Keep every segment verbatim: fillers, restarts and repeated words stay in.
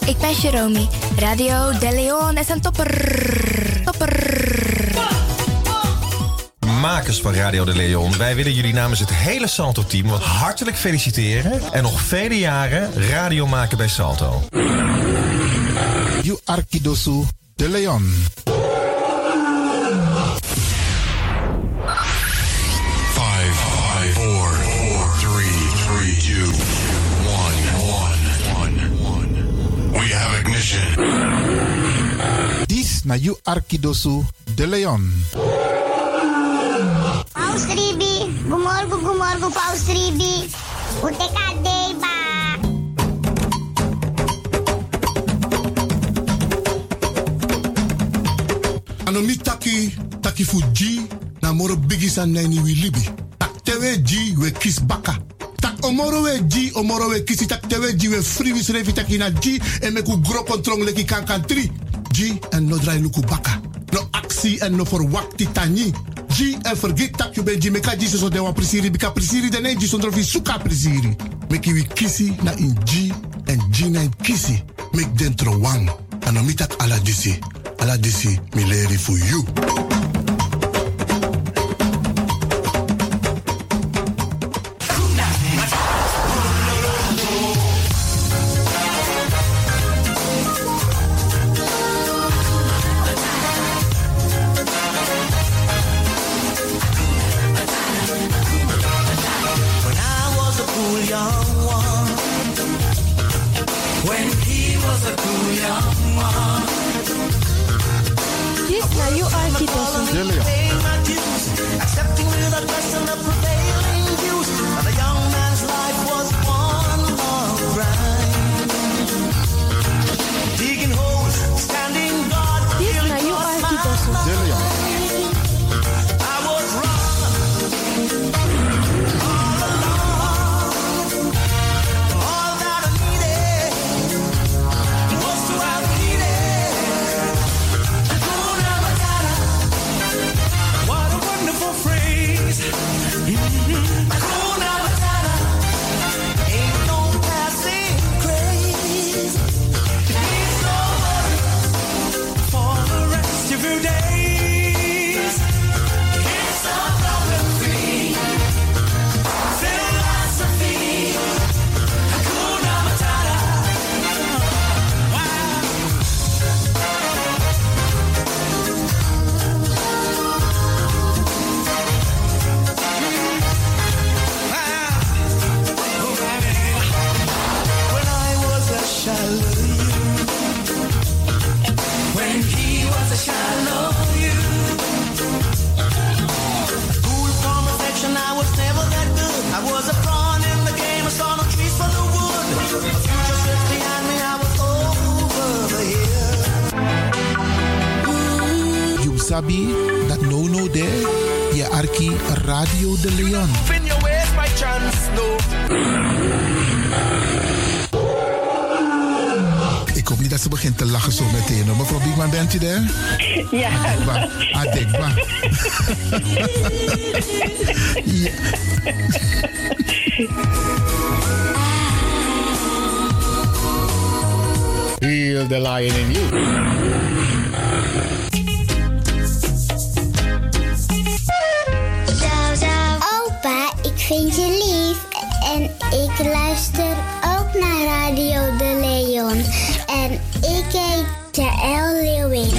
ik ben Jerome. Radio De Leon is een topper. Topper. Makers van Radio De Leon, wij willen jullie namens het hele Salto-team wat hartelijk feliciteren en nog vele jaren radio maken bij Salto. You Arkidosu De Leon. Five, five, four, four, three, three, two, one, one, one. We have ignition. This na You Arkidosu De Leon. Paus Ribi, gumorgo gumorgo Paus Ribi. Uteka deba. Anomi taki taki fuji na moro bigisan nani wi libi. Tak tewe ji we kis baka. Tak omoro we ji omoro we kisi tak tewe ji we free wis revi taki na ji en me ku gro kontrong leki kan kan tri. Ji en no drai luku baka. No aksi en no forwakti tani. Ji en forget tak you ben ji meka ji so de wan prisiri bika prisiri de ne ji sondro fi suka prisiri. Meki wi kisi na in ji en ji na in kisi. Mek dentro wang. Anomi tak ala disi. Ala disi mi leri for you. Sabi dat no no there, je arki Radio De Leon. Spin your ways by chance, no. Ik hoop niet dat ze begint te lachen zo meteen. Hoor. Mevrouw Biekman, bent u daar? Ja. Adekba. Ja. Heal the lion in you. Ik vind je lief en ik luister ook naar Radio De Leon. En ik heet Jaël Leeuwin.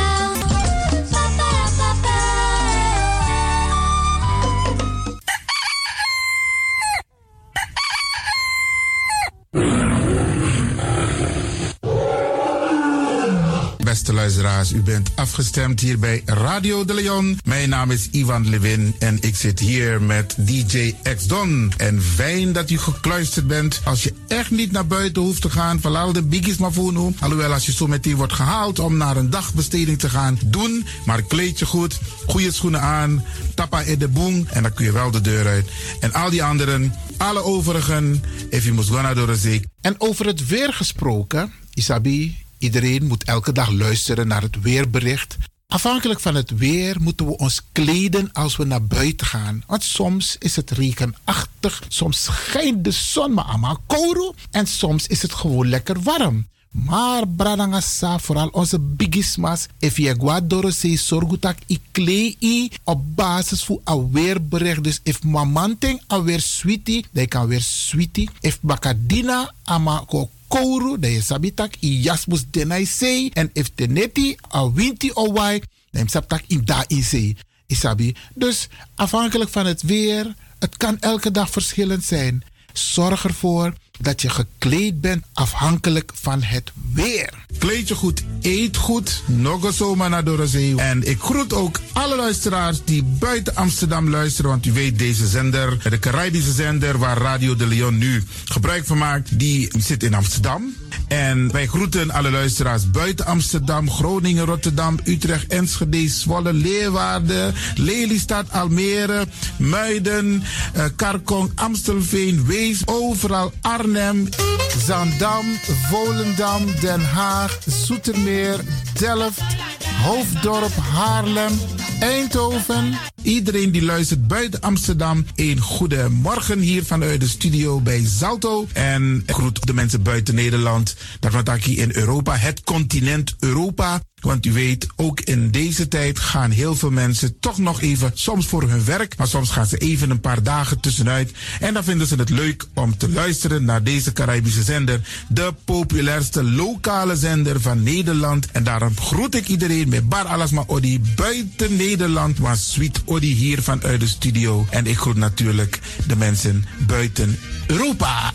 Beste luisteraars, u bent afgestemd hier bij Radio De Leon. Mijn naam is Ivan Levin en ik zit hier met D J X-Don. En fijn dat u gekluisterd bent. Als je echt niet naar buiten hoeft te gaan, verlaal de biggies maar voor nu. Alhoewel, als je zo meteen wordt gehaald om naar een dagbesteding te gaan, doen. Maar kleed je goed, goede schoenen aan, tappa in de boom en dan kun je wel de deur uit. En al die anderen, alle overigen, if you must go naar door de zee. En over het weer gesproken, Isabi... Iedereen moet elke dag luisteren naar het weerbericht. Afhankelijk van het weer moeten we ons kleden als we naar buiten gaan. Want soms is het regenachtig, soms schijnt de zon maar allemaal kouro en soms is het gewoon lekker warm. Maar bradangasa, vooral onze bigismas, if je guadoro se sorgutak i klei op basis van aweerbericht. Dus if mamanting aweer sweetie, dan kan weer sweetie. If bakadina ama ko kouru, dan je sabitak i jasmus denai sei. En if teneti a winti o wai, dan je sabitak in da in sei. Isabi. Dus afhankelijk van het weer, het kan elke dag verschillend zijn. Zorg ervoor dat je gekleed bent afhankelijk van het weer. Kleed je goed, eet goed, nog zomaar naar Dorozee. En ik groet ook alle luisteraars die buiten Amsterdam luisteren. Want u weet, deze zender, de Caribische zender waar Radio de Leon nu gebruik van maakt, die zit in Amsterdam. En wij groeten alle luisteraars buiten Amsterdam, Groningen, Rotterdam, Utrecht, Enschede, Zwolle, Leeuwarden, Lelystad, Almere, Muiden, uh, Karkong, Amstelveen, Wees, overal Arnhem, Zaandam, Volendam, Den Haag, Zoetermeer, Delft, Hoofddorp, Haarlem, Eindhoven. Iedereen die luistert buiten Amsterdam, een goede morgen hier vanuit de studio bij Zalto. En ik groet de mensen buiten Nederland, Darmataki in Europa, het continent Europa. Want u weet, ook in deze tijd gaan heel veel mensen toch nog even, soms voor hun werk, maar soms gaan ze even een paar dagen tussenuit. En dan vinden ze het leuk om te luisteren naar deze Caribische zender, de populairste lokale zender van Nederland. En daarom groet ik iedereen met Bar Alasma Odi buiten Nederland, maar Sweet Odi hier vanuit de studio. En ik groet natuurlijk de mensen buiten Europa.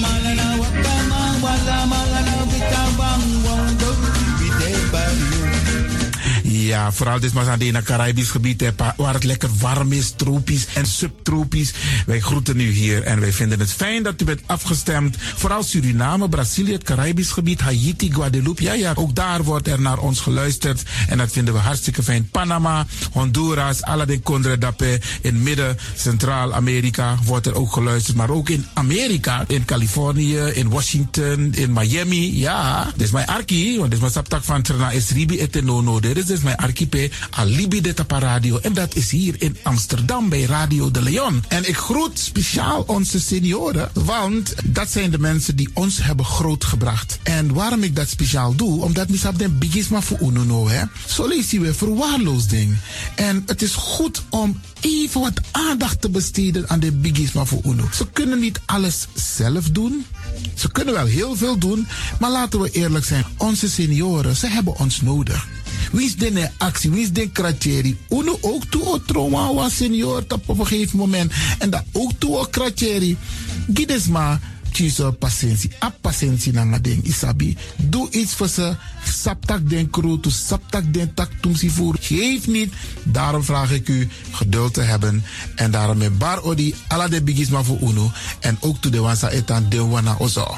Ja, vooral dit maar aan het Caribisch gebied, waar het lekker warm is, tropisch en subtropisch. Wij groeten u hier en wij vinden het fijn dat u bent afgestemd. Vooral Suriname, Brazilië, het Caribisch gebied, Haiti, Guadeloupe. Ja, ja, ook daar wordt er naar ons geluisterd en dat vinden we hartstikke fijn. Panama, Honduras, Aladdin Condre Dapé, in midden, Centraal-Amerika wordt er ook geluisterd. Maar ook in Amerika, in Californië, in Washington, in Miami. Ja, dit is mijn arki, want dit is mijn saptak van Trana Esribi etenono. Dit is dus mijn archipel Alibi de Tapa Radio. En dat is hier in Amsterdam bij Radio de Leon. En ik groet speciaal onze senioren, want dat zijn de mensen die ons hebben grootgebracht. En waarom ik dat speciaal doe, omdat misap den bigisma voor uno hè. Zo lees je weer verwaarloosding. En het is goed om even wat aandacht te besteden aan de bigisma voor uno. Ze kunnen niet alles zelf doen. Ze kunnen wel heel veel doen, maar laten we eerlijk zijn. Onze senioren, ze hebben ons nodig. Wie is de actie, wie is de kratjeri? Uno ook toe o trauma was senior op een gegeven moment. En dat ook toe o kratjeri. Gides maar kiezen patiëntie. A patiëntie na ding isabi. Doe iets voor ze. Saptak den kroto, saptak den tak tumsi voer. Geef niet. Daarom vraag ik u geduld te hebben. En daarom met bar odi ala de bigisma voor uno. En ook toe de wansa etan de wana ozo.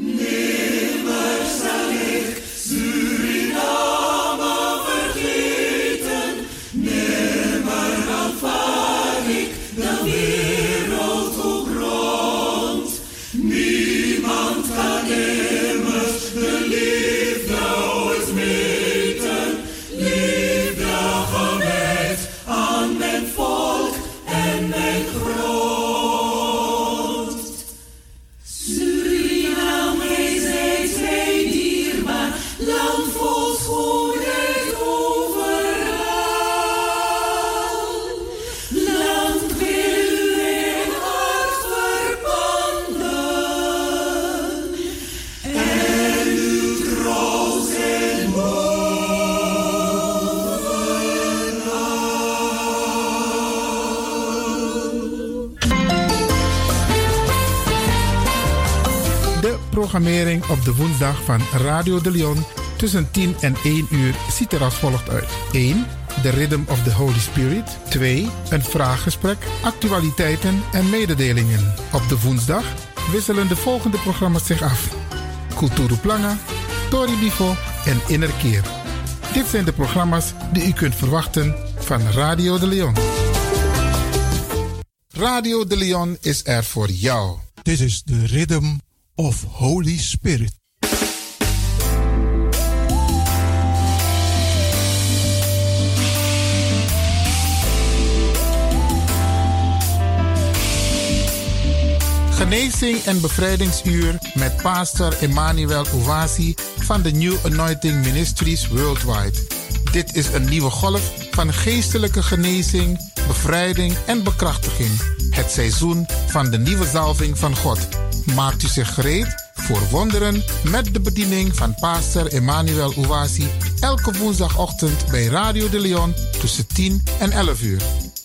Programmering op de woensdag van Radio de Leon tussen tien en één uur ziet er als volgt uit. één. The Rhythm of the Holy Spirit. twee. Een vraaggesprek, actualiteiten en mededelingen. Op de woensdag wisselen de volgende programma's zich af. Kulturu Planga, Tori Bifo en Innerkeer. Dit zijn de programma's die u kunt verwachten van Radio de Leon. Radio de Leon is er voor jou. Dit is de Rhythm of Holy Spirit. Genezing en bevrijdingsuur met pastor Emmanuel Owasi van de New Anointing Ministries Worldwide. Dit is een nieuwe golf van geestelijke genezing, bevrijding en bekrachtiging. Het seizoen van de nieuwe zalving van God. Maakt u zich gereed voor wonderen met de bediening van pastor Emmanuel Owasi elke woensdagochtend bij Radio de Leon tussen tien en elf uur.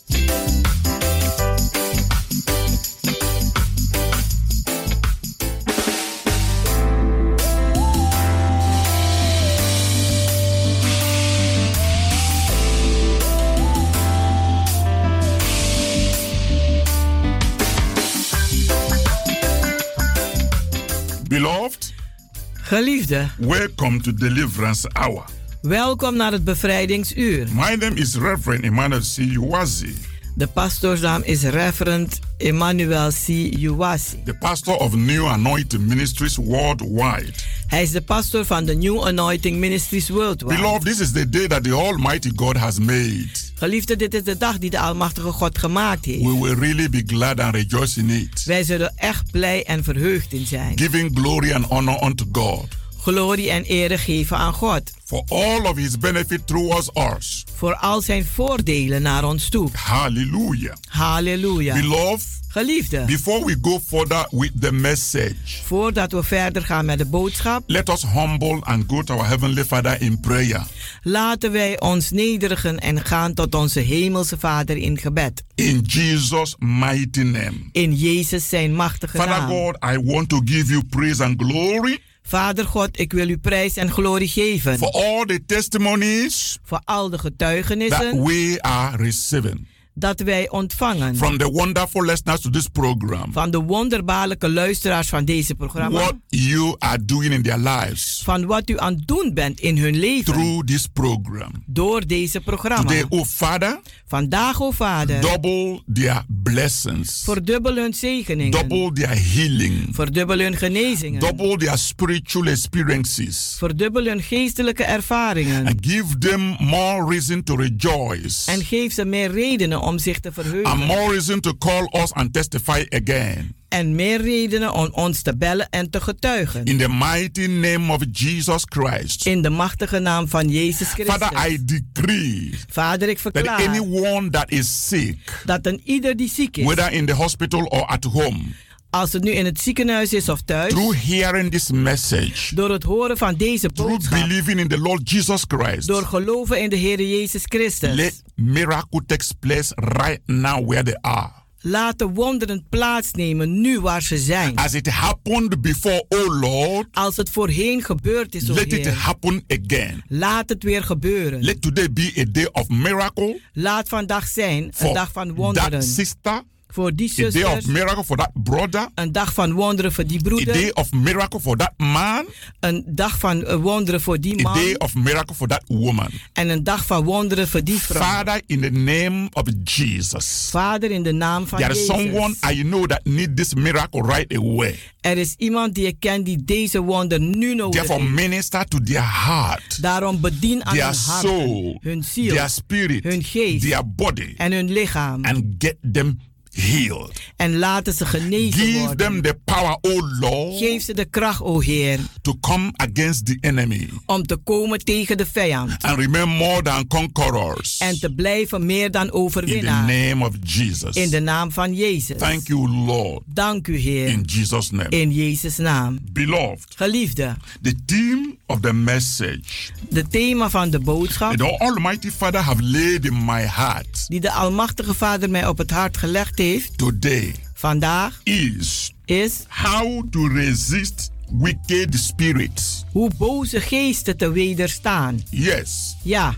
Beloved, geliefde, welcome to Deliverance Hour. Welkom naar het bevrijdingsuur. My name is Reverend Emmanuel C. Uwazi. De pastoorsnaam is Reverend Emmanuel C. Uwazi. The pastor of New Anointing Ministries Worldwide. Hij is de pastor van de New Anointing Ministries Worldwide. Beloved, this is the day that the Almighty God has made. Geliefde, dit is de dag die de Almachtige God gemaakt heeft. We will really be glad and rejoice in it. Wij zullen echt blij en verheugd in zijn. Giving glory and honor unto God. Glorie en ere geven aan God. For all of his benefit towards us. Voor al zijn voordelen naar ons toe. Hallelujah. Hallelujah. Beloved, geliefde, before we go further with the message, voordat we verder gaan met de boodschap, let us humble and go to our Heavenly Father in prayer. Laten wij ons nederigen en gaan tot onze hemelse Vader in gebed. In Jesus' mighty name. In Jezus zijn machtige Father naam. God, I want to give you praise and glory. Vader God, ik wil u prijs en glorie geven. For all the testimonies. Voor al de getuigenissen. That we are receiving. Dat wij ontvangen. From the wonderful listeners to this program. Van de wonderbaarlijke luisteraars van deze programma. What you are doing in their lives. Van wat u aan het doen bent in hun leven. Through this program. Door deze programma. Today, oh Father. Vandaag, o Vader. Double their blessings. Verdubbel hun zegeningen. Double their healing. Verdubbel hun genezingen. Double their spiritual experiences. Verdubbel hun geestelijke ervaringen. And give them more reason to rejoice. En geef ze meer redenen om zich te verheugen. And more reason to call us and testify again. En meer redenen om ons te bellen en te getuigen. In the mighty name of Jesus Christ. In de machtige naam van Jezus Christus. Father, I decree. Vader, ik verklaar. That anyone that is sick. Dat een ieder die ziek is. Whether in the hospital or at home. Als het nu in het ziekenhuis is of thuis. Through hearing this message. Door het horen van deze boodschap. Through believing in the Lord Jesus Christ. Door geloven in de Heer Jezus Christus. Let miracle take place right now where they are. Laat de wonderen plaatsnemen nu waar ze zijn. As it happened before, oh Lord. Als het voorheen gebeurd is, o Let Heer. it happen again. Laat het weer gebeuren. Let today be a day of miracle. Laat vandaag zijn een dag van wonderen. That sister. Voor die zusters. A day of miracle for that brother. Een dag van wonderen voor die broeder. A day of miracle for that man. Een dag van wonderen voor die man. A day of miracle for that woman. En een dag van wonderen voor die vrouw. Father, in the name of Jesus. Vader, in de naam van There Jezus. There is someone I know that need this miracle right away. Er is iemand die ik ken die deze wonder nu nodig Therefore, heeft. minister to their heart. Daarom bedien aan their hun hart, soul, hun ziel, their spirit, hun geest their body, en hun lichaam. And get them healed. En laten ze genezen Give worden. them the power, oh Lord. Geef ze de kracht, o Heer. To come against the enemy. Om te komen tegen de vijand. And remain more than conquerors. En te blijven meer dan overwinnaar. In the name of Jesus. In de naam van Jezus. Thank you, Lord. Dank u, Heer. In Jesus' name. In Jezus' naam. Beloved. Geliefde. The theme of the message. De thema van de boodschap. The Almighty Father have laid in my heart. Die de Almachtige Vader mij op het hart gelegd heeft. Today. Vandaag. Is. Is. How to resist wicked spirits. Hoe boze geesten te wederstaan. Yes. Ja.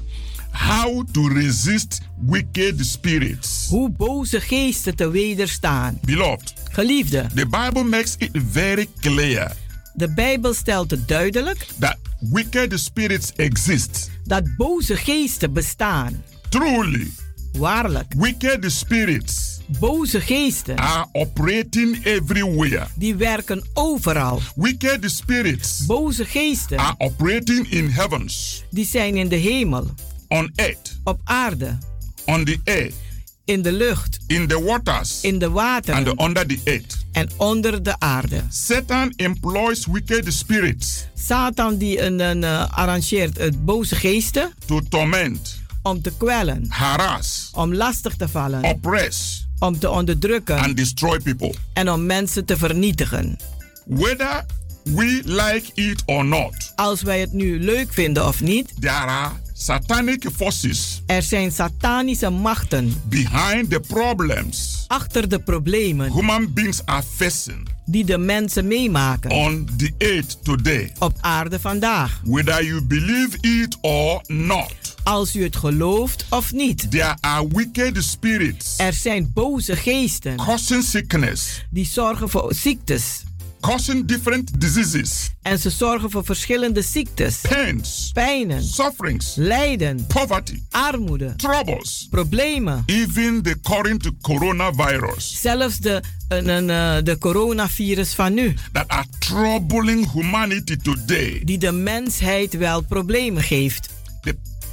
How to resist wicked spirits. Hoe boze geesten te wederstaan. Beloved. Geliefde. The Bible makes it very clear. De Bijbel stelt het duidelijk. That wicked spirits exist. Dat boze geesten bestaan. Truly. Waarlijk. Wicked spirits. Boze geesten. Are operating everywhere. Die werken overal. Wicked spirits. Boze geesten. Are operating in heavens. Die zijn in de hemel. On earth. Op aarde. On the air. in de lucht, in the waters, in de wateren and under the earth. en onder de aarde. Satan employs wicked spirits Satan die een, een, uh, arrangeert het boze geesten to torment, om te kwellen, harass, om lastig te vallen, oppress, om te onderdrukken and destroy people. en om mensen te vernietigen. Whether we like it or not, Als wij het nu leuk vinden of niet, there are satanic forces er zijn satanische machten behind the problems achter de problemen human beings are facing die de mensen meemaken on the earth today. op aarde vandaag. Whether you believe it or not, Als u het gelooft of niet. there are wicked spirits Er zijn boze geesten causing sickness, die zorgen voor ziektes. causing different diseases, En ze zorgen voor verschillende ziektes, pains, pijnen, sufferings, lijden, poverty, armoede, troubles, problemen. even the current coronavirus Zelfs de, een, een, eh, de coronavirus van nu, that are troubling humanity today. die de mensheid wel problemen geeft. The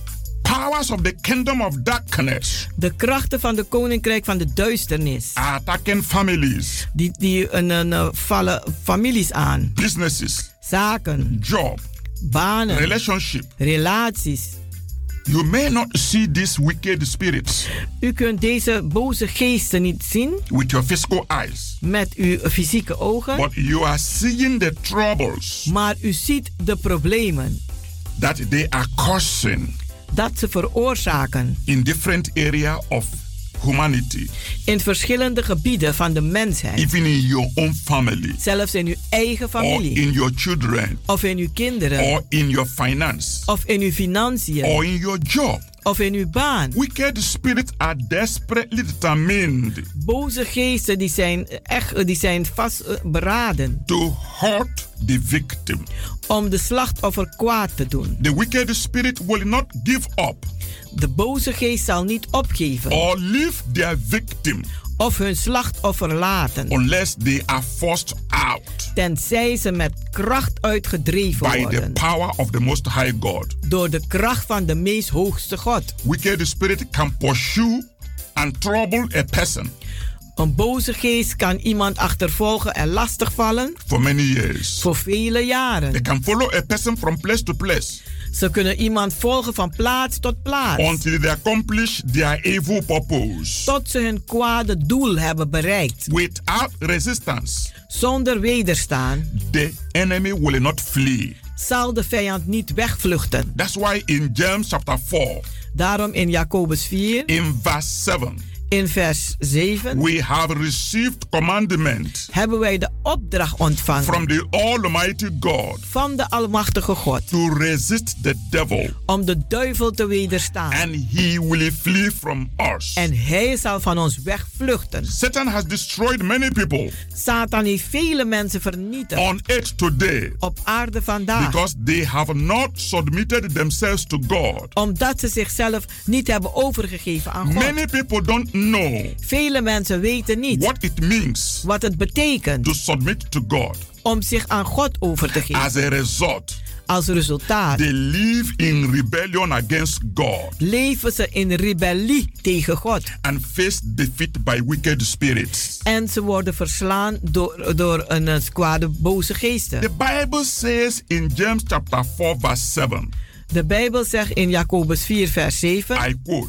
powers of the kingdom of darkness De krachten van de koninkrijk van de duisternis, are attacking families, die, die een, een, eh, vallen families aan, businesses, zaken, job, banen, relationship. relaties. You may not see these wicked spirits U kunt deze boze geesten niet zien with your physical eyes, met uw fysieke ogen, but you are seeing the troubles maar u ziet de problemen that they are causing dat ze veroorzaken in different area of humanity, in verschillende gebieden van de mensheid. even in your own family, Zelfs in uw eigen or familie, in your children, of in uw kinderen, or in your finance, of in uw financiën, or in your job. of in uw baan. Wicked spirits are desperately determined Boze geesten die zijn echt, die zijn vastberaden to hurt the victim. om de slachtoffer kwaad te doen. The wicked spirit will not give up De boze geest zal niet opgeven or leave their victim of hun slachtoffer laten, unless they are forced out tenzij ze met kracht uitgedreven by the worden power of the Most High God. door de kracht van de meest hoogste God. Wicked spirit can pursue and trouble a person Een boze geest kan iemand achtervolgen en lastigvallen for many years. voor vele They jaren. can follow a person from place to place Ze kunnen iemand volgen van plaats tot plaats, until they accomplish their evil purpose. tot ze hun kwade doel hebben bereikt. Without resistance, Zonder wederstaan the enemy will not flee. zal de vijand niet wegvluchten. That's why in James chapter four, Daarom in Jacobus vier, in verse seven, in vers zeven, we have received commandment hebben wij de opdracht ontvangen from the Almighty God van de Almachtige God to resist the devil, om de duivel te wederstaan. and he will flee from us. En hij zal van ons wegvluchten. Satan has destroyed many people Satan heeft vele mensen vernietigd on earth today op aarde vandaag, because they have not submitted themselves to God. omdat ze zichzelf niet hebben overgegeven aan God. Many people don't know Vele mensen weten niet what it means wat het betekent to submit to God. om zich aan God over te geven. As a result, Als resultaat they live in rebellion against God leven ze in rebellie tegen God. and face defeat by wicked spirits. En ze worden verslaan door, door een uh, kwade boze geesten. The Bible says in James chapter four verse seven, De Bijbel zegt in Jacobus vier vers zeven. I quote,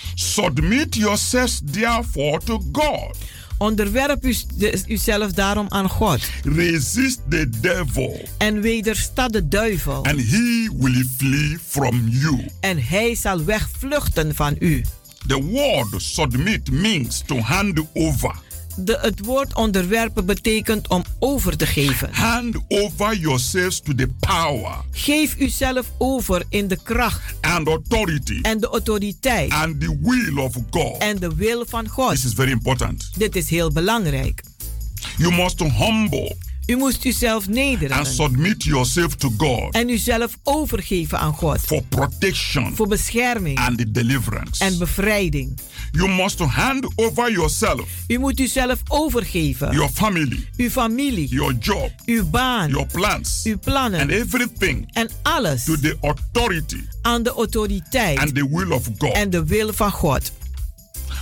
submit yourselves therefore to God. Onderwerp u, de, uzelf daarom aan God. Resist the devil En wedersta de duivel. and he will flee from you. En hij zal wegvluchten van u. The word submit means to hand over. De, het woord onderwerpen betekent om over te geven. Hand over yourselves to the power Geef uzelf over in de kracht and authority en de autoriteit and the will of God. en de wil van God. This is very important. Dit is heel belangrijk. You must humble U moest uzelf and nederen submit yourself to God en uzelf overgeven aan God. for protection Voor bescherming and deliverance. en bevrijding. You must hand over yourself, U moet uzelf overgeven. your family, Uw familie, your job, uw baan, your plans, uw plannen and everything en alles to the authority aan de autoriteit and the will of God. en de wil van God.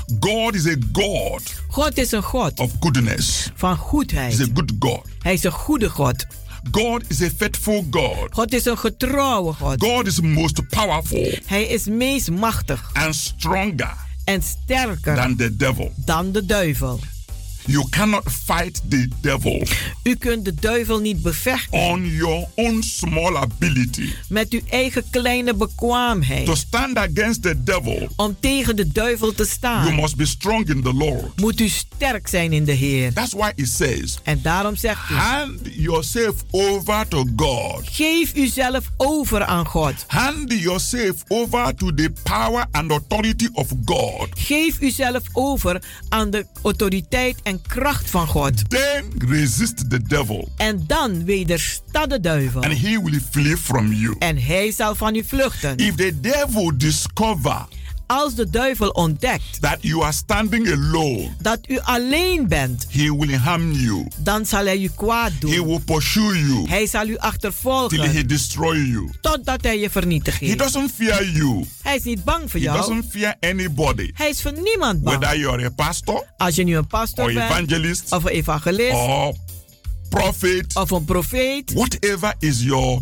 God is a God. God is een God. Of goodness. Van goedheid. He's a good God. Hij is een goede God. God is a faithful God. God is een getrouwe God. God is most powerful. Hij is meest machtig. And stronger. En sterker. Than the devil. Dan de duivel. You cannot fight the devil. U kunt de duivel niet bevechten. On your own small ability. Met uw eigen kleine bekwaamheid. To stand against the devil. Om tegen de duivel te staan. You must be strong in the Lord. Moet u sterk zijn in de Heer. That's why it says. En daarom zegt hij. Hand yourself over to God. Geef uzelf over aan God. Hand yourself over to the power and authority of God. Geef uzelf over aan de autoriteit en kracht van God. Then resist the devil. En dan wedersta de duivel. And he will flee from you. En hij zal van u vluchten. If the devil discover als de duivel ontdekt that you are standing alone, dat u alleen bent, he will harm you. Dan zal hij u kwaad doen. He will pursue you. Hij zal u achtervolgen. Till he destroy you. Totdat hij je vernietigt. He doesn't fear you. Hij is niet bang voor he jou. He doesn't fear anybody. Hij is voor niemand bang. Whether you are a pastor, als je nu een pastor or bent, evangelist, of een evangelist, or prophet, of een profeet, whatever is your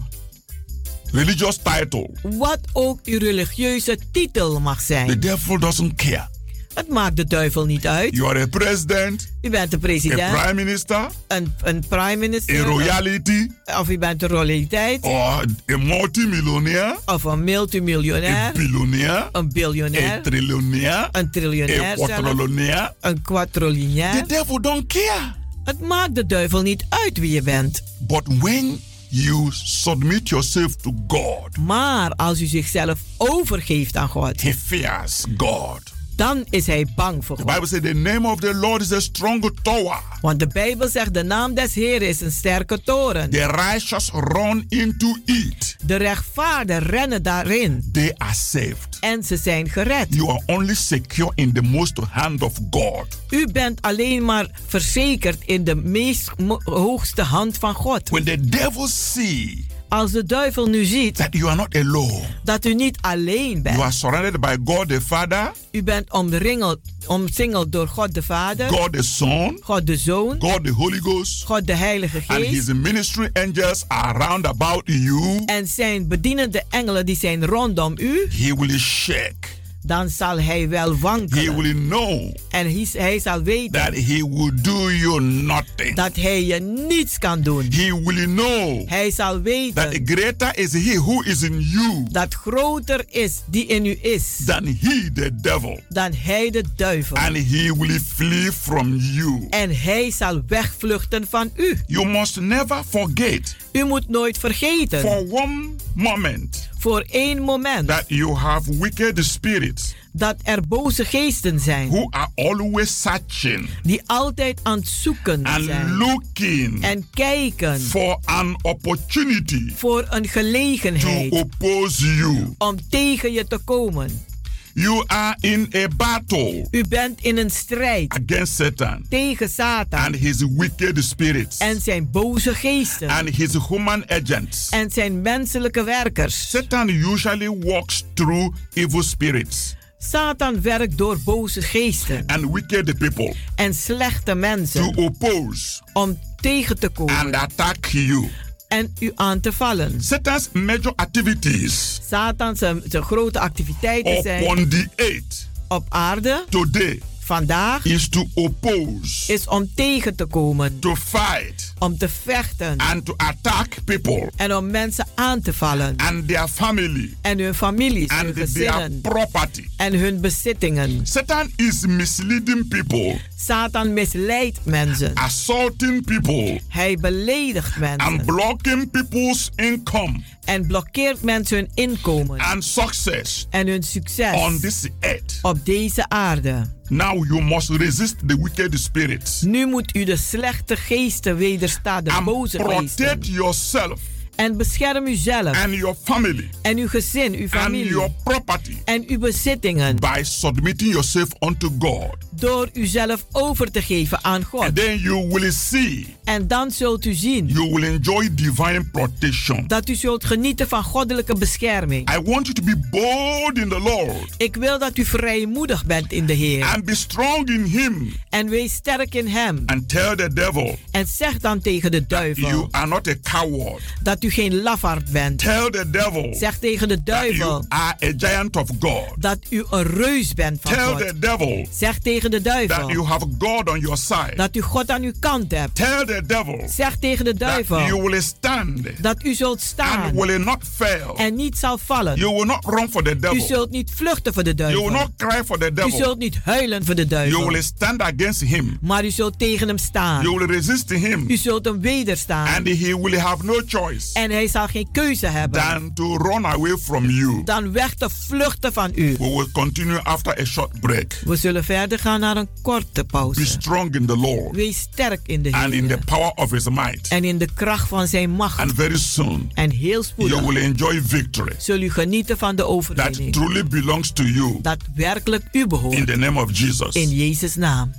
religious title. Wat ook uw religieuze titel mag zijn. The devil doesn't care. Het maakt de duivel niet uit. You are a president. U bent de president. A prime minister. Een, een prime minister. A royalty. Of u bent de royaliteit. Or a multimillionaire. Of een multimiljonair. A billionaire. Een biljonair. A trillionaire. Een triljonair. A quadrillionaire. Een quadrillionair. The devil don't care. Het maakt de duivel niet uit wie je bent. But when you submit yourself to God. Maar als u zichzelf overgeeft aan God. He fears God. Dan is hij bang voor God. God. The Bible says the name of the Lord is a strong tower. Want de Bijbel zegt de naam des Heeren is een sterke toren. The righteous run into it. De rechtvaardigen rennen daarin. They are saved. En ze zijn gered. You are only secure in the most hand of God. U bent alleen maar verzekerd in de meest hoogste hand van God. When the devil see als de duivel nu ziet that you are not alone, dat u niet alleen bent. You are surrounded by God the Father. U bent omringeld, omsingeld door God de Vader. God the Son. God de Zoon. God the Holy Ghost. God de Heilige Geest. And his ministry angels are round about you. En zijn bedienende engelen die zijn rondom u. He will shake. Dan zal hij wel wankelen. He will know. En hij, hij zal weten. That he will do you nothing. Dat hij je niets kan doen. He will know. Hij zal weten. That greater is he who is in you. Dat groter is die in u is. Than he the devil. Dan hij de duivel. And he will flee from you. En hij zal wegvluchten van u. You must never forget. U moet nooit vergeten. For one moment. Voor één moment. That you have wicked spirits. Dat er boze geesten zijn. Who are always searching. Die altijd aan het zoeken and zijn. Looking en kijken. For an opportunity. Voor een gelegenheid. To oppose you. Om tegen je te komen. You are in a battle. U bent in een strijd. Against Satan. Tegen Satan. And his wicked spirits. En zijn boze geesten. And his human agents. En zijn menselijke werkers. Satan usually walks through evil spirits. Satan werkt door boze geesten. And wicked people. En slechte mensen. To oppose. Om tegen te komen. And attack you. En u aan te vallen. Satan's major activities. Satan's zijn grote activiteiten zijn. Upon the earth. Op aarde. Today. Vandaag. Is to oppose. Is om tegen te komen. To fight. Om te vechten. And to attack people. En om mensen aan te vallen. And their family. En hun families. And hun their gezinnen. property. En hun bezittingen. Satan is misleading people. Satan misleidt mensen. Assaulting people. Hij beledigt mensen. And blocking people's income. En blokkeert mensen hun inkomen. And success. En hun succes. On this earth. Op deze aarde. Now you must resist the wicked spirits. Nu moet u de slechte geesten wederstaan, de and boze protect geesten. yourself. En bescherm uzelf. And your family. En uw gezin, uw familie. And your property. En uw bezittingen. By submitting yourself unto God. Door uzelf over te geven aan God. And then you will see. En dan zult u zien. You will enjoy divine protection. Dat u zult genieten van goddelijke bescherming. I want you to be bold in the Lord. Ik wil dat u vrijmoedig bent in de Heer. And be strong in Him. En wees sterk in Hem. And tell the devil. En zeg dan tegen de duivel. You are not a coward. Dat u geen lafaard bent. Tell the devil. Zeg tegen de duivel. That you are a giant of God. Dat u een reus bent van tell God. The devil. Zeg tegen de duivel. That you have God on your side. Dat u God aan uw kant hebt. Tell the devil. Zeg tegen de duivel. That you will stand. Dat u zult staan. And will not fail. En niet zal vallen. You will not run for the devil. U zult niet vluchten voor de duivel. You will not cry for the devil. U zult niet huilen voor de duivel. You will stand against him. Maar u zult tegen hem staan. You will resist him. U zult hem wederstaan. And he will have no choice. En hij zal geen keuze hebben. Than to run away from you. Dan weg te vluchten van u. We will continue after a short break. We zullen verder gaan naar een korte pauze. Be strong in the Lord. Wees sterk in de Heer. And in the power of his might. En in de kracht van zijn macht. And very soon. En heel spoedig. You will enjoy victory. Zul u genieten van de overwinning. That truly belongs to you. Dat werkelijk u behoort. In the name of Jesus. In Jezus' naam.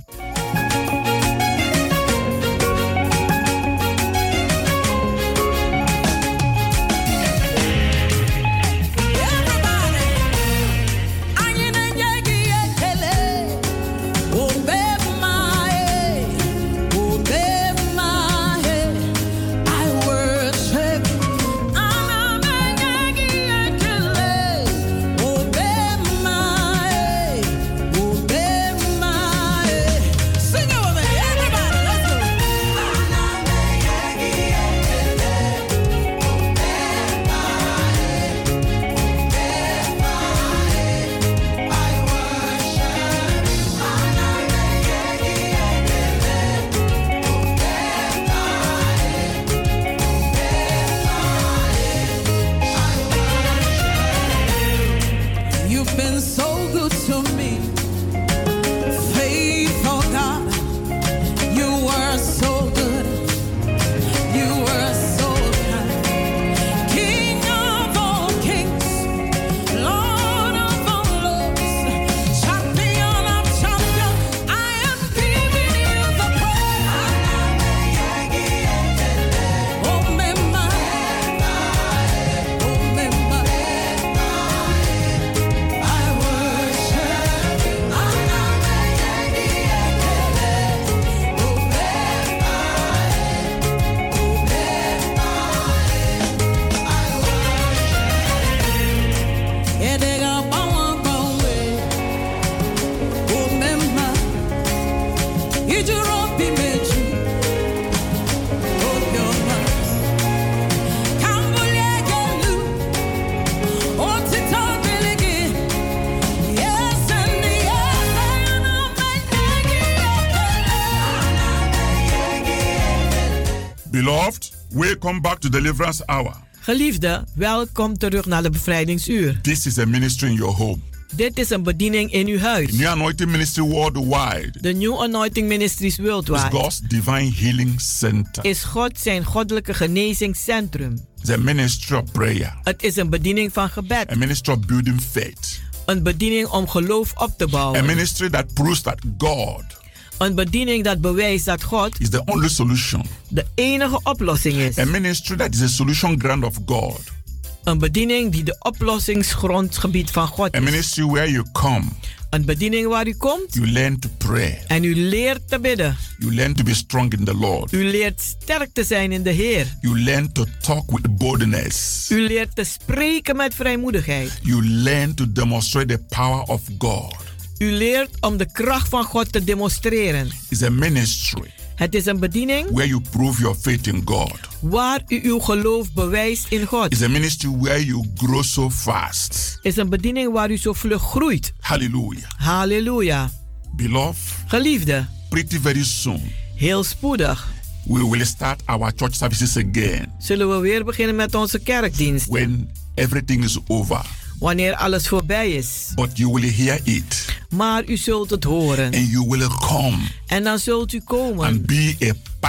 Beloved, welcome back to Deliverance Hour. Geliefde, welkom terug naar de bevrijdingsuur. This is a ministry in your home. Dit is een bediening in uw huis. New Anointing Ministry Worldwide. The New Anointing Ministries Worldwide. Is God's Divine Healing Center. Is God zijn goddelijke genezingscentrum. It's a ministry of prayer. Het is een bediening van gebed. A ministry of building faith. Een bediening om geloof op te bouwen. A ministry that proves that God. Een bediening dat bewijst dat God is the only solution. De enige oplossing is. A ministry that is a solution ground of God. Een bediening die de oplossingsgrondgebied van God is. A ministry where you come. Een bediening waar u komt. You learn to pray. En u leert te bidden. You learn to be strong in the Lord. U leert sterk te zijn in de Heer. You learn to talk with boldness. U leert te spreken met vrijmoedigheid. You learn to demonstrate the power of God. U leert om de kracht van God te demonstreren. It's a ministry. Het is een bediening where you prove your faith in God. Waar u uw geloof bewijst in God. It's a ministry where you grow so fast. Is een bediening waar u zo vlug groeit. Hallelujah. Halleluja. Beloved. Geliefde. Pretty very soon. Heel spoedig. We will start our church services again. Zullen we weer beginnen met onze kerkdienst. When everything is over. Wanneer alles voorbij is. But you will hear it. Maar u zult het horen. And you will come. En dan zult u komen. And be a part.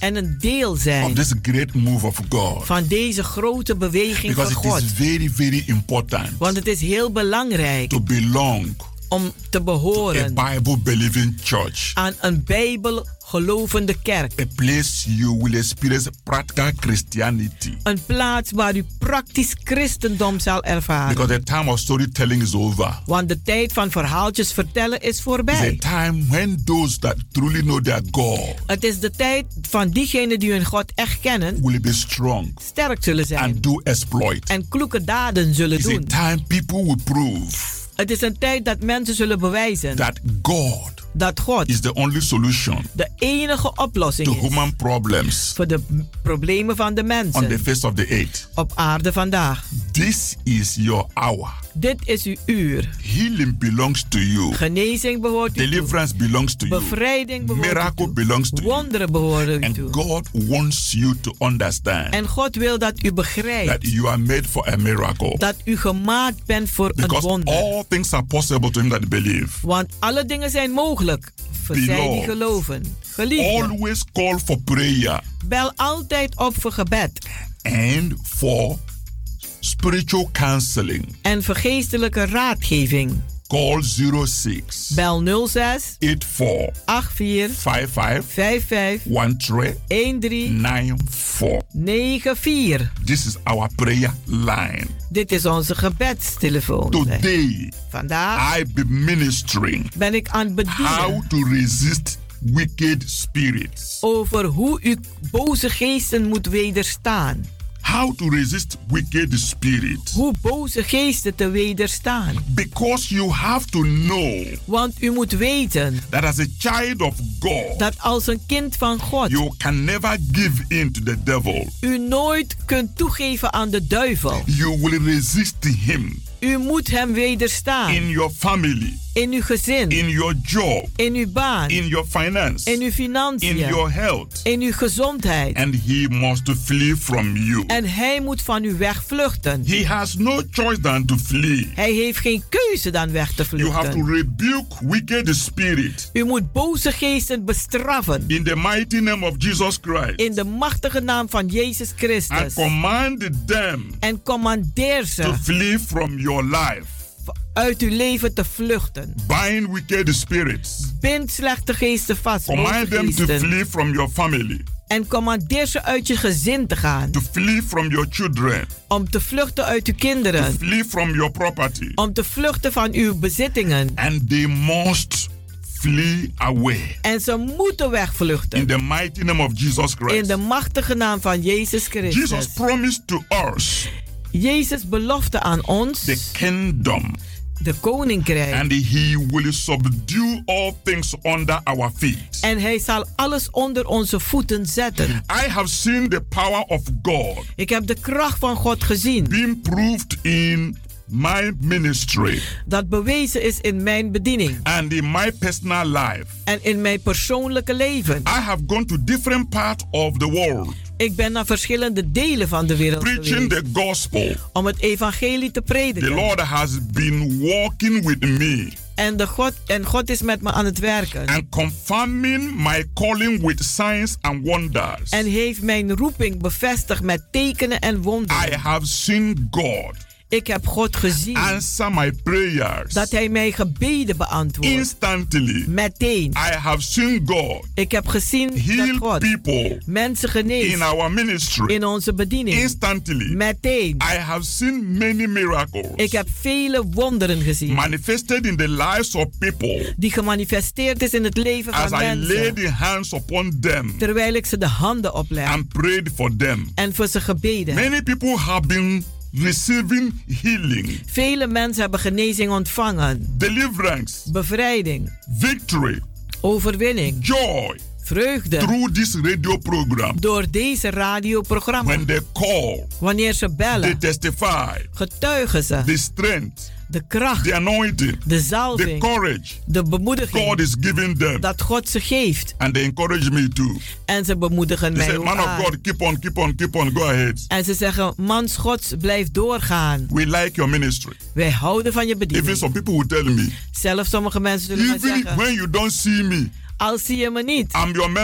En een deel zijn of this great move of God. van deze grote beweging Because van it God. is very, very important Want het is heel belangrijk to belong om te to behoren a Bible-believing church. aan een bijbelgelovende kerk. A place you will experience practical Christianity. Een plaats waar u praktisch christendom zal ervaren. Because the time of storytelling is over. Want de tijd van verhaaltjes vertellen is It's voorbij. a time when those that truly know their God Het is de tijd van diegenen die hun God echt kennen, will be strong sterk zullen zijn and do exploit. en kloeke daden zullen It's a doen. time people will prove Het is een tijd dat mensen zullen bewijzen that God dat God is the only solution de enige oplossing to is human problems voor de m- problemen van de on the mensen face of the earth. op aarde vandaag. This is your hour. Dit is uw uur. Healing belongs to you. Genezing behoort u toe. Deliverance belongs to you. Bevrijding behoort u Miracle toe. belongs to you. Wonderen behoren u And toe. God wants you to understand En God wil dat u that begrijpt you are made for a miracle. dat u gemaakt bent voor een Because wonder. all things are possible to him that believe. Want alle dingen zijn mogelijk voor zij die Beloved. geloven. Geliefde, Always call for prayer bel altijd op voor gebed and for spiritual counseling. en voor geestelijke raadgeving. Call zero six Bel nul zes eight four acht vier five five vijf vijf one three een drie nine four. negen vier. This is our prayer line. Dit is onze gebedstelefoon. Today, Vandaag I be ministering ben ik aan het how bedienen to resist wicked spirits. over hoe u boze geesten moet wederstaan. How to resist wicked spirits. Hoe boze geesten te wederstaan. Because you have to know Want u moet weten that as a child of God, dat als een kind van God you can never give in to the devil. u nooit kunt toegeven aan de duivel. You will resist him U moet hem wederstaan. in your family, In uw gezin. in your job, In uw baan. in your finance, In uw financiën. in your health. In uw gezondheid. And he must flee from you. En hij moet van u wegvluchten. He has no choice than to flee. Hij heeft geen keuze dan weg te You have to vluchten. rebuke wicked spirit U moet boze geesten bestraffen. in the mighty name of Jesus Christ. In de machtige naam van Jezus And Christus. command them En commandeer to ze flee from your life. uit uw leven te vluchten. Bind wicked spirits. Bind slechte geesten vast. Command boze them to geesten. flee from your family. En commandeer ze uit je gezin te gaan. To flee from your children. Om te vluchten uit uw To kinderen. flee from your property. Om te vluchten van uw bezittingen. And they must flee away. En ze moeten wegvluchten. In the mighty name of Jesus In Christ. de machtige naam van Jezus Jesus Christus. promised to us Jezus belofte aan ons the kingdom. de koninkrijk. And he will subdue all things under our feet. En hij zal alles onder onze voeten zetten. I have seen the power of God Ik heb de kracht van God gezien. being proved in my ministry Dat bewezen is in mijn bediening. and in my personal life. En in mijn persoonlijke leven. I have gone to different parts of the world Ik ben naar verschillende delen van de wereld preaching the geweest. gospel. Om het evangelie te The prediken. Lord has been walking with me En, de God, en God is met me aan het werken. and confirming my calling with signs and wonders. En heeft mijn roeping bevestigd met tekenen en I wonderen. have seen God Ik heb God gezien. answer my prayers Dat hij mijn gebeden beantwoordt. instantly. Meteen. I have seen God Ik heb gezien dat heal God people mensen geneest. in our ministry In onze bediening. instantly. Meteen. I have seen many miracles Ik heb vele wonderen gezien. manifested in the lives of people Die gemanifesteerd is in het leven as van I mensen. laid the hands upon them Terwijl ik ze de handen opleg. and prayed for them. En voor ze gebeden. Many people have been receiving healing, Vele mensen hebben genezing ontvangen. deliverance, Bevrijding. victory, Overwinning. joy Vreugde. through this radio program. Door deze radioprogramma. When they call, Wanneer ze they bellen. testify Getuigen ze. the strength, De kracht. the anointing, De the zalving. courage De bemoediging. God is giving them. Dat God ze geeft. And they encourage me too. En ze bemoedigen They mij say, ook man of aan. God, keep on, keep on, keep on, go ahead. En ze zeggen, mans Gods, blijf doorgaan. We like your ministry. Wij houden van je Even bediening. some people will tell me, Zelfs sommige mensen zullen mij even zeggen, when you don't see me, al zie je me niet, I'm your member.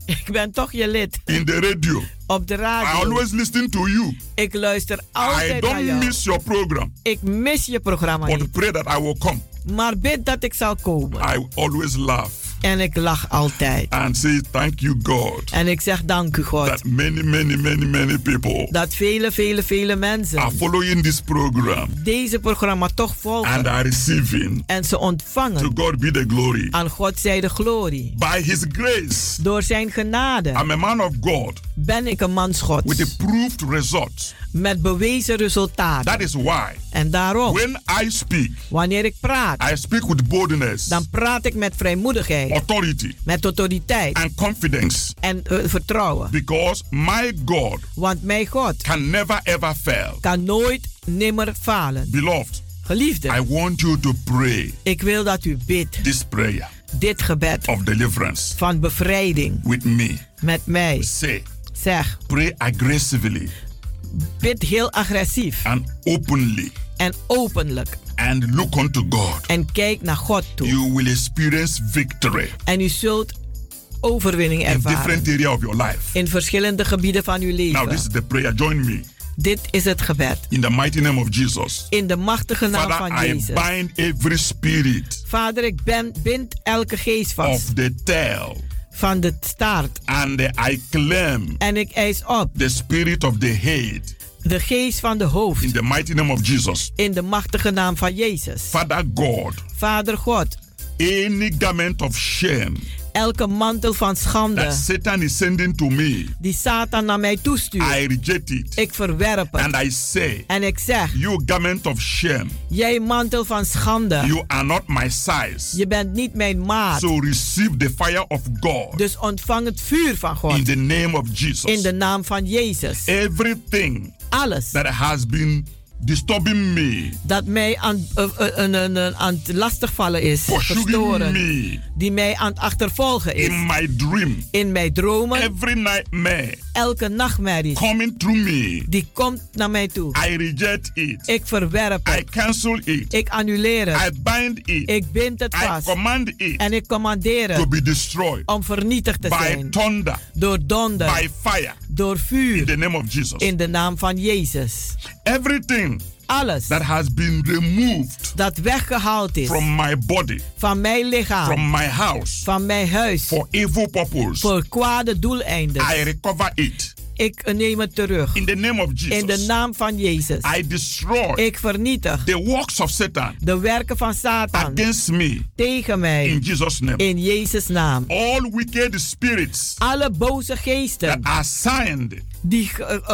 Ik ben toch je lid. In the radio. Op de radio. I always listen to you. Ik luister altijd I don't naar jou. miss your program. Ik mis je programma But niet. pray that I will come. Maar bid dat ik zal komen. I always laugh. En ik lach altijd. And say thank you God. En ik zeg dank u God. That many, many, many, many people. Dat vele, vele, vele mensen. Are following this program. Deze programma toch volgen. And are receiving. En ze ontvangen. To God be the glory. Aan God zij de glorie. By His grace. Door zijn genade. I'm a man of God. Ben ik een man Gods. With a proved result. Met bewezen resultaten. That is why. En daarom. When I speak. Wanneer ik praat. I speak with boldness. Dan praat ik met vrijmoedigheid. Authority. Met autoriteit. And confidence. En uh, vertrouwen. Because my God. Want mijn God. Can never ever fail. Kan nooit nimmer falen. Beloved. Geliefde. I want you to pray. Ik wil dat u bidt. This prayer. Dit gebed. Of deliverance. Van bevrijding. With me. Met mij. Say. Zeg. Pray aggressively. Bid heel agressief. And openly. En openlijk. And look unto God. En kijk naar God toe. You will experience victory. En u zult overwinning ervaren. In different area of your life. In verschillende gebieden van uw leven. Now this is the prayer. Join me. Dit is het gebed. In the mighty name of Jesus. In de machtige naam Father, van Jezus. I bind every spirit. Vader, ik ben, bind elke geest vast. Of the tail. Van de staart. And I claim. En ik eis op. The spirit of the head. De geest van de hoofd. In the mighty name of Jesus. In de machtige naam van Jezus. Father God. Vader God. Any garment of shame. Elke mantel van schande. That Satan is sending to me. Die Satan naar mij toestuurt. I reject it. Ik verwerp het. And I say. En ik zeg. You garment of shame. Jij mantel van schande. You are not my size. Je bent niet mijn maat. So receive the fire of God. Dus ontvang het vuur van God. In the name of Jesus. In de naam van Jezus. Everything. Alles. That has been disturbing me. Dat mij aan, uh, uh, uh, uh, aan het lastigvallen is. Verstoren. Me. Die mij aan het achtervolgen is. In my dream. In mijn dromen. Every nightmare. Elke nachtmerrie. Coming through me. Die komt naar mij toe. I reject it. Ik verwerp het. I cancel it. Ik annuleer het. I bind it. Ik bind het vast. I command it. En ik commandeer het. To be destroyed. Om vernietigd te by zijn. Thunder. Door donder. By fire. Door vuur. In the name of Jesus. In de naam van Jezus. Everything. Alles. That has been removed. Dat weggehaald is. From my body. Van mijn lichaam. From my house. Van mijn huis. For evil purpose. Voor kwade doeleinden. I recover it. Ik neem het terug. In the name of Jesus. In de naam van Jezus. I destroy. Ik vernietig. The works of Satan. De werken van Satan. Against me. Tegen mij. In Jesus' name. In Jezus' naam. All wicked spirits. Alle boze geesten. That are signed. Die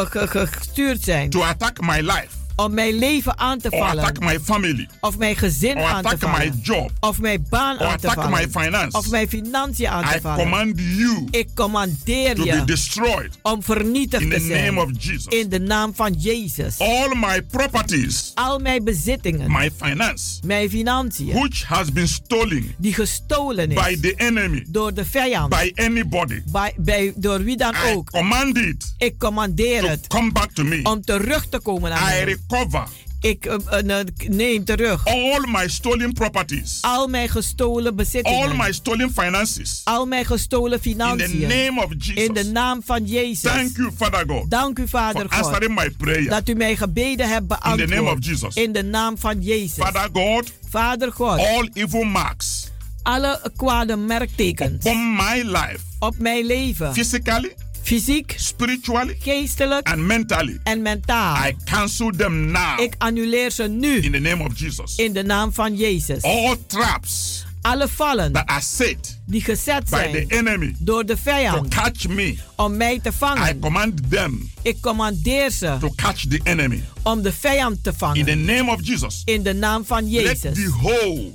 gestuurd zijn. To attack my life. Om mijn leven aan te vallen. Or attack my family. Of mijn gezin Or aan te vallen. my job. Of mijn baan Or aan te vallen. my finance. Of mijn financiën aan te I vallen. Command you Ik commandeer to je. Be destroyed. Om vernietigd in te the zijn. Name of Jesus. In de naam van Jezus. All my properties. Al mijn bezittingen. My finance. Mijn financiën. Which has been stolen. Die gestolen is. By the enemy. Door de vijand. By anybody. By, bij, door wie dan I ook. Command it. Ik commandeer to het. Come back to me. Om terug te komen naar I mij. recover. Ik uh, uh, neem terug. All my stolen properties. Al mijn gestolen bezittingen. All my stolen finances. Al mijn gestolen financiën. In the name of Jesus. In de naam van Jezus. Thank you, Father God. Dank u, Vader for God. Answering my prayer. Dat u mijn gebeden hebt beantwoord. In the name of Jesus. In de naam van Jezus. Father God. Vader God. All evil marks. Alle kwade merktekens. Upon my life. Op mijn leven. Physically. Fysiek, spiritually, geestelijk and mentally. En mentaal. I cancel them now. Ik annuleer ze nu. In the name of Jesus. In de naam van Jezus. All traps. Alle vallen. That are set. Die gezet zijn. By the enemy. Door de vijand. To catch me. Om mij te vangen. I command them. Ik commandeer ze. To catch the enemy. Om de vijand te vangen. In the name of Jesus. In de naam van Jezus. Let the hole.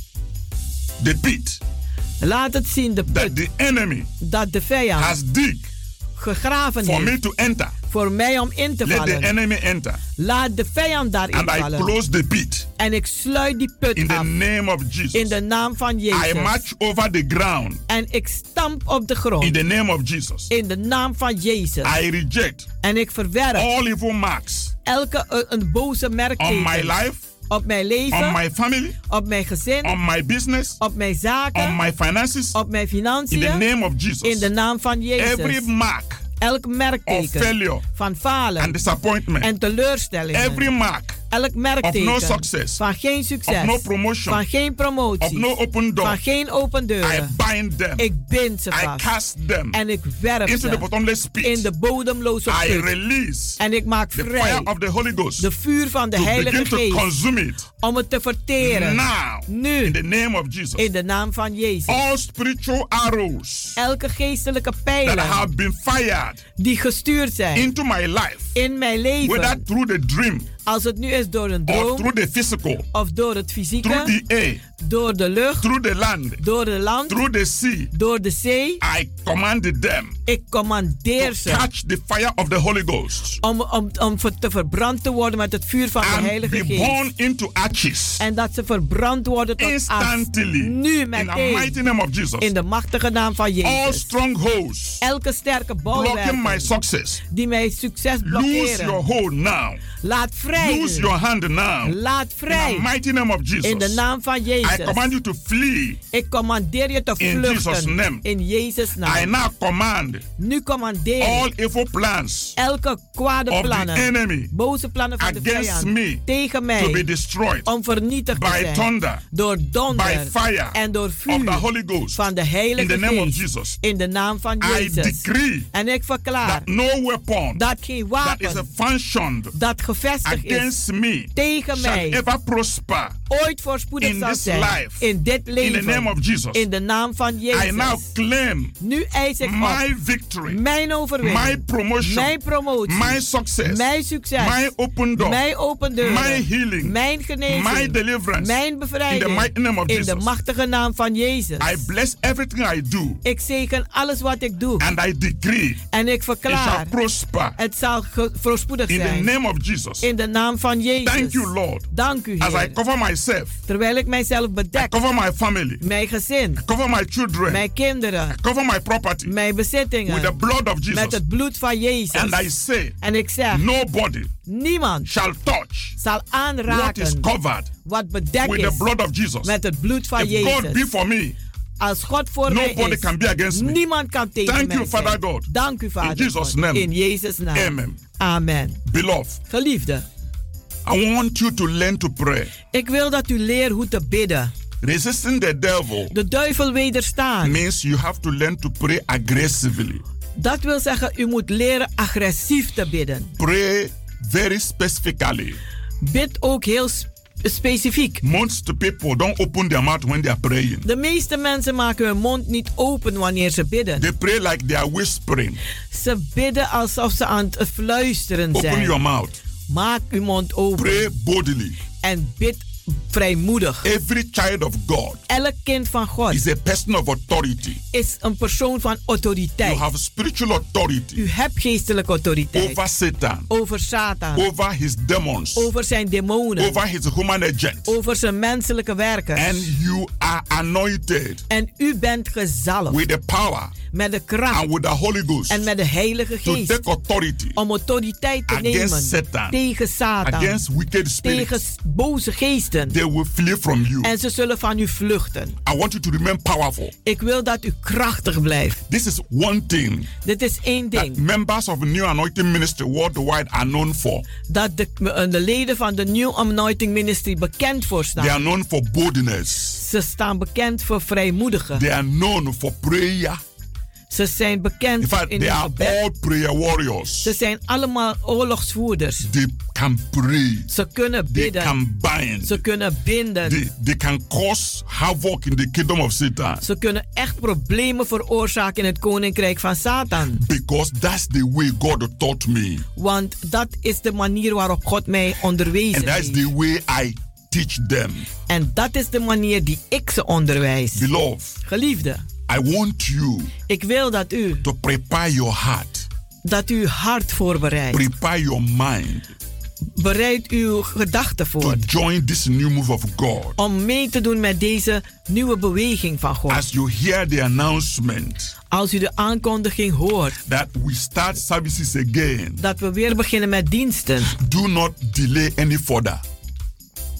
The pit. Laat het zien de put. That the enemy. Dat de vijand. Has dig. Gegraven For heeft. me to enter. Voor mij om in te Let vallen. the enemy enter. Laat de vijand daarin And vallen. I close the pit. En ik sluit die put In af. the name of Jesus. In de naam van Jezus. I march over the ground. En ik stamp op de grond. In the name of Jesus. In de naam van Jezus. I reject. En ik verwerp. All evil marks. Elke uh, een boze merkteken. On my life. Op mijn leven. On my family. Op mijn gezin. On my business. Op mijn zaken. On my finances. Op mijn financiën. In the name of Jesus. In de naam van Jezus. Every mark. Elk merkteken. Of failure. Van falen. And disappointment. En teleurstellingen. Every mark. Elk merkteken. Of no success. Van geen succes. Of no promotion. Van geen promotie. Of no open door. Van geen open deuren. I bind them. Ik bind ze vast. I cast them. En ik werp into ze the bottomless pit. in de bodemloze put. I release. En ik maak the vrij. fire of the Holy Ghost. De vuur van de to Heilige begin Geest. To consume it. Om het te verteren. Now. Nu. In the name of Jesus. In de naam van Jezus. All spiritual arrows. Elke geestelijke pijlen. That have been fired. Die gestuurd zijn. Into my life. In mijn leven. Whether through the dream. Als het nu is door een droom. Or through the physical. Of door het fysieke. Through the air. Door de lucht. Through the land. Door de land. Through the sea. Door de zee. I commanded them. Ik commandeer ze. Catch the fire of the Holy Ghost. Om, om, om te verbrand te worden met het vuur van and de Heilige be Geest. Born into ashes. En dat ze verbrand worden tot instantly. as. Nu meteen. In the mighty name of Jesus. In de machtige naam van Jezus. All strongholds. Elke sterke blocking my bolwerken. success. Die mijn succes blokkeren. Lose your hold now. Laat vrij. Lose your hand now. Laat vrij. In the mighty name of Jesus. In de naam van Jezus. I command you to flee. Ik commandeer je te in vluchten. Jesus name. In Jezus naam. I now command. Nu commandeer all evil plans. Elke kwade of plannen. The enemy. Boze plannen van de vijand. Me. Tegen mij. To be destroyed. Om vernietigd by te zijn. Thunder. Door donder. By fire. En door vuur. Of the Holy Ghost. Van de Heilige in the name Geest. Of Jesus. In de naam van Jezus. I decree. En ik verklaar. That no weapon. Dat geen wapen. That is functioned. Dat gevestigd against is. Me. Tegen mij. Ever prosper. Ooit voorspoedig in zal this zijn. Life. In dit leven. In the name of Jesus. In de naam van Jezus. I now claim. Nu eis ik my op. victory. Mijn overwinning. My promotion. Mijn promotie. My success. Mijn succes. My open door. Mijn open deuren. My healing. Mijn genezing. My deliverance. Mijn bevrijding. In the mighty name of in Jesus. de machtige naam van Jezus. I bless everything I do. Ik zegen alles wat ik doe. And I decree. En ik verklaar. It shall prosper. Het zal voorspoedig in zijn. In the name of Jesus. In de naam van Jezus. Thank you, Lord. Dank u, Heer. As I cover myself. Terwijl ik mijzelf bedek. I cover my family. Mijn gezin. I cover my children. Mijn kinderen. I cover my property. Mijn bezittingen. With the blood of Jesus. Met het bloed van Jezus. And I say. En ik zeg. Nobody. Niemand. Shall touch. Zal aanraken. What is covered. Wat bedekt with is. The blood of Jesus. Met het bloed van If Jezus. God be for me. Als God voor Nobody mij is, can be against me. Niemand kan tegen Thank mij you, zijn. Father God. Dank u, Vader. In Jesus' God. name. In Jezus' naam. Amen. Amen. Beloved. Geliefde. I want you to learn to pray. Ik wil dat u leert hoe te bidden. Resisting the devil. De duivel wederstaan. Means you have to learn to pray aggressively. Dat wil zeggen, u moet leren agressief te bidden. Pray very specifically. Bid ook heel specifiek. Most people don't open their mouth when they are praying. De meeste mensen maken hun mond niet open wanneer ze bidden. They pray like they are whispering. Ze bidden alsof ze aan het fluisteren zijn. Open your mouth. Maak uw mond open. Pray boldly. En bid vrijmoedig. Every child of God. Elk kind van God. Is a person of authority. Is een persoon van autoriteit. You have spiritual authority. U hebt geestelijke autoriteit. Over Satan. Over Satan. Over his demons. Over zijn demonen. Over his human agent. Over zijn menselijke werkers. And you are anointed. En u bent gezalfd. With the power. Met de kracht. And with the Holy Ghost. En met de Heilige Geest. To take authority. Om autoriteit te against nemen. Satan. Tegen Satan. Against wicked spirits. Tegen boze geesten. They will flee from you. En ze zullen van u vluchten. I want you to remain powerful. Ik wil dat u krachtig blijft. This is one thing. Dit is één ding. That members of the New Anointing Ministry worldwide are known for. Dat de, de leden van de New Anointing Ministry bekend voor staan. They are known for boldness. Ze staan bekend voor vrijmoedigen. They are known for prayer. Ze zijn bekend in fact, in they are gebed. all prayer warriors. Ze zijn allemaal oorlogsvoerders. They can pray. Ze kunnen bidden. They can bind. Ze kunnen binden. They, they can cause havoc in the kingdom of Satan. Ze kunnen echt problemen veroorzaken in het koninkrijk van Satan. Because that's the way God taught me. Want dat is de manier waarop God mij onderwezen And that's heeft. the way I teach them. En dat is de manier die ik ze onderwijs. Beloved. Geliefde. I want you. Ik wil dat u. To prepare your heart. Dat u uw hart voorbereidt. Prepare your mind. Bereid uw gedachten voor. To join this new move of God. Om mee te doen met deze nieuwe beweging van God. As you hear the announcement. Als u de aankondiging hoort. That we start services again. Dat we weer beginnen met diensten. Do not delay any further.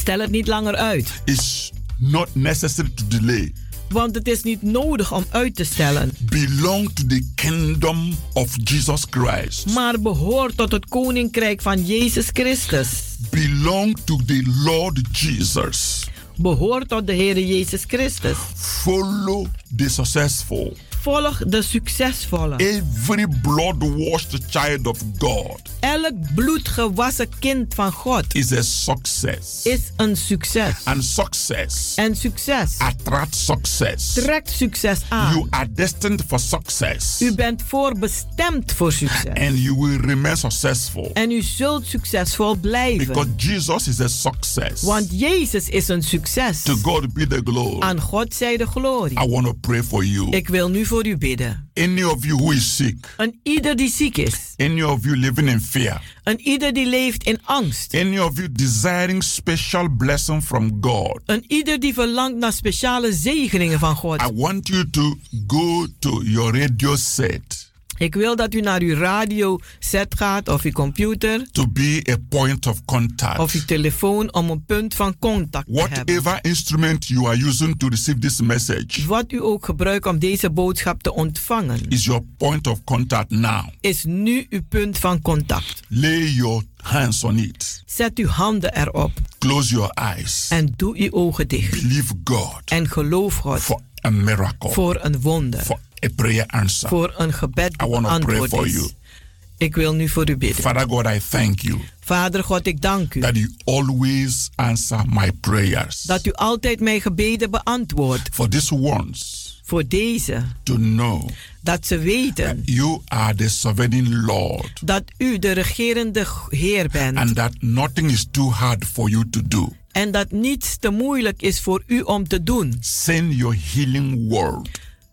Stel het niet langer uit. It's not necessary to delay. Want het is niet nodig om uit te stellen. Belong to the kingdom of Jesus Christ. Maar behoort tot het koninkrijk van Jezus Christus. Belong to the Lord Jesus. Behoort tot de Heer Jezus Christus. Follow the successful. Volg de succesvolle. Every blood-washed child of God. Elk bloedgewassen kind van God is a success. Is een succes. And success. En succes. Attract success. Trekt succes aan. You are destined for success. U bent voorbestemd voor succes. And you will remain successful. En u zult succesvol blijven. Because Jesus is a success. Want Jezus is een succes. To God be the glory. Aan God zij de glorie. I want to pray for you. Ik wil nu voor u bidden. Any of you who is sick. En ieder die ziek is. Any of you living in fear. En ieder die leeft in angst. Any of you desiring special blessing from God. En ieder die verlangt naar speciale zegeningen van God. I want you to go to your radio set. Ik wil dat u naar uw radio set gaat of uw computer. To be a point of contact. Of uw telefoon om een punt van contact te Whatever hebben. Whatever instrument you are using to receive this message. Wat u ook gebruikt om deze boodschap te ontvangen. Is your point of contact now. Is nu uw punt van contact. Lay your hands on it. Zet uw handen erop. Close your eyes. En doe uw ogen dicht. Believe God. En geloof God. For a miracle. Voor een wonder. For a prayer answer. Voor een gebed dat beantwoord is. You. Ik wil nu voor u bidden. Father God, I thank you. Vader God, ik dank u. That you always answer my prayers. Dat u altijd mijn gebeden beantwoordt. For these ones. Voor deze. To know. Dat ze weten. That you are the sovereign Lord. Dat u de regerende Heer bent. And that nothing is too hard for you to do. En dat niets te moeilijk is voor u om te doen. Send your healing word.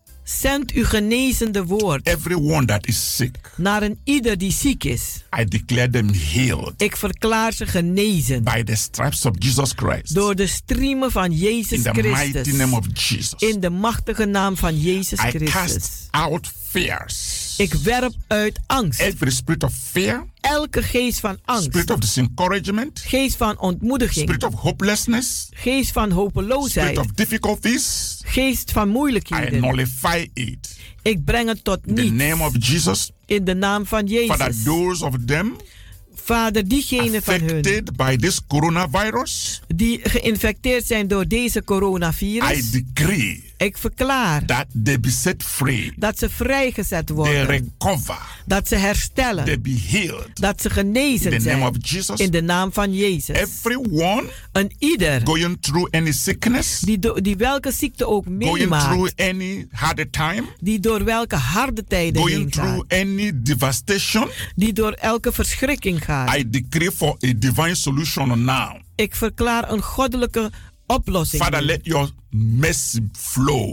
Zend uw genezende woord. Everyone that is sick. Naar een ieder die ziek is. I declare them healed. Ik verklaar ze genezen. By the stripes of Jesus Christ. Door de striemen van Jezus In the Christus. Mighty name of Jesus. In de machtige naam van Jezus I Christus. Cast out fears. Ik werp uit angst. Every spirit of fear. Elke geest van angst. Spirit of discouragement. Geest van ontmoediging. Spirit of hopelessness. Geest van hopeloosheid. Spirit of difficulties. Geest van moeilijkheden. I nullify it. Ik breng het tot niets. In the name of Jesus. In de naam van Jezus. Father, those of them. Vader, diegenen van hun by this coronavirus, die geïnfecteerd zijn door deze coronavirus. I decree ik verklaar that they be set free. Dat ze vrijgezet worden. They recover. Dat ze herstellen. They be healed. Dat ze genezen in the zijn. Name of Jesus. In de naam van Jezus. Everyone een ieder going through any sickness, die, do, die welke ziekte ook meemaakt. Going through any hard time, die door welke harde tijden going heen through gaat. Any devastation, die door elke verschrikking gaat. I decree for a divine solution now. Ik verklaar een goddelijke oplossing. Father, let your mercy flow.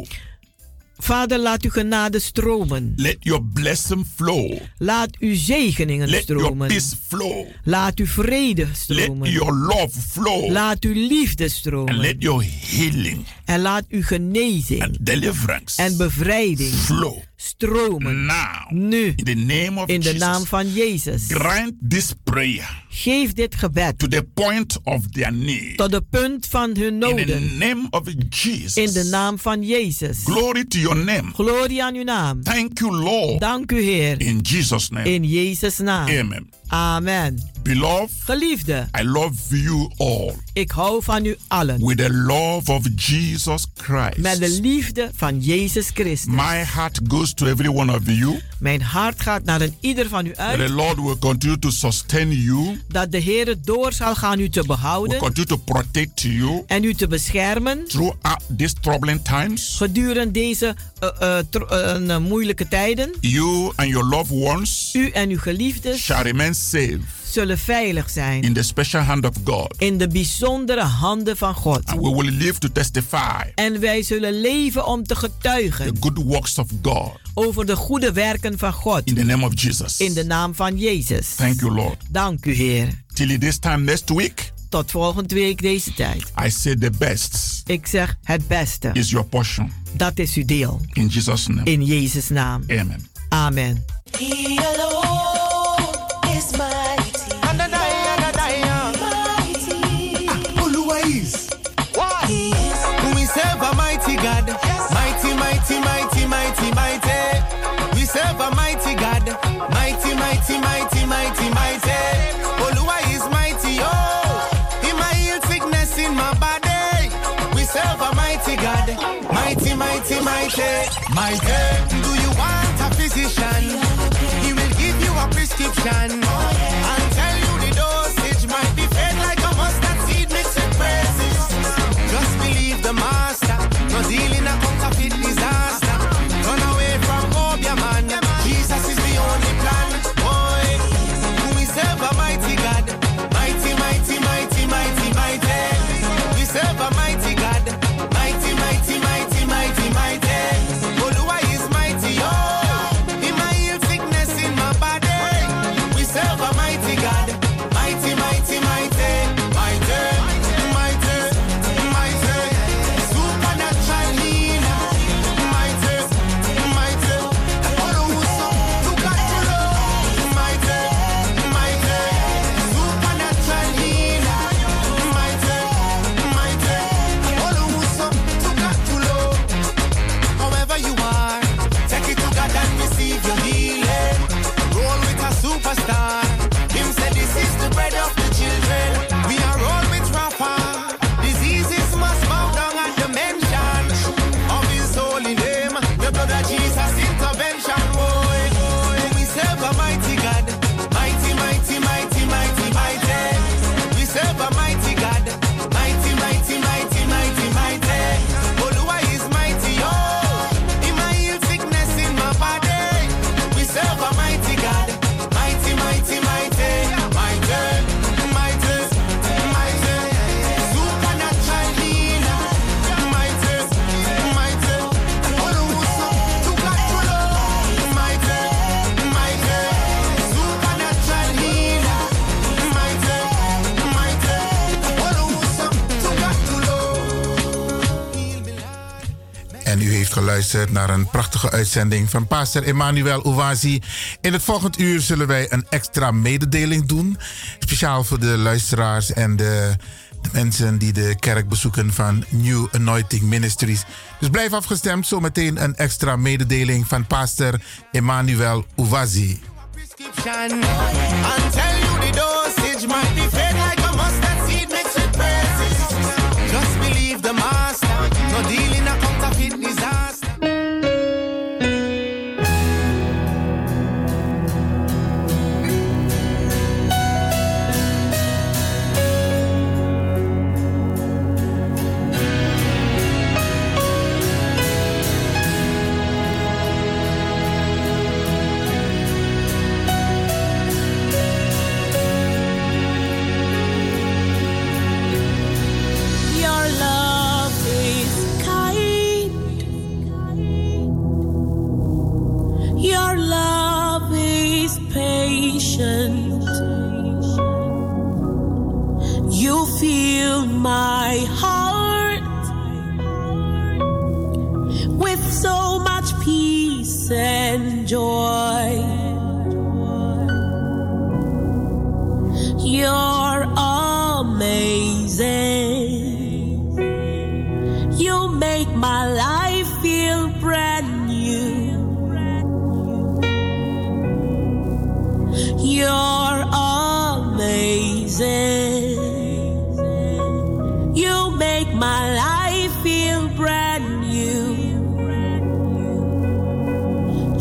Vader, laat uw genade stromen. Let your blessing flow. Laat uw zegeningen Let stromen. Your peace flow. Laat uw vrede stromen. Let your love flow. Laat uw liefde stromen. And let your healing. En laat uw genezing. And deliverance. En bevrijding. Flow. Stromen. Now. Nu. In the name of in de Jesus. naam van Jezus. Grant this prayer. Geef dit gebed. To the point of their need. Tot de punt van hun noden. In the name of Jesus. In de naam van Jezus. Glory to your name. Glorie aan uw naam. Thank you, Lord. Dank u, Heer. In Jesus' name. In Jezus' naam. Amen. Amen. Beloved, geliefde, I love you all. Ik hou van u allen. With the love of Jesus Christ. Met de liefde van Jezus Christus. My heart goes to every one of you. Mijn hart gaat naar een ieder van u uit. The Lord will continue to sustain you. Dat de Heer door zal gaan u te behouden. Will continue to protect you. En u te beschermen. Throughout these troubling times. Gedurende deze uh, uh, tr- uh, uh, moeilijke tijden. You and your loved ones. U en uw geliefdes. Shall remain safe. Zullen veilig zijn. In the special hand of God. In de bijzondere handen van God. And we will live to testify. En wij zullen leven om te getuigen. The good works of God. Over de goede werken van God. In the name of Jesus. In de naam van Jezus. Thank you, Lord. Dank u, Heer. Till this time next week. Tot volgende week deze tijd. I say the best. Ik zeg het beste. Is your portion. Dat is uw deel. In Jesus' name. In Jezus' naam. Amen. Amen. He alone is mighty. Mighty. mighty, mighty, mighty. Do you want a physician? He will give you a prescription and tell you the dosage might be fed like a mustard seed mixed with praises. Just believe the master, no dealing a counterfeit disaster. Run away from Obia man, Jesus is the only plan. Boy, we serve a mighty God, mighty, mighty, mighty, mighty, mighty. We serve a mighty God, mighty, mighty, mighty, mighty, mighty. Oluwa is mighty, oh, he might heal sickness in my body. We serve a mighty God, mighty, mighty, mighty, mighty, mighty, mighty. Supernatural healer, mighty, mighty. Oluwuso, tukatulo, mighty, mighty. Supernatural healer, mighty, mighty. Oluwuso, tukatulo. However you are, take it to God and receive your healing. Roll with a superstar. Him said this is the bread of the children. We are roll with Rafa. Diseases must bow down at the mention of his holy name. The blood of Jesus intervention. Boy, boy. We serve a mighty God. Mighty, mighty, mighty, mighty, mighty. We serve a mighty God. Mighty, mighty, mighty, mighty, mighty. Oluwa is mighty, oh. He might heal sickness in my body. We serve a mighty God. Mighty, mighty, mighty, mighty, mighty, mighty. Supernatural healer, mighty, mighty. Oluwuso, tukatulo, mighty, mighty. Supernatural healer, mighty, mighty. Oluwuso, tukatulo. En u heeft geluisterd naar een prachtige uitzending van Pastor Emmanuel Uwazi. In het volgende uur zullen wij een extra mededeling doen. Speciaal voor de luisteraars en de, de mensen die de kerk bezoeken van New Anointing Ministries. Dus blijf afgestemd, zometeen een extra mededeling van Pastor Emmanuel Uwazi. Prescription and tell you the dosage might be fed like a mustard seed mixed with praises. Just believe the master, no dealing a counterfeit disaster. Your love is kind. Your love is patient. You fill my heart with so much peace and joy. You're amazing. You make my life feel brand new. You're amazing. You make my life feel brand new.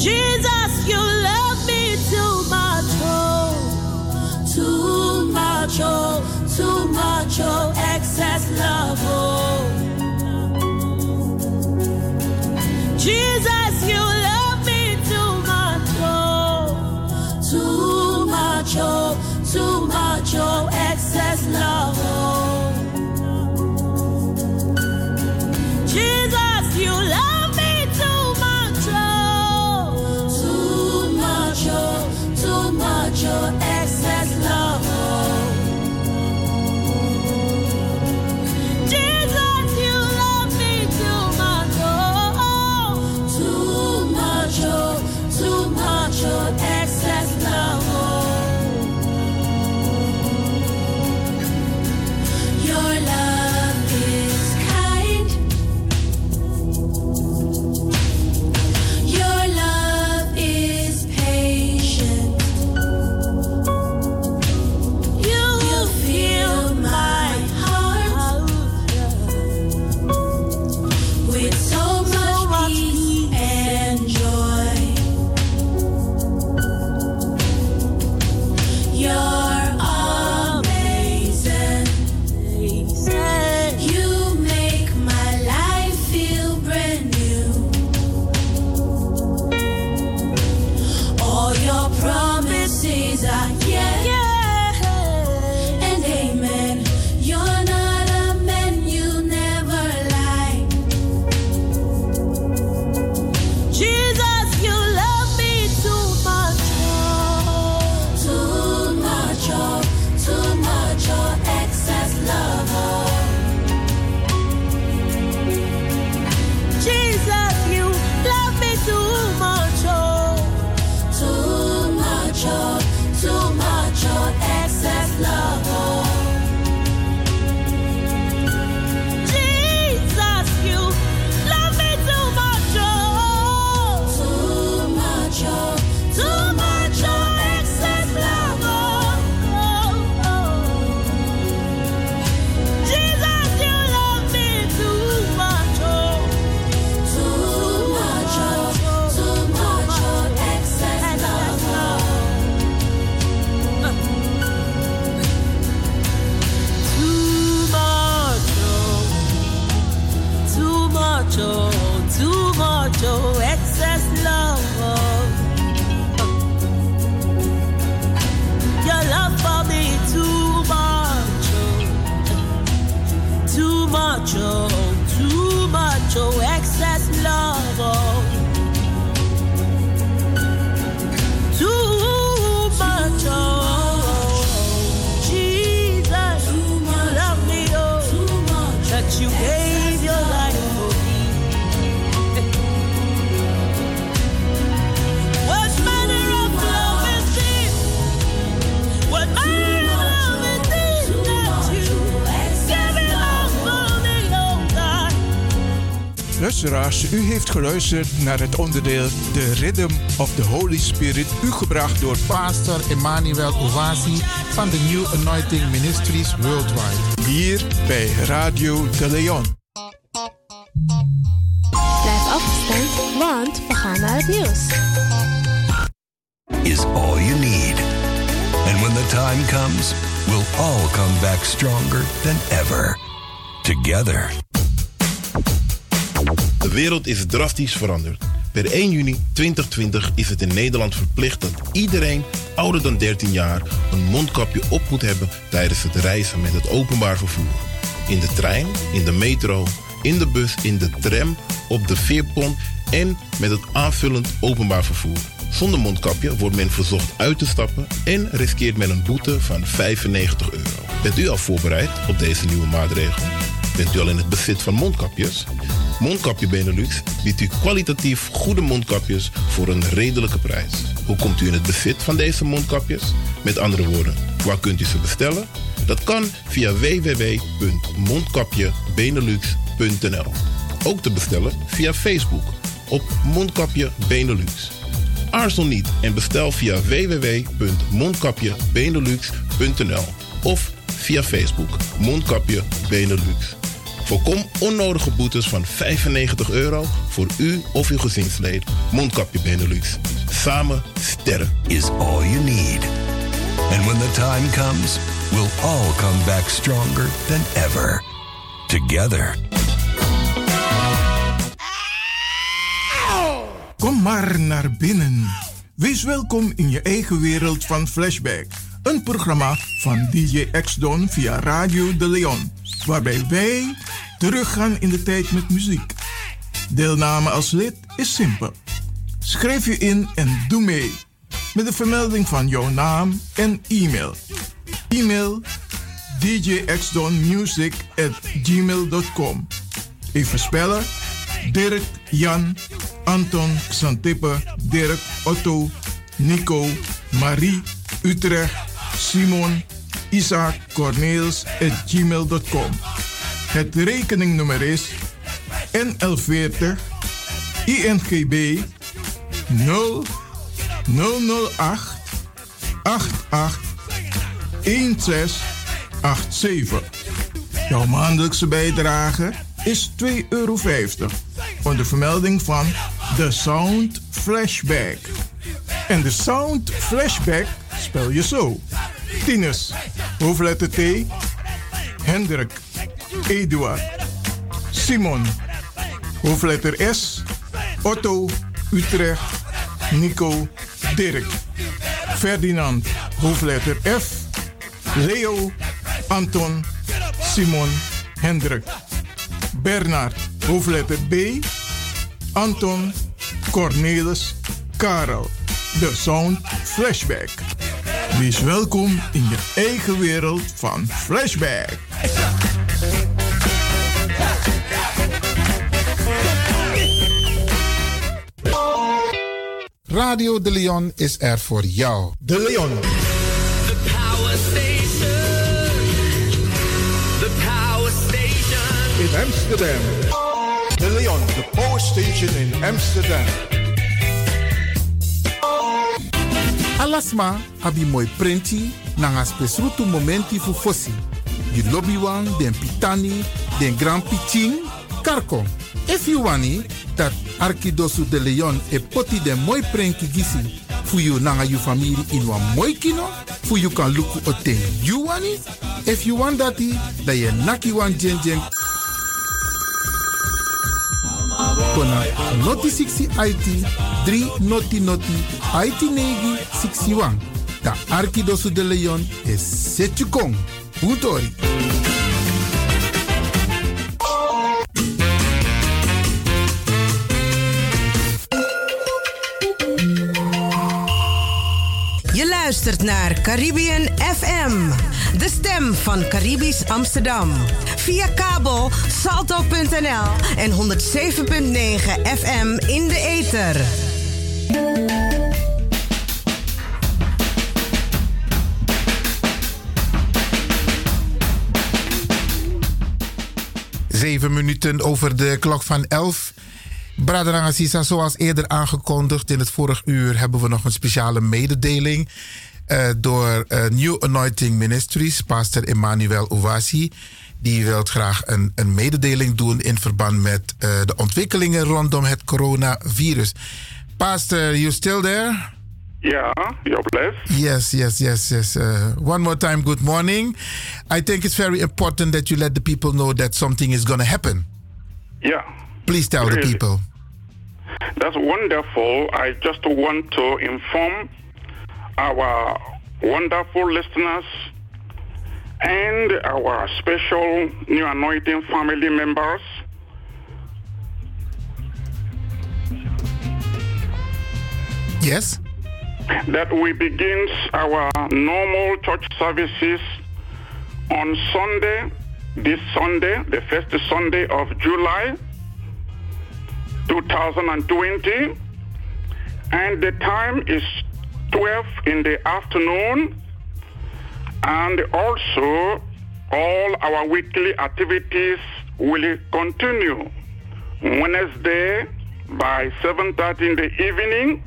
luisteraars, u heeft geluisterd naar het onderdeel The Rhythm of the Holy Spirit, u gebracht door Pastor Emmanuel Owasi van de New Anointing Ministries Worldwide. Hier bij Radio De Leon. Blijf afgestemd, want we gaan naar het nieuws. Is all you need. And when the time comes, we'll all come back stronger than ever. Together. De wereld is drastisch veranderd. Per één juni tweeduizend twintig is het in Nederland verplicht dat iedereen ouder dan dertien jaar een mondkapje op moet hebben tijdens het reizen met het openbaar vervoer. In de trein, in de metro, in de bus, in de tram, op de veerpont en met het aanvullend openbaar vervoer. Zonder mondkapje wordt men verzocht uit te stappen en riskeert men een boete van vijfennegentig euro. Bent u al voorbereid op deze nieuwe maatregel? Bent u al in het bezit van mondkapjes? Mondkapje Benelux biedt u kwalitatief goede mondkapjes voor een redelijke prijs. Hoe komt u in het bezit van deze mondkapjes? Met andere woorden, waar kunt u ze bestellen? Dat kan via w w w punt mondkapje benelux punt n l. Ook te bestellen via Facebook op Mondkapje Benelux. Aarzel niet en bestel via w w w punt mondkapje benelux punt n l of via Facebook Mondkapje Benelux. Voorkom onnodige boetes van vijfennegentig euro voor u of uw gezinslid. Mondkapje Benelux. Samen sterk. Is all you need. And when the time comes, we'll all come back stronger than ever. Together. Kom maar naar binnen. Wees welkom in je eigen wereld van Flashback. Een programma van D J X-Don via Radio De Leon. Waarbij wij teruggaan in de tijd met muziek. Deelname als lid is simpel. Schrijf je in en doe mee. Met de vermelding van jouw naam en e-mail. E-mail d j x don music at gmail dot com. Even spellen. Dirk, Jan, Anton, Xantippe, Dirk, Otto, Nico, Marie, Utrecht, Simon, Isaac, Corneels at gmail dot com. Het rekeningnummer is N L veertig I N G B nul nul nul acht acht acht een zes acht zeven. Jouw maandelijkse bijdrage is twee euro vijftig onder vermelding van The Sound Flashback. En de Sound Flashback spel je zo. Tinus, hoofdletter T, Hendrik, Eduard, Simon, hoofdletter S, Otto, Utrecht, Nico, Dirk, Ferdinand, hoofdletter F, Leo, Anton, Simon, Hendrik, Bernard, hoofdletter B, Anton, Cornelis, Karel. De Sound Flashback. Wees welkom in je eigen wereld van Flashback. Radio De Leon is er voor jou. De Leon. The Power Station. The Power Station. In Amsterdam. De Leon, the Power Station in Amsterdam. Alasma abi moi prenti nanga spesrutu momenti fu fossi. You lobby wan, den pitani, den grand piching, karko. If you wani, dat Arkidosu de Leon e poti den moi prenki gisi. Fu you nanga you family in wan moi kino, fu you kan luku oten you wani. If you want dati, da ye naki wan jen jen. Kona noti sixty I T, three noti noti, I T negi sixty-one. Da Arkidosu de Leon is Setjukong. Utori. Je luistert naar Caribbean F M, de stem van Caribisch Amsterdam. Via kabel salto punt n l en honderd zeven punt negen F M in de ether. Zeven minuten over de klok van elf. Brother Angasisa, zoals eerder aangekondigd in het vorige uur hebben we nog een speciale mededeling uh, door uh, New Anointing Ministries, pastor Emmanuel Owasi. Die wil graag een, een mededeling doen in verband met uh, de ontwikkelingen rondom het coronavirus. Pastor, you still there? Yeah, you're blessed. Yes, yes, yes, yes. Uh, one more time, good morning. I think it's very important that you let the people know that something is going to happen. Yeah. Please tell really. the people. That's wonderful. I just want to inform our wonderful listeners and our special New Anointing family members yes, that we begin our normal church services on Sunday, this Sunday, the first Sunday of July twenty twenty, and the time is twelve in the afternoon, and also all our weekly activities will continue. Wednesday by seven thirty in the evening,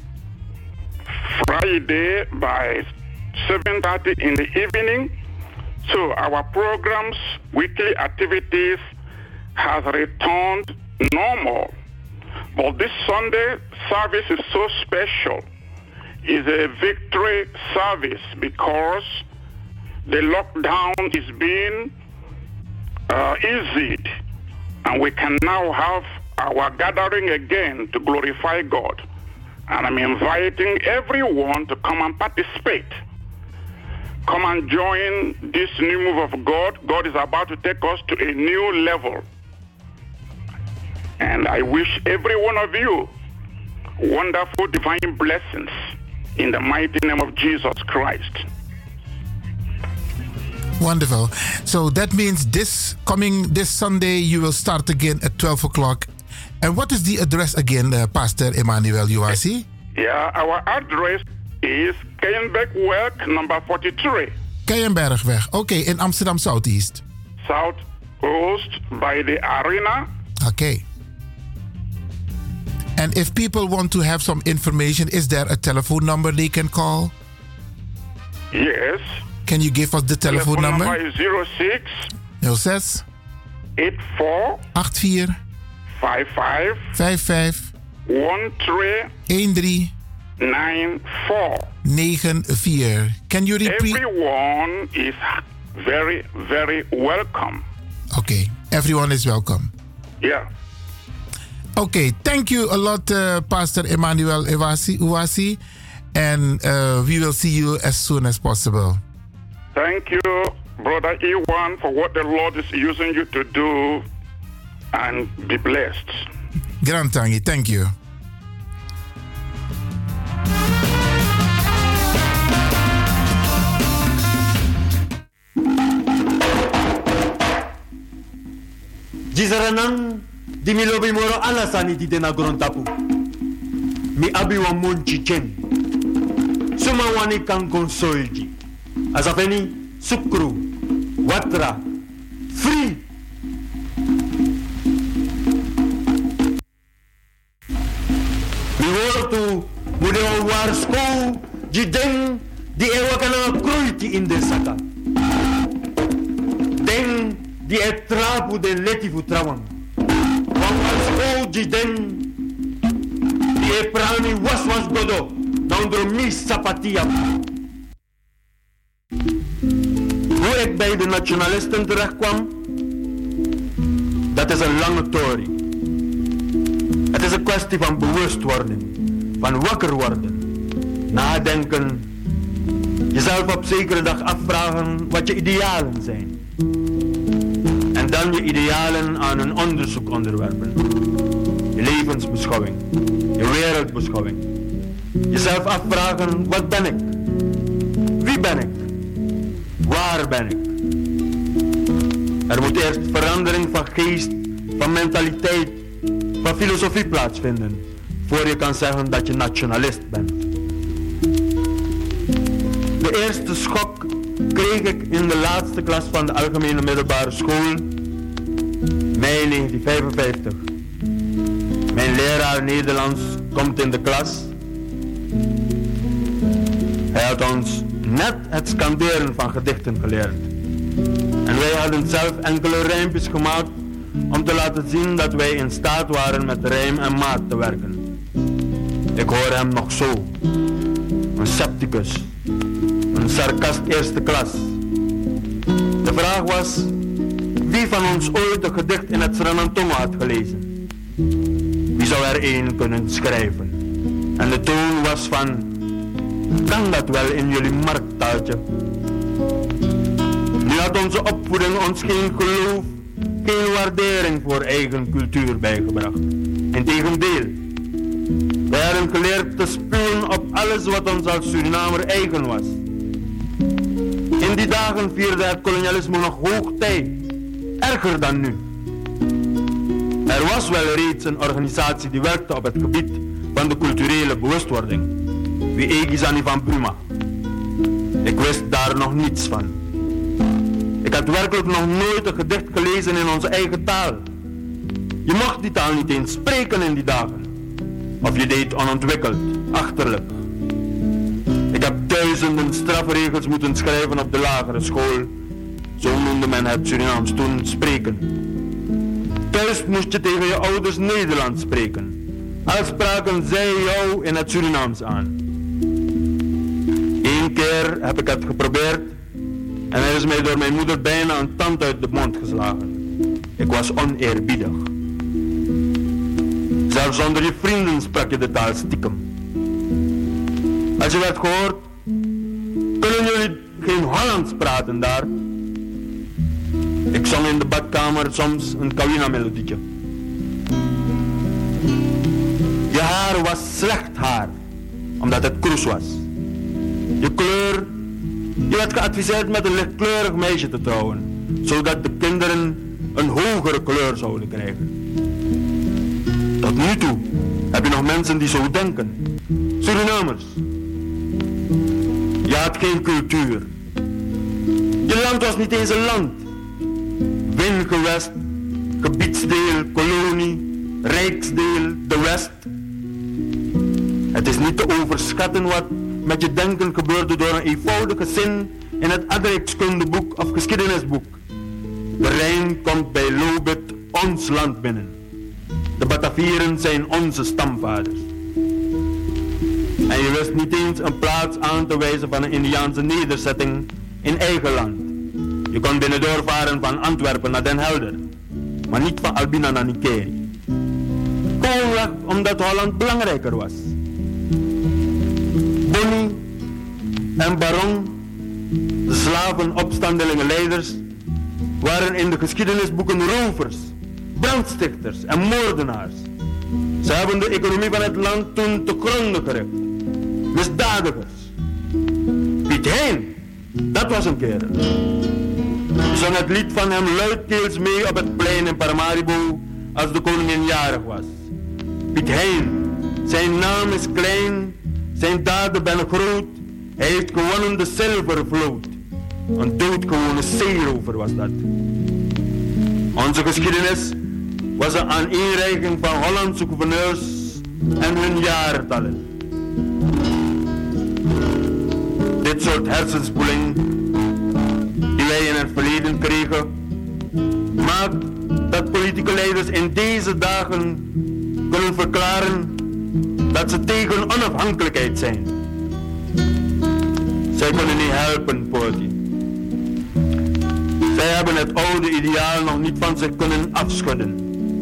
Friday by seven thirty in the evening. So our programs, weekly activities has returned normal. But this Sunday service is so special. It's a victory service because the lockdown is being uh, eased, and we can now have our gathering again to glorify God. And I'm inviting everyone to come and participate. Come and join this new move of God. God is about to take us to a new level. And I wish every one of you wonderful divine blessings in the mighty name of Jesus Christ. Wonderful. So that means this coming this Sunday you will start again at twelve o'clock. And what is the address again, uh, Pastor Emmanuel Owasi? Yeah, our address is Keienbergweg number forty-three. Keienbergweg. Okay, in Amsterdam Southeast. Southoost by the arena. Okay. And if people want to have some information, is there a telephone number they can call? Yes. Can you give us the telephone, telephone number? number is zero six zero zes eighty-four eighty-four fifty-five vijfenvijftig thirteen ninety-four ninety-four. Can you repeat? Everyone is very, very welcome. Okay, everyone is welcome. Yeah. Okay, thank you a lot, uh, Pastor Emmanuel Owasi, and uh, we will see you as soon as possible. Thank you, Brother Iwan, for what the Lord is using you to do, and be blessed. Grand Tangi, thank you. Jizaranang di mi lobi moro alasani di dena grontapu. Mi abi wa monchi chen. Suma wani kan konsolji. Azafeni sukru, watra, free. Mi wortu mude wa war school jideng di ewa kana kruiti in de saka. Den di etrapu de letifu trawang. Wan war school jideng di e prani was was godo. Naundro mi sapatia. Hoe ik bij de nationalisten terecht kwam, dat is een lange tory. Het is een kwestie van bewustwording, van wakker worden, nadenken, jezelf op zekere dag afvragen wat je idealen zijn. En dan je idealen aan een onderzoek onderwerpen. Je levensbeschouwing, je wereldbeschouwing. Jezelf afvragen, wat ben ik? Wie ben ik? Waar ben ik? Er moet eerst verandering van geest, van mentaliteit, van filosofie plaatsvinden, voor je kan zeggen dat je nationalist bent. De eerste schok kreeg ik in de laatste klas van de algemene middelbare school, mei negentien vijfenvijftig. Mijn leraar Nederlands komt in de klas. Hij had ons net het skanderen van gedichten geleerd. En wij hadden zelf enkele rijmpjes gemaakt om te laten zien dat wij in staat waren met rijm en maat te werken. Ik hoor hem nog zo. Een scepticus. Een sarcast eerste klas. De vraag was wie van ons ooit een gedicht in het Sranantongo had gelezen. Wie zou er één kunnen schrijven? En de toon was van, kan dat wel in jullie markttaaltje? Nu had onze opvoeding ons geen geloof, geen waardering voor eigen cultuur bijgebracht. Integendeel, wij hadden geleerd te spuwen op alles wat ons als Surinamer eigen was. In die dagen vierde het kolonialisme nog hoogtij, erger dan nu. Er was wel reeds een organisatie die werkte op het gebied van de culturele bewustwording. Wie Egizani van Buma. Ik wist daar nog niets van. Ik had werkelijk nog nooit een gedicht gelezen in onze eigen taal. Je mocht die taal niet eens spreken in die dagen. Of je deed onontwikkeld, achterlijk. Ik heb duizenden strafregels moeten schrijven op de lagere school. Zo noemde men het Surinaams toen spreken. Thuis moest je tegen je ouders Nederlands spreken. Al spraken zij jou in het Surinaams aan. Eén keer heb ik het geprobeerd en er is mij door mijn moeder bijna een tand uit de mond geslagen. Ik was oneerbiedig. Zelfs onder je vrienden sprak je de taal stiekem. Als je werd gehoord, kunnen jullie geen Hollands praten daar? Ik zong in de badkamer soms een Kawina-melodietje. Je haar was slecht haar, omdat het kroes was. Je kleur, je werd geadviseerd met een lichtkleurig meisje te trouwen, zodat de kinderen een hogere kleur zouden krijgen. Tot nu toe heb je nog mensen die zo denken. Surinamers. Je had geen cultuur. Je land was niet eens een land. Wingewest, gebiedsdeel, kolonie, rijksdeel, de West. Het is niet te overschatten wat met je denken gebeurde door een eenvoudige zin in het aardrijkskundeboek of geschiedenisboek. De Rijn komt bij Lobit ons land binnen. De Batavieren zijn onze stamvaders. En je wist niet eens een plaats aan te wijzen van een Indiaanse nederzetting in eigen land. Je kon binnendoor varen van Antwerpen naar Den Helder, maar niet van Albina naar Nikeri. Gewoonweg omdat Holland belangrijker was. Bonnie en Baron, de slavenopstandelingen leiders, waren in de geschiedenisboeken rovers, brandstichters en moordenaars. Ze hebben de economie van het land toen te gronde gericht. Misdadigers. Piet Hein, dat was een kerel. Je zong het lied van hem luidkeels mee op het plein in Paramaribo als de koningin jarig was. Piet Hein, zijn naam is klein, zijn daden ben groot. Hij heeft gewonnen de zilvervloot. Een doodgewone zeerover was dat. Onze geschiedenis was een aaneenreiking van Hollandse gouverneurs en hun jaartallen. Dit soort hersenspoeling die wij in het verleden kregen, maakt dat politieke leiders in deze dagen kunnen verklaren dat ze tegen onafhankelijkheid zijn. Zij kunnen niet helpen, Poortje. Zij hebben het oude ideaal nog niet van zich kunnen afschudden.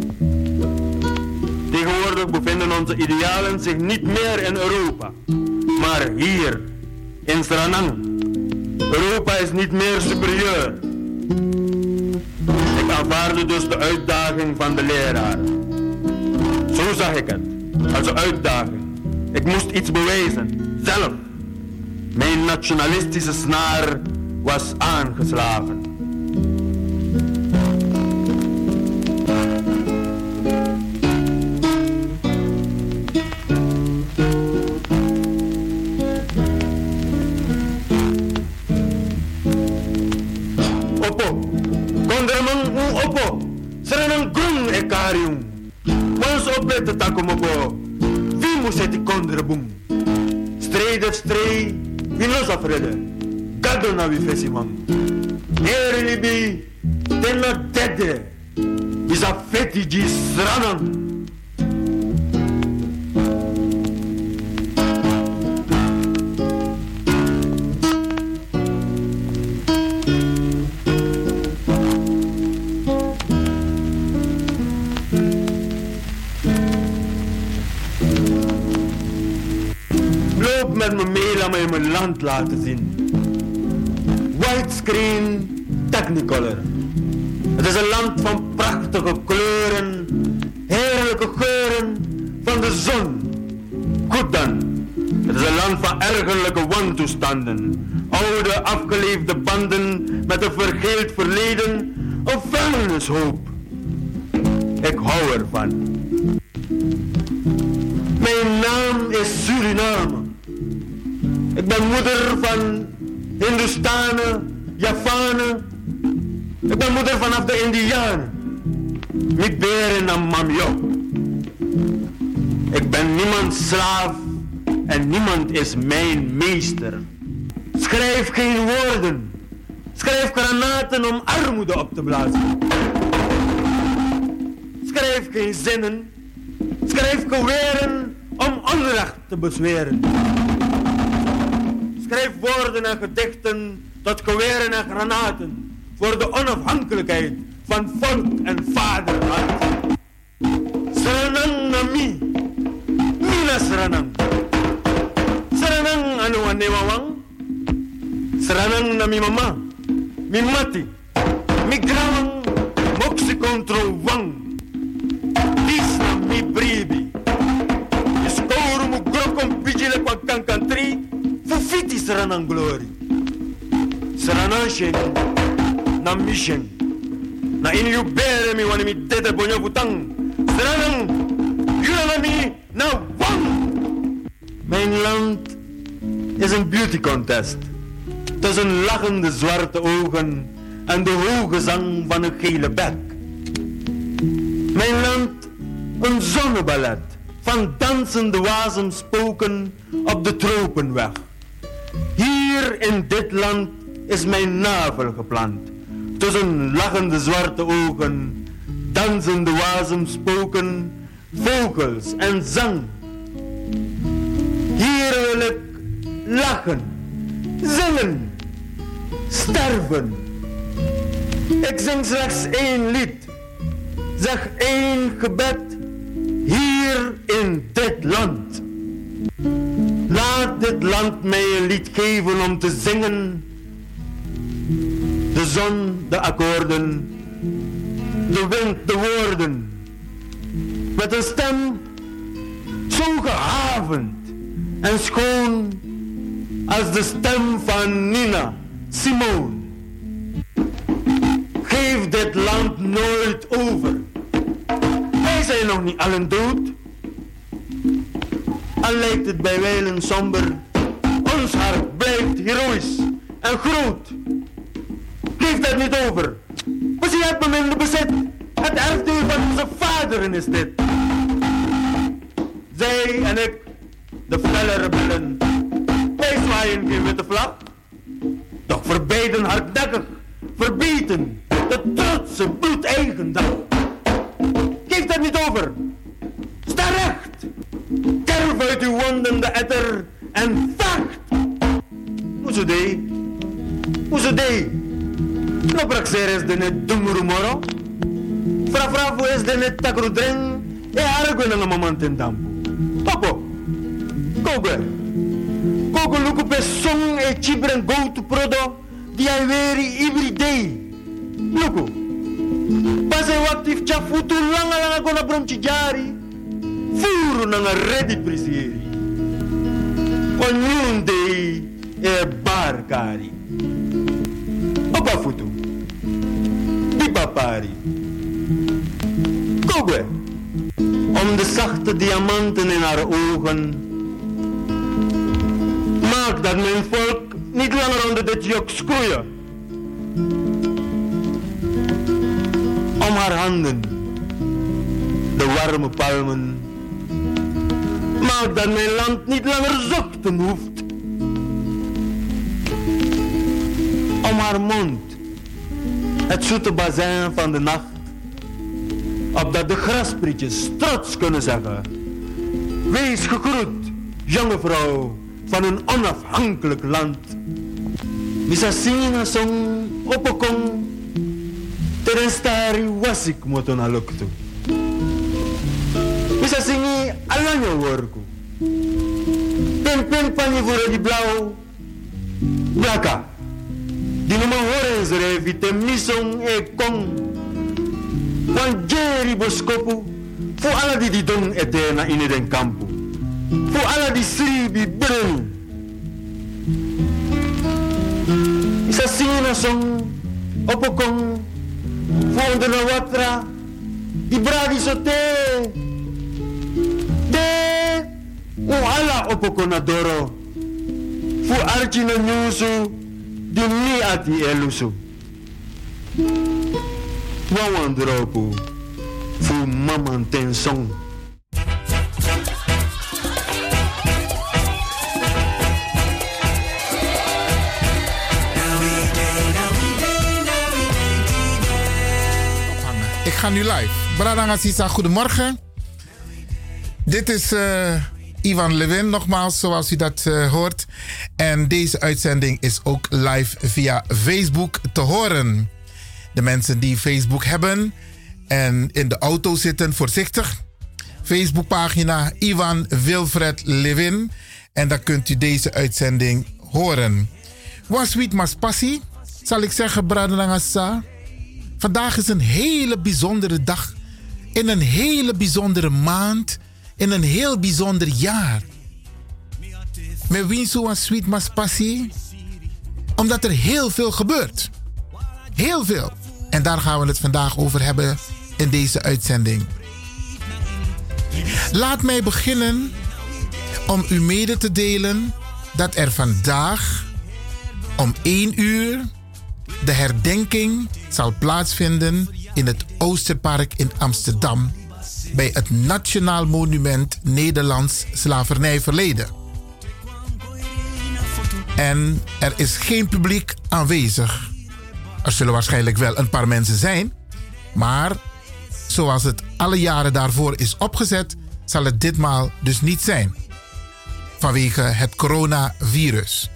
Tegenwoordig bevinden onze idealen zich niet meer in Europa, maar hier, in Suriname. Europa is niet meer superieur. Ik aanvaarde dus de uitdaging van de leraar. Zo zag ik het, als een uitdaging. Ik moest iets bewijzen, zelf. Mijn nationalistische snaar was aangeslagen. Oppo, konderman un oppo, serenang gung ekarium. Once Lopet het takomobo. Wie moest het kondre boom? Strijd of strijd, wie nos afredde. Gado na wie fesi man. Ere libi, ten no dede. Is a fetigi sranan. Met me mee, laat me in mijn land laten zien. Widescreen Technicolor. Het is een land van prachtige kleuren, heerlijke geuren van de zon. Goed dan. Het is een land van ergerlijke wantoestanden. Oude, afgeleefde banden met een vergeeld verleden, een vuilnishoop. Ik hou ervan. Mijn naam is Suriname. Ik ben moeder van Hindustanen, Javanen. Ik ben moeder vanaf de Indianen. Met beren en mamjo. Ik ben niemands slaaf en niemand is mijn meester. Schrijf geen woorden. Schrijf granaten om armoede op te blazen. Schrijf geen zinnen. Schrijf geweren om onrecht te bezweren. Schrijf woorden en gedichten tot geweren en granaten voor de onafhankelijkheid van volk en vaderland. Serenang nami, mina serenang. Serenang anu anewawang. Serenang nami mama, mi mati, mi grawang, moksi kontro wang. Dis na mi bribi. Iskoru mu grokom pijile kwa kankantri. Fufiti seranang glory. Seranang shen, na mission. Na inu bere mi wani mi tete bonyo futang. Seranang, yura mi na wang. Mijn land is een beauty contest. Tussen lachende zwarte ogen en de hoge zang van een gele bek. Mijn land een zonneballet van dansende wazemspoken op de tropenweg. Hier in dit land is mijn navel geplant. Tussen lachende zwarte ogen, dansende wazemspoken, vogels en zang. Hier wil ik lachen, zingen, sterven. Ik zing slechts één lied, zeg één gebed, hier in dit land. Laat dit land mij een lied geven om te zingen. De zon, de akkoorden, de wind, de woorden. Met een stem zo gehavend en schoon als de stem van Nina Simone. Geef dit land nooit over. Wij zijn nog niet allen dood. Al lijkt het bij wijlen somber, ons hart blijft heroïs en groot. Geef dat niet over. We zien het beminde bezit. Het erfdeel van onze vaderen is dit. Zij en ik, de felle rebellen. Wij zwaaien geen witte vlag. Doch verbeiden hardnekkig, verbieden de trotse bloedeigen dag. Geef dat niet over. Sta recht. Kerf uit uw wonden de etter en vecht. Hoe dee? Hoe dee? No praxeres de net dumurumoro. Fra fra is de net takrudreng. E argo na moment in dampo. Poko. Kogo. Kogo luku pe song e chibren go to prodo. Die ai veri every day. Luku. Pas e waktif chafutu langa langa kona bromchijari. Furu nanga ready prisieri. Onyunde e barkari. Opa futu. Pipa pari. Kogwe. Om de zachte diamanten in haar ogen. Maak dat mijn volk niet langer onder dit juk schroeien. Om haar handen. de warme palmen. Maak dat mijn land niet langer zochten hoeft. Om haar mond, het zoete bazin van de nacht, opdat de grasprietjes trots kunnen zeggen: wees gegroet, jonge vrouw van een onafhankelijk land. Misa singina song opokong, terestari wasik motona luktu. Misa singi alanyo worku. Pen pen pani voor die blauw. Blaka. Die noemen horen ze vite misong e kong. Wan Jerry Boskopu. Voor alle die die dong etena in den kampu. Voor alle die sribi bren. Isa singina song opokong. Voor de watra. Die bravi sote. De. O ala opokonadoro. Voor archina nyusu. Die ni ati elusu. Wawan dropu. Voor mama ten song. Ik ga nu live. Bradanga Sisa, goedemorgen. Dit is uh, Ivan Levin, nogmaals, zoals u dat uh, hoort. En deze uitzending is ook live via Facebook te horen. De mensen die Facebook hebben en in de auto zitten, voorzichtig. Facebookpagina Ivan Wilfred Levin. En dan kunt u deze uitzending horen. Was sweet mas passie, zal ik zeggen, Bradanga Sa. Vandaag is een hele bijzondere dag. In een hele bijzondere maand. In een heel bijzonder jaar. Met Winsu was sweet mas passie. Omdat er heel veel gebeurt. Heel veel. En daar gaan we het vandaag over hebben in deze uitzending. Laat mij beginnen om u mede te delen dat er vandaag om één uur de herdenking zal plaatsvinden in het Oosterpark in Amsterdam bij het Nationaal Monument Nederlands Slavernijverleden. En er is geen publiek aanwezig. Er zullen waarschijnlijk wel een paar mensen zijn, maar zoals het alle jaren daarvoor is opgezet, zal het ditmaal dus niet zijn. Vanwege het coronavirus.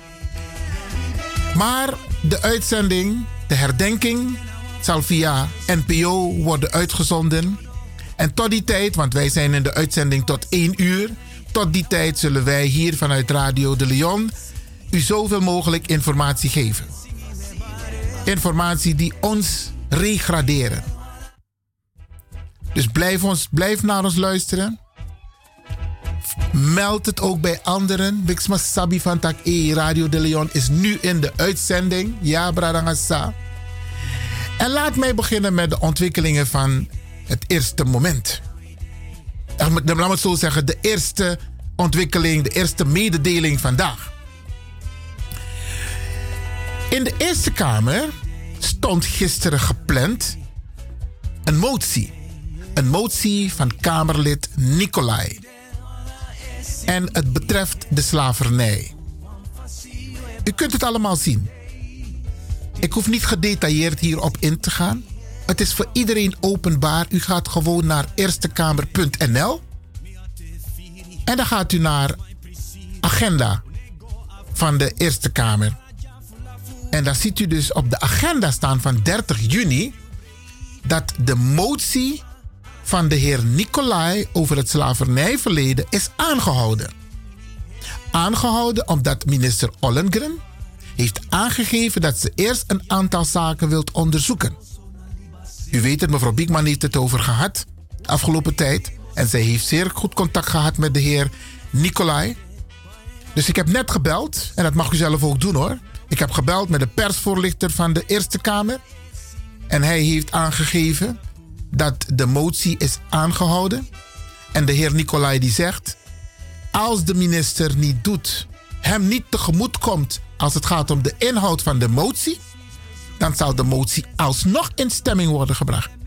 Maar de uitzending, de herdenking, zal via N P O worden uitgezonden. En tot die tijd, want wij zijn in de uitzending tot één uur. Tot die tijd zullen wij hier vanuit Radio de Leon u zoveel mogelijk informatie geven. Informatie die ons regraderen. Dus blijf, ons, blijf naar ons luisteren. Meld het ook bij anderen. Bixma Sabi van Tak E. Radio de Leon is nu in de uitzending. Ja, Bradangasa. En laat mij beginnen met de ontwikkelingen van het eerste moment. Laat me het zo zeggen, de eerste ontwikkeling, de eerste mededeling vandaag. In de Eerste Kamer stond gisteren gepland een motie. Een motie van Kamerlid Nicolai. En het betreft de slavernij. U kunt het allemaal zien. Ik hoef niet gedetailleerd hierop in te gaan. Het is voor iedereen openbaar. U gaat gewoon naar eerstekamer punt n l. En dan gaat u naar agenda van de Eerste Kamer. En dan ziet u dus op de agenda staan van dertig juni... dat de motie van de heer Nicolai over het slavernijverleden is aangehouden. Aangehouden omdat minister Ollengren heeft aangegeven dat ze eerst een aantal zaken wilt onderzoeken. U weet het, mevrouw Biekman heeft het over gehad de afgelopen tijd. En zij heeft zeer goed contact gehad met de heer Nicolai. Dus ik heb net gebeld, en dat mag u zelf ook doen hoor. Ik heb gebeld met de persvoorlichter van de Eerste Kamer. En hij heeft aangegeven dat de motie is aangehouden. En de heer Nicolai die zegt, als de minister niet doet, hem niet tegemoet komt als het gaat om de inhoud van de motie, dan zal de motie alsnog in stemming worden gebracht.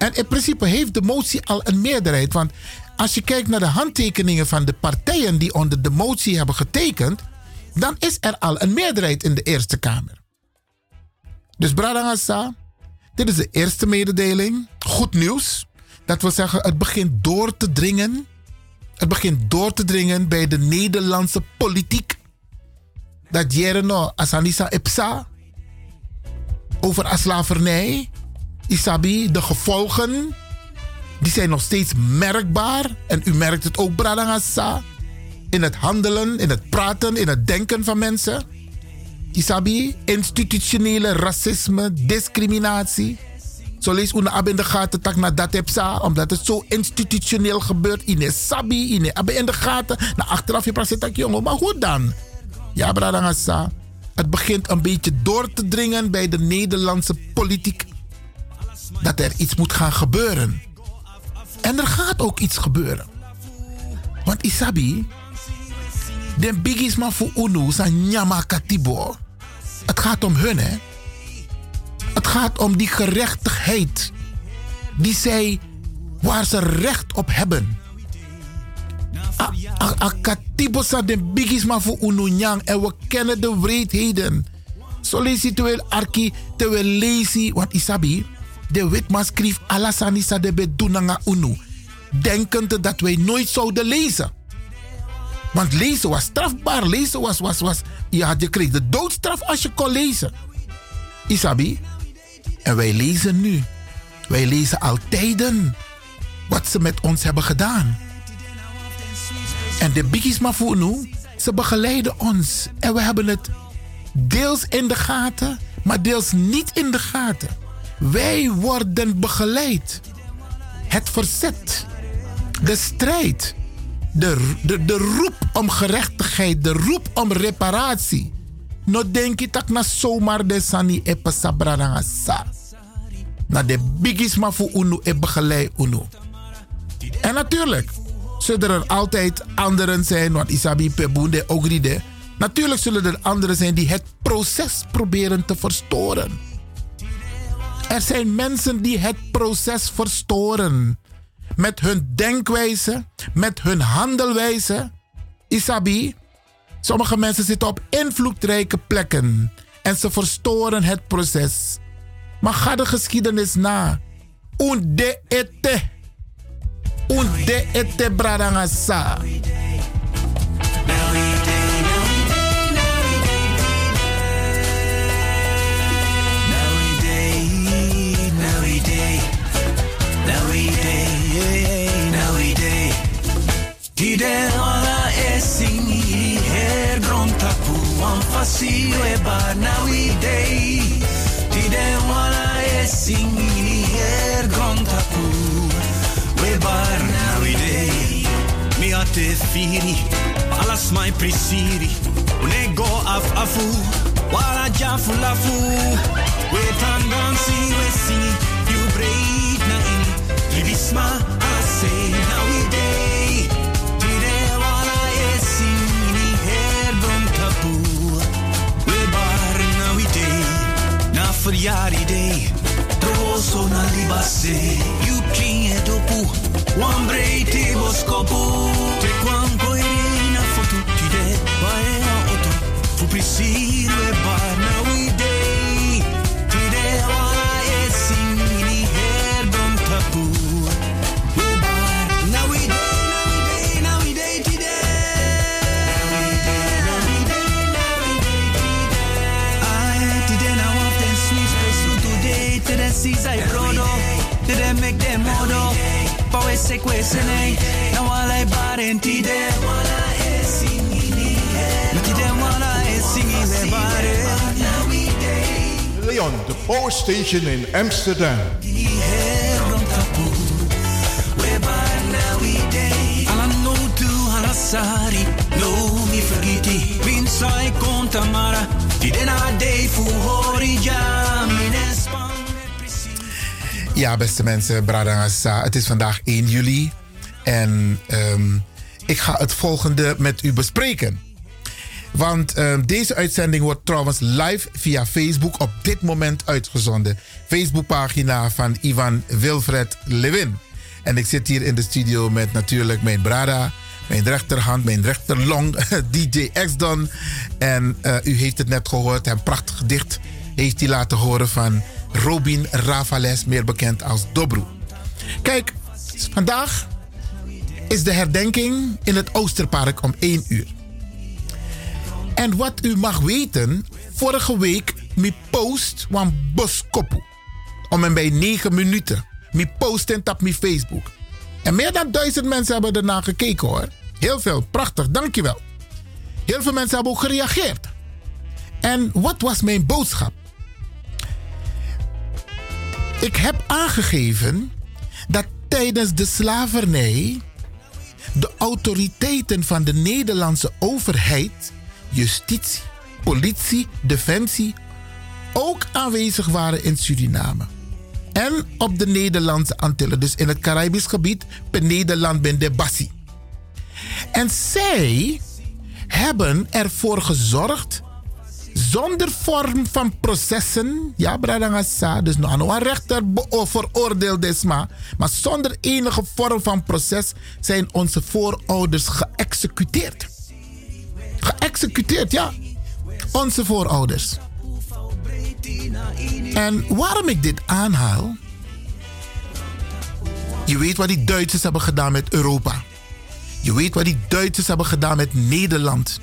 En in principe heeft de motie al een meerderheid. Want als je kijkt naar de handtekeningen van de partijen die onder de motie hebben getekend, dan is er al een meerderheid in de Eerste Kamer. Dus Bradangasa, dit is de eerste mededeling. Goed nieuws. Dat wil zeggen, het begint door te dringen. Het begint door te dringen bij de Nederlandse politiek. Dat Jereno Asanisa Ipsa over slavernij, Isabi, de gevolgen, die zijn nog steeds merkbaar. En u merkt het ook, Bradangasa, in het handelen, in het praten, in het denken van mensen. Isabi, institutionele racisme, discriminatie. Zo lees una ab in de gaten tak na dat heb sa, omdat het zo institutioneel gebeurt. Ine sabi, ine ab in de gaten. Na achteraf je praat tak jongen, maar hoe dan? Ja, Bradangasa, het begint een beetje door te dringen bij de Nederlandse politiek dat er iets moet gaan gebeuren. En er gaat ook iets gebeuren. Want Isabi, de bigisma voor Unu zijn nyama katibo. Het gaat om hun, hè. Het gaat om die gerechtigheid die zij, waar ze recht op hebben. Katibo sa de bigisma voor Unu nyang en we kennen de wreedheden. Zo lees je terwijl Arki, terwijl lees je, want Isabi, de witman schreef Alasanisa de bedunanga Unu, denkend dat wij nooit zouden lezen. Want lezen was strafbaar. Lezen was, was, was. Je had je kreeg de doodstraf als je kon lezen. Isabi. En wij lezen nu. Wij lezen al tijden wat ze met ons hebben gedaan. En de Bigisma Funu, ze begeleiden ons. En we hebben het deels in de gaten, maar deels niet in de gaten. Wij worden begeleid. Het verzet. De strijd. De, de, de roep om gerechtigheid, de roep om reparatie. No denk je tak na zomaar de sani e pasabranangasa. Na de bigisma voor unu e begeleid unu. En natuurlijk zullen er altijd anderen zijn, want Isabi Pebunde Ogride. Natuurlijk zullen er anderen zijn die het proces proberen te verstoren. Er zijn mensen die het proces verstoren. Met hun denkwijze, met hun handelwijze. Isabi, sommige mensen zitten op invloedrijke plekken en ze verstoren het proces. Maar ga de geschiedenis na. Unde ete. Unde ete bradangasa. Tide wala e singi her grontapu wan fasio e bar now we day. Tide wala e singi her grontapu we bar now we day. Mi ate firi alas mai prisiri unego af afu wala jafu lafu we tandansi we sing you break na in libisma I say now we day. Verjari day, troso na libase, you king dopu, one braid boskopu, te quanto irina foto ti de, bae auto, fu prisiro e bar na we day, ti de wala e singini her bron tapu, we bar na we day, na we day, na we day ti de. Sisa e brodo, te de make dem modo, pa we se kwesene, na wala e barenti de, wala e singini, ti de wala e singini bare. Leon, the power station in Amsterdam. Alla no tu alla sari, no mi forgiti, bin sai contamara, ti de na dei fu hori jamines. Ja, beste mensen, Bradangasa, het is vandaag één juli en um, ik ga het volgende met u bespreken. Want uh, deze uitzending wordt trouwens live via Facebook op dit moment uitgezonden. Facebookpagina van Ivan Wilfred Lewin. En ik zit hier in de studio met natuurlijk mijn brada, mijn rechterhand, mijn rechterlong, D J X-Don. En uh, u heeft het net gehoord, een prachtig gedicht heeft hij laten horen van Robin Ravales, meer bekend als Dobro. Kijk, vandaag is de herdenking in het Oosterpark om één uur. En wat u mag weten, vorige week mi post wan boskopu om en bij negen minuten. Mi post en op mijn Facebook. En meer dan duizend mensen hebben ernaar gekeken hoor. Heel veel, prachtig, dankjewel. Heel veel mensen hebben ook gereageerd. En wat was mijn boodschap? Ik heb aangegeven dat tijdens de slavernij de autoriteiten van de Nederlandse overheid, justitie, politie, defensie ook aanwezig waren in Suriname. En op de Nederlandse Antillen, dus in het Caribisch gebied, per Nederland ben de Bassi. En zij hebben ervoor gezorgd, zonder vorm van processen, ja, bradangasa, dus nog een rechter veroordeeld desma, maar zonder enige vorm van proces zijn onze voorouders geëxecuteerd. Geëxecuteerd, ja. Onze voorouders. En waarom ik dit aanhaal? Je weet wat die Duitsers hebben gedaan met Europa. Je weet wat die Duitsers hebben gedaan met Nederland.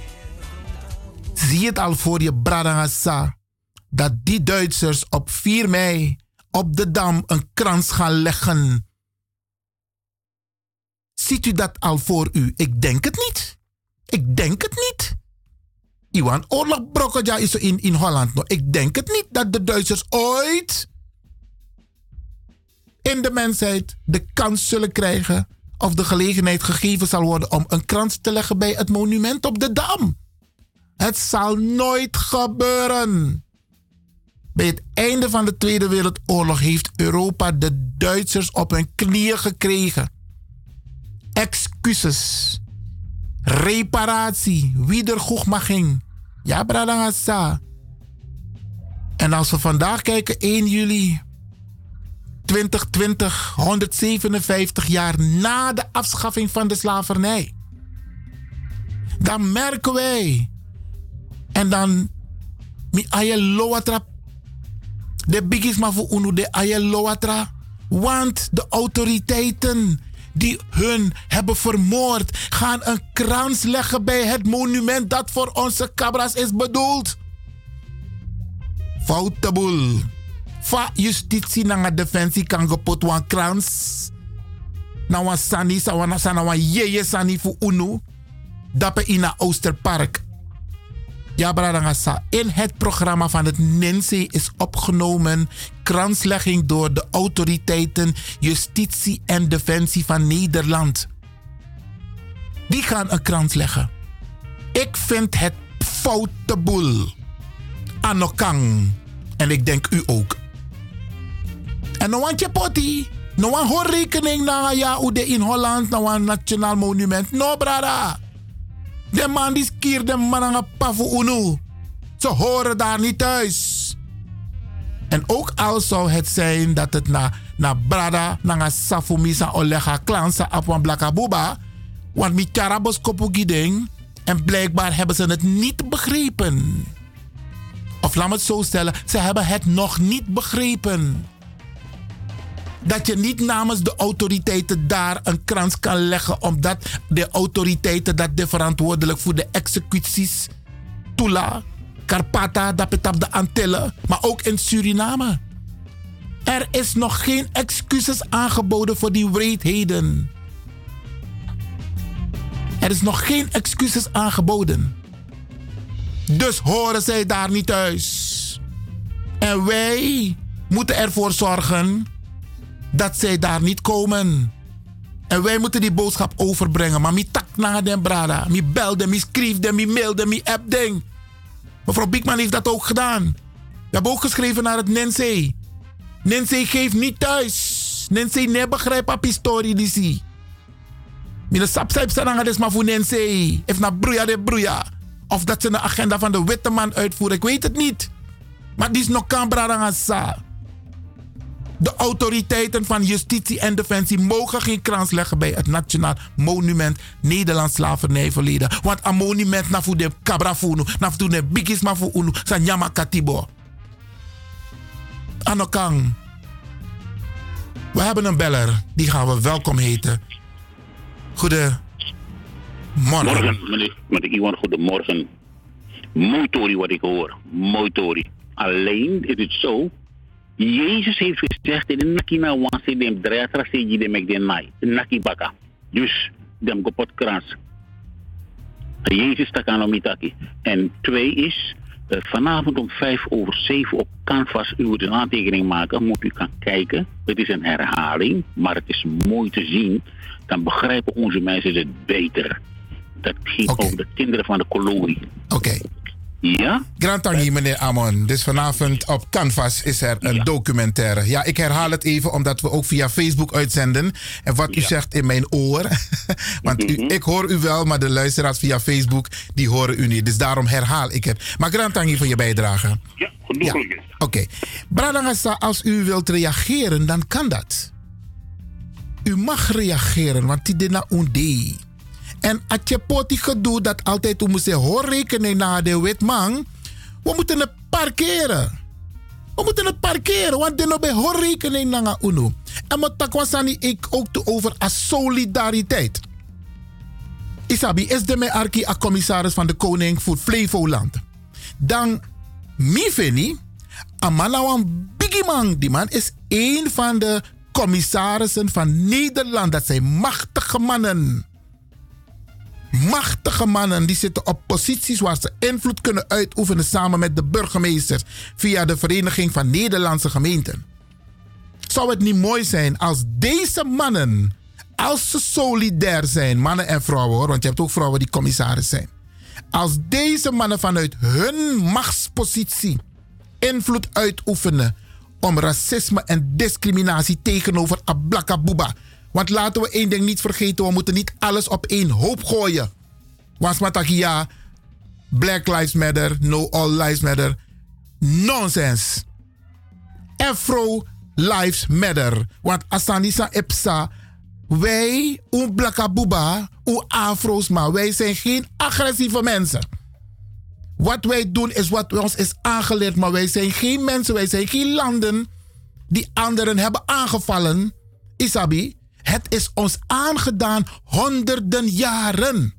Zie het al voor je, Bradangasa, dat die Duitsers op vier mei op de Dam een krans gaan leggen. Ziet u dat al voor u? Ik denk het niet. Ik denk het niet. Iwan oorlog brokkelja is in, in Holland nog. Ik denk het niet dat de Duitsers ooit in de mensheid de kans zullen krijgen of de gelegenheid gegeven zal worden om een krans te leggen bij het monument op de Dam. Het zal nooit gebeuren. Bij het einde van de Tweede Wereldoorlog heeft Europa de Duitsers op hun knieën gekregen. Excuses. Reparatie. Wiedergutmaching. Ja, bradangasa. En als we vandaag kijken, één juli twintig twintig, honderdzevenenvijftig jaar na de afschaffing van de slavernij. Dan merken wij. En dan mi aye loatra. De bigisma voor unu de aye loatra. Want de autoriteiten die hun hebben vermoord gaan een krans leggen bij het monument dat voor onze cabras is bedoeld. Fouteboel. Va justitie na defensie kan gepot wan krans. Na wan sani, sa wan sana wan yeye sani voor unu. Dape ina Oosterpark. Ja, bradangasa. In het programma van het N I N S E is opgenomen kranslegging door de autoriteiten Justitie en Defensie van Nederland. Die gaan een krans leggen. Ik vind het foute boel. Anokang. En ik denk u ook. En nou want je poti. Nou want hoor rekening na ja ude in Holland. Nou want nationaal monument. No brada. De man die skiert de man aan pafu unu. Ze horen daar niet thuis. En ook al zou het zijn dat het na, na brada, na safumisa olega klansa apwan blakabuba. Want mi charabos kopugiding. En blijkbaar hebben ze het niet begrepen. Of laat me het zo stellen, ze hebben het nog niet begrepen. Dat je niet namens de autoriteiten daar een krans kan leggen, omdat de autoriteiten dat de verantwoordelijk voor de executies, Tula, Karpata, dat op de Antillen, maar ook in Suriname. Er is nog geen excuses aangeboden voor die wreedheden. Er is nog geen excuses aangeboden. Dus horen zij daar niet thuis. En wij moeten ervoor zorgen dat zij daar niet komen. En wij moeten die boodschap overbrengen. Maar mi tak na den brada. Mi belde, mi schreefde, mi mailde, mi appde. Mevrouw Biekman heeft dat ook gedaan. We hebben ook geschreven naar het N I N S E. N I N S E geeft niet thuis. N I N S E ne begrijpt op historie die zie. Mi de sapsijp staan aan des maar voor N I N S E. If na broeia de broeia. Of dat ze de agenda van de witte man uitvoeren. Ik weet het niet. Maar die is nog Kambrarangasa. De autoriteiten van justitie en defensie mogen geen krans leggen bij het Nationaal Monument Nederlands Slavernijverleden. Want een monument na voor de Kabrafunu, na voor de Bigisma voor Unu, zijn Yama Katibo. Anokang. We hebben een beller, die gaan we welkom heten. Goedemorgen. Morgen, meneer, meneer Iwan, goedemorgen. Mooi Tori wat ik hoor. Mooi Tori. Alleen is het zo. Jezus heeft gezegd in de nakina wanse dem dreatra seji dem ek den nai. Naki baka. Dus dem kopot krans. Jezus takanomitaki. En twee is, uh, vanavond om vijf over zeven op Canvas, u moet een aantekening maken, moet u gaan kijken. Het is een herhaling, maar het is mooi te zien. Dan begrijpen onze mensen het beter. Dat ging okay. over de kinderen van de kolonie. Oké. Okay. Ja? Grand Tangi, meneer Amon. Dus vanavond op Canvas is er een ja. documentaire. Ja, ik herhaal het even, omdat we ook via Facebook uitzenden. En wat u ja. zegt in mijn oor. Want mm-hmm. u, ik hoor u wel, maar de luisteraars via Facebook, die horen u niet. Dus daarom herhaal ik het. Maar Grand Tangi voor je bijdrage. Ja, genoeg. Ja. Oké. Okay. Bradangasa, als u wilt reageren, dan kan dat. U mag reageren, want die dit na undi. En als je poti gedoe dat altijd we moeten hoorrekening naar de witman, we moeten het parkeren. We moeten het parkeren, want dit bij hoorrekening naar uno. En met takwasani ik ook te over als solidariteit. Isabi is de mij arki a commissaris van de koning voor Flevoland. Dan Mifeni, Amalawan Bigiman, die man is een van de commissarissen van Nederland. Dat zijn machtige mannen. Machtige mannen die zitten op posities waar ze invloed kunnen uitoefenen samen met de burgemeesters via de Vereniging van Nederlandse Gemeenten. Zou het niet mooi zijn als deze mannen, als ze solidair zijn, mannen en vrouwen hoor, want je hebt ook vrouwen die commissaris zijn. Als deze mannen vanuit hun machtspositie invloed uitoefenen om racisme en discriminatie tegenover Ablakabuba. Want laten we één ding niet vergeten, we moeten niet alles op één hoop gooien. Want matakia, Black Lives Matter, no all lives matter. Nonsense. Afro Lives Matter. Want asanisa epsa, wij, un blakabuba, un afro's, maar wij zijn geen agressieve mensen. Wat wij doen is wat ons is aangeleerd, maar wij zijn geen mensen, wij zijn geen landen die anderen hebben aangevallen. Isabi. Het is ons aangedaan honderden jaren.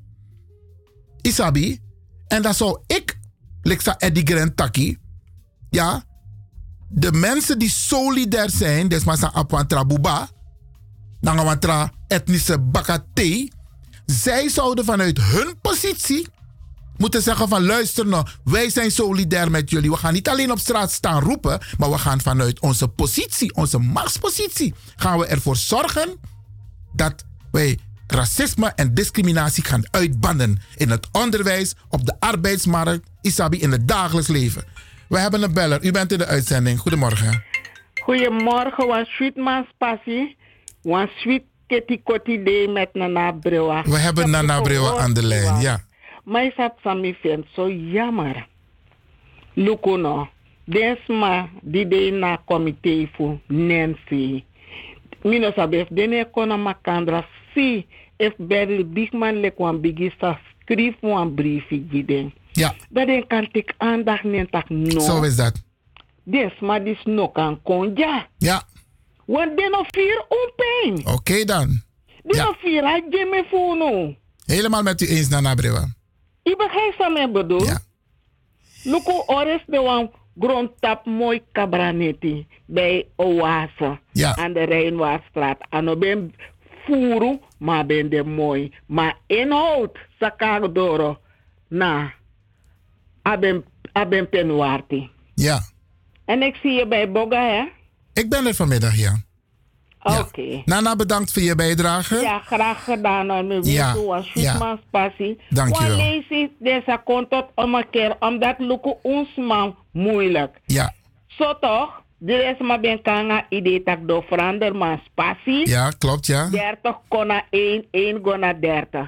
Isabi. En dat zou ik, Lexa Eddie Grand Taki, ja, de mensen die solidair zijn, desmasa apwantra buba, nangawantra etnische bakate, zij zouden vanuit hun positie moeten zeggen van luister nou, wij zijn solidair met jullie. We gaan niet alleen op straat staan roepen, maar we gaan vanuit onze positie, onze machtspositie, gaan we ervoor zorgen dat wij racisme en discriminatie gaan uitbannen in het onderwijs, op de arbeidsmarkt, isabi in het dagelijks leven. We hebben een beller. U bent in de uitzending. Goedemorgen. Goedemorgen, was sweet man passie. Was sweet kitty kotti day met Nana Brewa. We hebben Nana Brewa aan de lijn, ja. Maar is dat Sami vindt zo jammer. Lukono, desma die de na comité voor Nancy. Mino sabef dene kona makandra si if berli big man lek wan bigista schrijf wan briefie giden. Ja. Dat den kan tik aandacht nentak no. Zo is dat. Des maar dis no kan konja. Ja. Want den of vier onpijn. Oké okay, dan. Den ja. of vier had je me vono. Helemaal met u eens, Nana Brewa. Ik begrijp wat ik bedoel. Ja. Luko ores de wan grondtap mooi kabraneti bij Oase ja. aan de Rijnwaardstraat. En ben furu, maar ben de mooi. Maar inhoud, sakagdoro, na, aben, aben penwaarti. Ja. En ik zie je bij Boga, hè? Ik ben er vanmiddag, ja. Oké. Okay. Ja. Nana, bedankt voor je bijdrage. Ja, graag gedaan. Mijn ja. was ja. passie. Dank je wel. Want lees deze komt tot om een keer, omdat lukken ons man moeilijk. Ja. Zo toch? Er is maar ben kanga idee dat door verander maar passie. Ja, klopt, ja. dertig kona één, één gona dertig. Ja.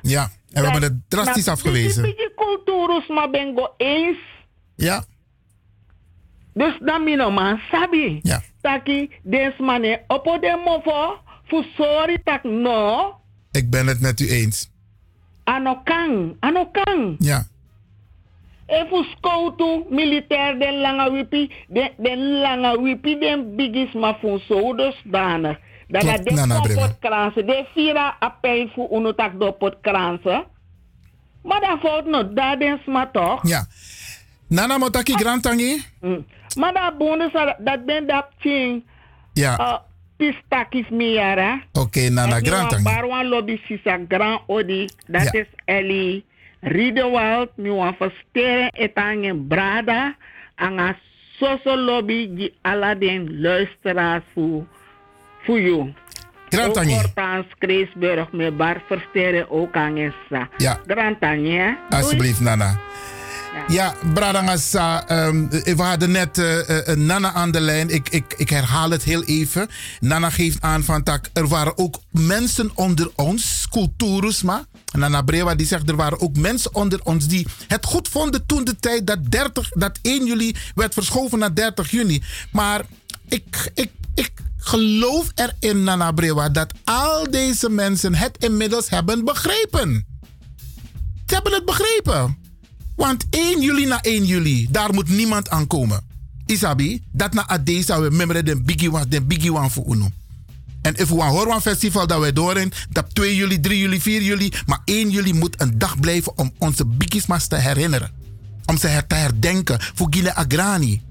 En we hebben het drastisch afgewezen. Die cultuurus maar bengo eens. Ja. Dus dan mino man sabi. Ja. Taki des mane opo de mofo fu sorry tak no. Ik ben het met u eens. Anokang, anokang. Ja. E fu skoutu militair den langa wipi, den, den langa wipi den bigis ma fu so dus danig. Dat dat de potkransen, de vira appel fu unutak do potkransen. Maar dat valt nog, dat den sma toch? Ja. Nana motaki grantangi? Mm. Maar dat bonus, dat ben dat ching. Ja. Uh, pistakis miara. Oké, okay, Nana grantangi. Barwan lobby sisa grand odi. Dat ja. is Ellie Riedewald. Nu wan versteren etangen brada. Anga soso lobby die aladen luisteraars voor voor jou. Grantangi. Ook Hortans Kreesburg met bar versteren ook aan esa. Ja. Grantangi, hè? Alsjeblieft, Nana. Ja, ja Bradangasa, um, we hadden net uh, uh, Nana aan de lijn. Ik, ik, ik herhaal het heel even. Nana geeft aan van tak, er waren ook mensen onder ons, cultuurusma. Nana Brewa die zegt, er waren ook mensen onder ons die het goed vonden toen de tijd dat, dertig, dat één juli werd verschoven naar dertig juni. Maar ik, ik, ik geloof erin, Nana Brewa, dat al deze mensen het inmiddels hebben begrepen. Ze hebben het begrepen. Want één juli na één juli, daar moet niemand aankomen. Isabi, dat na Ade zou we membre den biggie was, den biggie one voor uno. En if we een Horwan festival dat wij doorin, dat twee juli, drie juli, vier juli, maar één juli moet een dag blijven om onze biggies mas te herinneren. Om ze te herdenken voor Gile Agrani.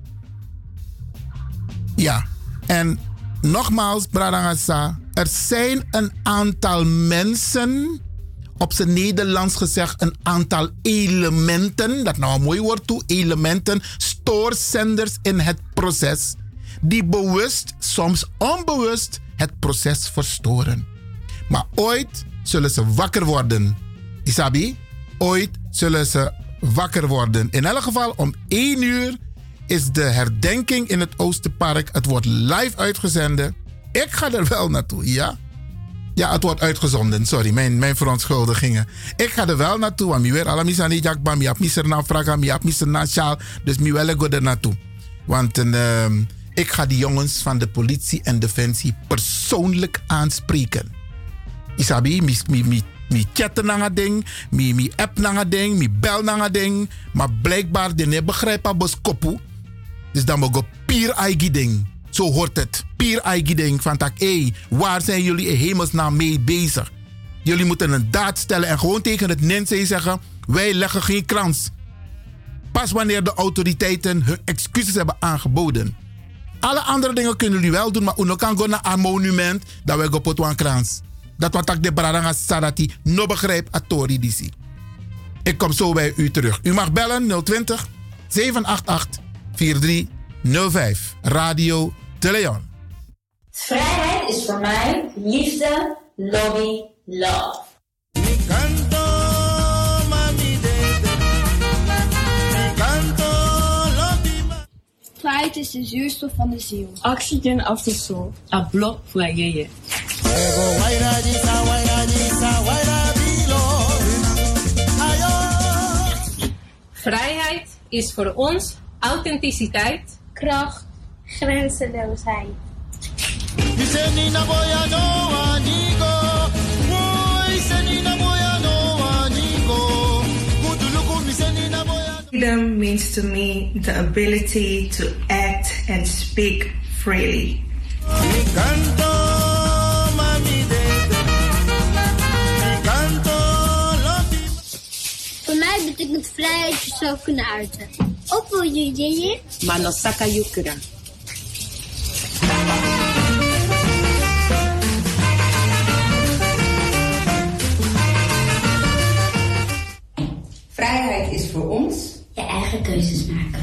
Ja, en nogmaals, Bradangasa, er zijn een aantal mensen, op zijn Nederlands gezegd een aantal elementen, dat nou een mooi woord toe, elementen, stoorzenders in het proces, die bewust, soms onbewust, het proces verstoren. Maar ooit zullen ze wakker worden. Isabi, ooit zullen ze wakker worden. In elk geval om één uur is de herdenking in het Oosterpark. Het wordt live uitgezonden. Ik ga er wel naartoe, ja? Ja, het wordt uitgezonden. Sorry, mijn, mijn verontschuldigingen. Ik ga er wel naartoe. Want mi weer alamisa niet jakba, mi heb miser na vraga, mi heb miser na sjaal. Dus mi wel go er naartoe. Want uh, ik ga die jongens van de politie en defensie persoonlijk aanspreken. Isabi, mi, mi, mi, mi chatten na een ding, mi, mi app na een ding, mi bel na een ding. Maar blijkbaar, die ne begrijpen bos kopu. Dus dan moet ik pier eigen ding. Zo hoort het. Pier eigen ding van tak, hé, hey, waar zijn jullie in hemelsnaam mee bezig? Jullie moeten een daad stellen en gewoon tegen het N N C zeggen, wij leggen geen krans. Pas wanneer de autoriteiten hun excuses hebben aangeboden. Alle andere dingen kunnen jullie wel doen, maar uno kan gaan naar een monument, dat wij op een krans. Dat wat ik de Bradanga Sarati no begrijp atori disi. Ik kom zo bij u terug. U mag bellen nul twintig, zeven acht acht, vier drie nul vijf. Radio De Leon. Vrijheid is voor mij liefde, lobby, love. Vrijheid is de zuurstof van de ziel. Oxygen of the soul. A blok voor je. Vrijheid is voor ons authenticiteit, kracht, grenzeloosheid. Freedom means to me the ability to act and speak freely. Voor mij betekent vrijheid jezelf kunnen uiten. Ook wil je je Manosaka Yukura. Vrijheid is voor ons je eigen keuzes maken.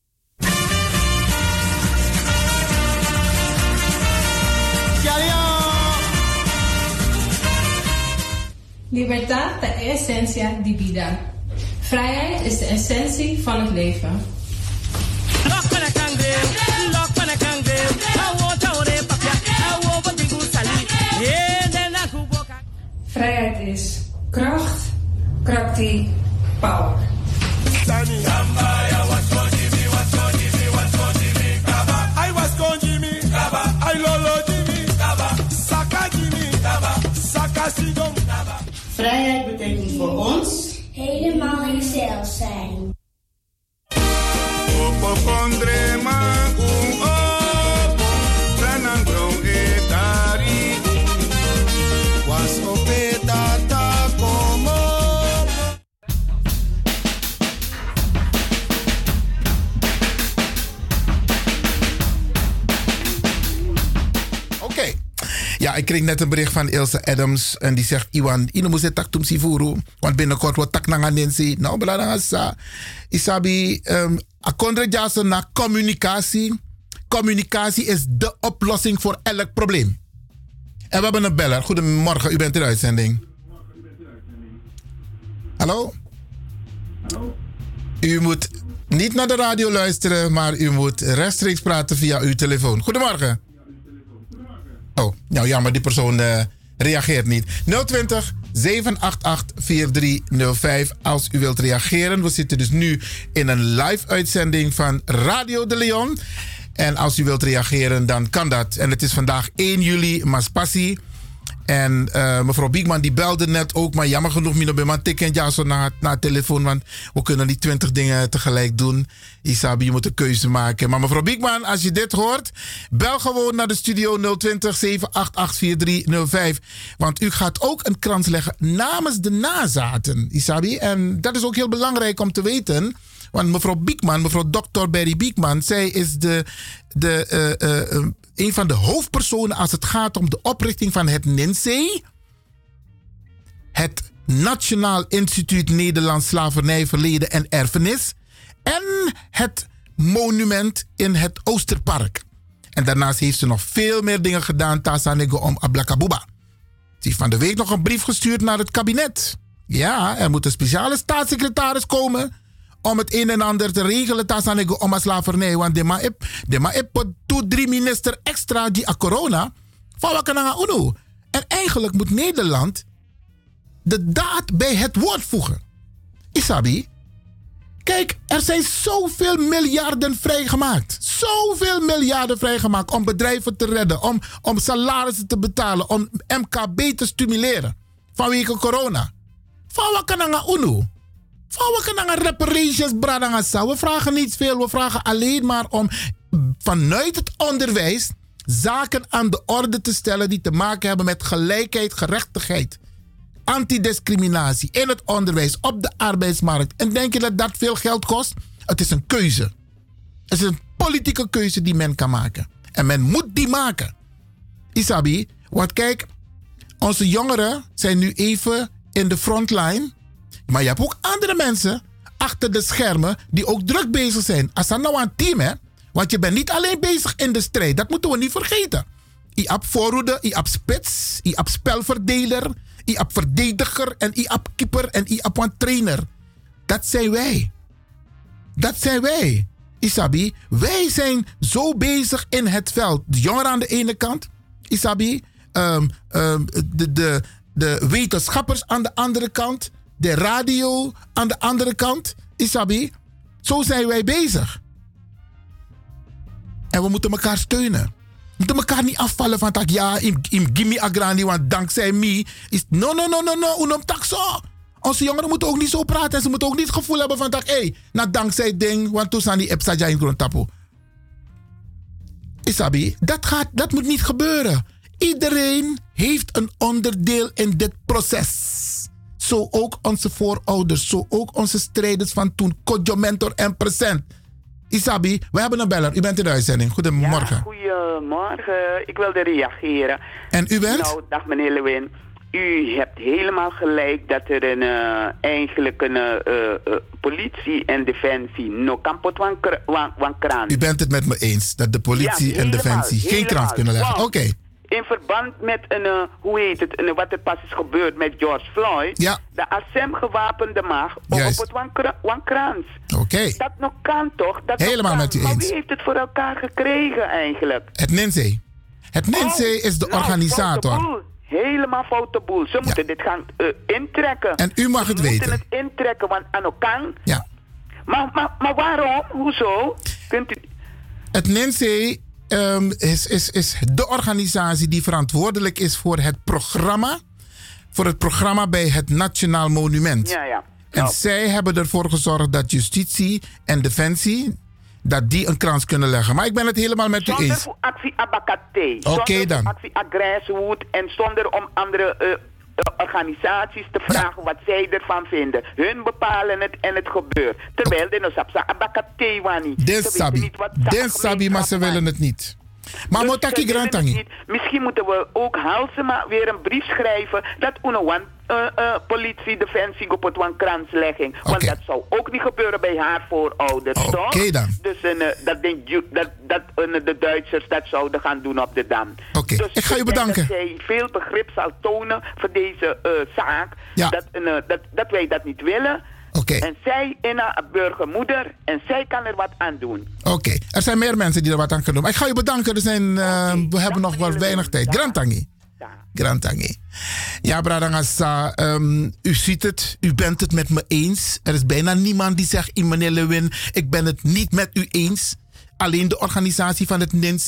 Libertad de esencia di vida. Vrijheid is de essentie van het leven. Vrijheid is kracht, Party Power. I was con Jimmy, I lolo Jimmy, Saka Jimmy, Saka Sidom. Vrijheid betekent voor ons helemaal jezelf zijn. Ja, ik kreeg net een bericht van Ilse Adams en die zegt: Iwan, ino moet het tak tum sivuru, want binnenkort wordt tak nanga nensi. Nou, belangrijk is Isabi, um, akondre jaso na communicatie. Communicatie is de oplossing voor elk probleem. En we hebben een beller. Goedemorgen, u bent in de uitzending. Hallo? Hallo? U moet niet naar de radio luisteren, maar u moet rechtstreeks praten via uw telefoon. Goedemorgen. Oh, nou jammer, die persoon uh, reageert niet. nul twintig, zeven acht acht, vier drie nul vijf als u wilt reageren. We zitten dus nu in een live uitzending van Radio de Leon. En als u wilt reageren, dan kan dat. En het is vandaag één juli, Maspassi. En uh, mevrouw Biekman die belde net ook, maar jammer genoeg, Mino Beman tikken ja zo naar, naar het telefoon, want we kunnen niet twintig dingen tegelijk doen. Isabi, je moet een keuze maken. Maar mevrouw Biekman, als je dit hoort, bel gewoon naar de studio nul twintig, zeven acht acht, vier drie nul vijf. Want u gaat ook een krans leggen namens de nazaten, Isabi. En dat is ook heel belangrijk om te weten. Want mevrouw Biekman, mevrouw dokter Berry Biekman, zij is de, de, uh, uh, een van de hoofdpersonen als het gaat om de oprichting van het N I N S E E. Het Nationaal Instituut Nederlands Slavernijverleden en Erfenis. En het monument in het Oosterpark. En daarnaast heeft ze nog veel meer dingen gedaan. Tasanego om Ablakabuba. Ze heeft van de week nog een brief gestuurd naar het kabinet. Ja, er moet een speciale staatssecretaris komen om het een en ander te regelen. Tasanego om slavernij. Want de maip, de maip toe drie minister extra die a corona. Van wakananga uno. En eigenlijk moet Nederland de daad bij het woord voegen. Isabi. Kijk, er zijn zoveel miljarden vrijgemaakt. Zoveel miljarden vrijgemaakt om bedrijven te redden. Om, om salarissen te betalen. Om M K B te stimuleren. Vanwege corona. Van wakananga uno. Van wakananga reparations bradangasa. We vragen niet veel. We vragen alleen maar om vanuit het onderwijs zaken aan de orde te stellen die te maken hebben met gelijkheid, gerechtigheid. Antidiscriminatie in het onderwijs, op de arbeidsmarkt. En denk je dat dat veel geld kost? Het is een keuze. Het is een politieke keuze die men kan maken. En men moet die maken. Isabi, want kijk, onze jongeren zijn nu even in de frontline. Maar je hebt ook andere mensen achter de schermen die ook druk bezig zijn. Als dat nou een team, hè? Want je bent niet alleen bezig in de strijd. Dat moeten we niet vergeten. Je hebt voorhoede, je hebt spits, je hebt spelverdeler, je hebt verdediger en je hebt keeper en je hebt een trainer. Dat zijn wij. Dat zijn wij. Isabi, wij zijn zo bezig in het veld. De jongeren aan de ene kant, Isabi, um, um, de, de, de wetenschappers aan de andere kant, de radio aan de andere kant, Isabi. Zo zijn wij bezig. En we moeten elkaar steunen. We moeten elkaar niet afvallen van tak ja, im, im gimme agrandi, want dankzij me is no no no no no unom tak zo. Onze jongeren moeten ook niet zo praten en ze moeten ook niet het gevoel hebben van tak hé, hey, nou dankzij ding, want toen zijn die epsaja in grondtapo. Isabi, dat gaat, dat moet niet gebeuren. Iedereen heeft een onderdeel in dit proces. Zo ook onze voorouders, zo ook onze strijders van toen, Kodjo Mentor en Present. Isabi, we hebben een beller. U bent in de uitzending. Goedemorgen. Ja, goedemorgen. Ik wilde reageren. En u bent? Nou, dag meneer Lewin. U hebt helemaal gelijk dat er een, uh, eigenlijk een uh, uh, politie en defensie no kampot wan kraan. U bent het met me eens dat de politie ja, en helemaal, defensie geen helemaal. krans kunnen leggen. Oké. Okay. In verband met een, uh, hoe heet het, een, wat er pas is gebeurd met George Floyd. Ja. De A S E M gewapende mag op het wankrans. Oké. Okay. Dat nog kan toch? Dat helemaal kan. met u eens. Maar wie heeft het voor elkaar gekregen eigenlijk? Het N I N S E E. Het N I N S E E is de nou, organisator. helemaal foute boel. Ze moeten ja. dit gaan uh, intrekken. En u mag Ze het weten. Ze moeten het intrekken, want Anokan... Ja. Maar, maar, maar waarom? Hoezo? Kunt u... Het N N C um, is, is, is de organisatie die verantwoordelijk is voor het programma. Voor het programma bij het Nationaal Monument. Ja, ja. En nou. zij hebben ervoor gezorgd dat justitie en defensie... dat die een krans kunnen leggen. Maar ik ben het helemaal met zonder u eens. Zonder actie abakate. Oké okay, dan. actie agreswoed. En zonder om andere uh, uh, organisaties te vragen ja. wat zij ervan vinden. Hun bepalen het en het gebeurt. Terwijl de nosapsa abakate wani. Des sabi. Des sabi, maar ze willen het niet. Maar dus Motaki Grantangi. Misschien moeten we ook Halsema weer een brief schrijven dat Unowan uh, uh, politie, defensie op het wan kranslegging. Want okay. dat zou ook niet gebeuren bij haar voorouders, Oké okay, dan. Dus uh, dat, dat, dat uh, de Duitsers dat zouden gaan doen op de Dam. Oké, okay. dus ik ga u bedanken. Dat zij veel begrip zal tonen voor deze uh, zaak. Ja. Dat, uh, dat, dat wij dat niet willen. Okay. En zij is een burgermoeder en zij kan er wat aan doen. Oké, okay. Er zijn meer mensen die er wat aan kunnen doen. Maar ik ga u bedanken, er zijn, uh, okay. we hebben nog wel weinig tijd. Grantangi. Grantangi. Ja, Bradangasa, um, u ziet het, u bent het met me eens. Er is bijna niemand die zegt, meneer Lewin, ik ben het niet met u eens. Alleen de organisatie van het N N C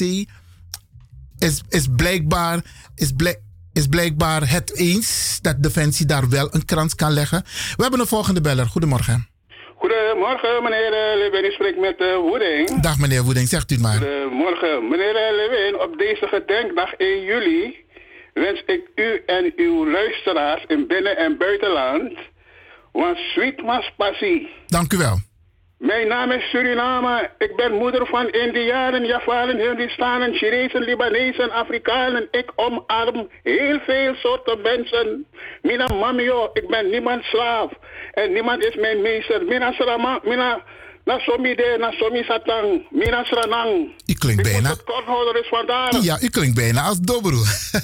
is, is blijkbaar... Is blijk, is blijkbaar het eens dat Defensie daar wel een krans kan leggen. We hebben een volgende beller. Goedemorgen. Goedemorgen, meneer Lewin. Ik spreek met uh, Woeding. Dag, meneer Woeding. Zegt u het maar. Goedemorgen. Meneer Lewin, op deze gedenkdag één juli wens ik u en uw luisteraars in binnen- en buitenland een sweet mas passie. Dank u wel. Mijn naam is Suriname. Ik ben moeder van Indianen, Javanen, Hindustanen, Chinezen, Libanezen, Afrikanen. Ik omarm heel veel soorten mensen. Mina mamio, ik ben niemand slaaf. En niemand is mijn meester. Mina srama, mina nasomide, nasomi satang, mina sranang. U klinkt ik bijna... het korthouder is vandaar. Ja, u klinkt bijna als Dobro.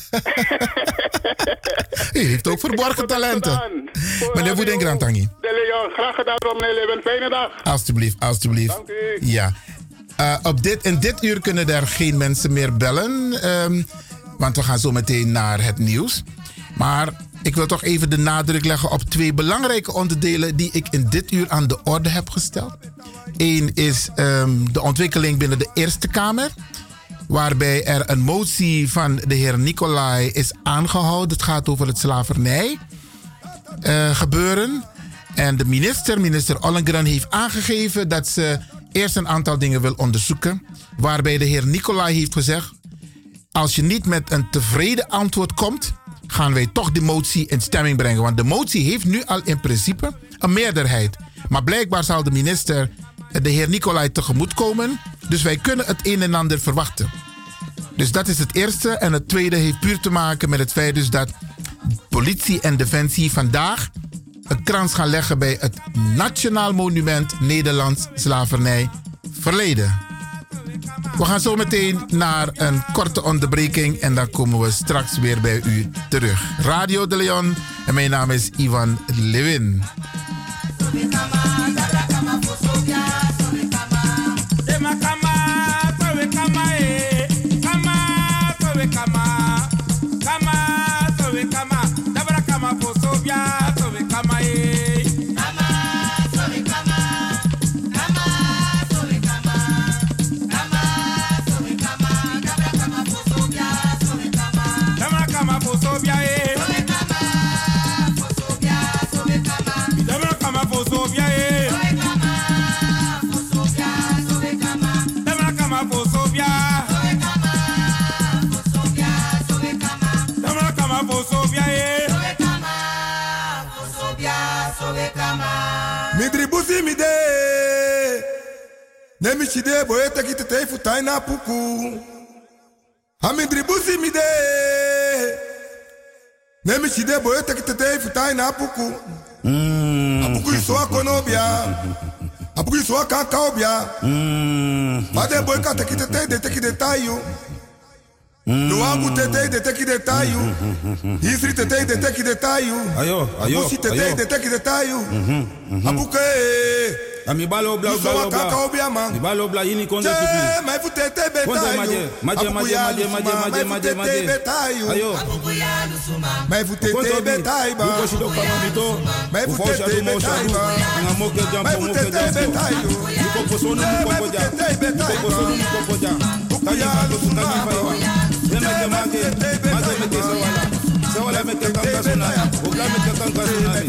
U heeft ook verborgen talenten. Meneer Woeding Grantangi. De Leon, graag gedaan, meneer Lewin. Fijne dag. Alsjeblieft, alsjeblieft. Dank u. Ja. Uh, op dit, in dit uur kunnen er geen mensen meer bellen. Um, want we gaan zo meteen naar het nieuws. Maar ik wil toch even de nadruk leggen op twee belangrijke onderdelen die ik in dit uur aan de orde heb gesteld. Eén is um, de ontwikkeling binnen de Eerste Kamer. Waarbij er een motie van de heer Nicolai is aangehouden. Het gaat over het slavernij uh, gebeuren. En de minister, minister Ollengren, heeft aangegeven dat ze eerst een aantal dingen wil onderzoeken. Waarbij de heer Nicolai heeft gezegd, als je niet met een tevreden antwoord komt, gaan wij toch de motie in stemming brengen. Want de motie heeft nu al in principe een meerderheid. Maar blijkbaar zal de minister de heer Nicolai tegemoetkomen. Dus wij kunnen het een en ander verwachten. Dus dat is het eerste. En het tweede heeft puur te maken met het feit dus dat politie en defensie vandaag een krans gaan leggen bij het Nationaal Monument Nederlands Slavernij Verleden. We gaan zo meteen naar een korte onderbreking en dan komen we straks weer bij u terug. Radio de Leon en mijn naam is Ivan Lewin. Midribusi mide Nemichide boye takite te futai na puku Amidribusi mide Nemichide boye takite te futai na puku Apuku iso akonobia Apuku iso akakaobia Made boye ka takite te de takite tayo Luangu tete de teki de tayu Isri tete de teki de tayu Ayo, ayo, Musi tete de teki de tayu Apuke Ami balo bla bla bla. Mi balo bla ini konde pipi. Mai futete betayo. Konde maje, maje maje maje maje maje maje maje. Ayo. Mai futete betayo ba. Ko shido kama mito. Mai futete betayo. Nga moke jampo moke jampo. Ko posono ko poja. Ko posono ko poja. Kaya lo sukani fawa. Deme mage, mage meke sawala. Sawala meke kanga sunani. Obla meke kanga sunani.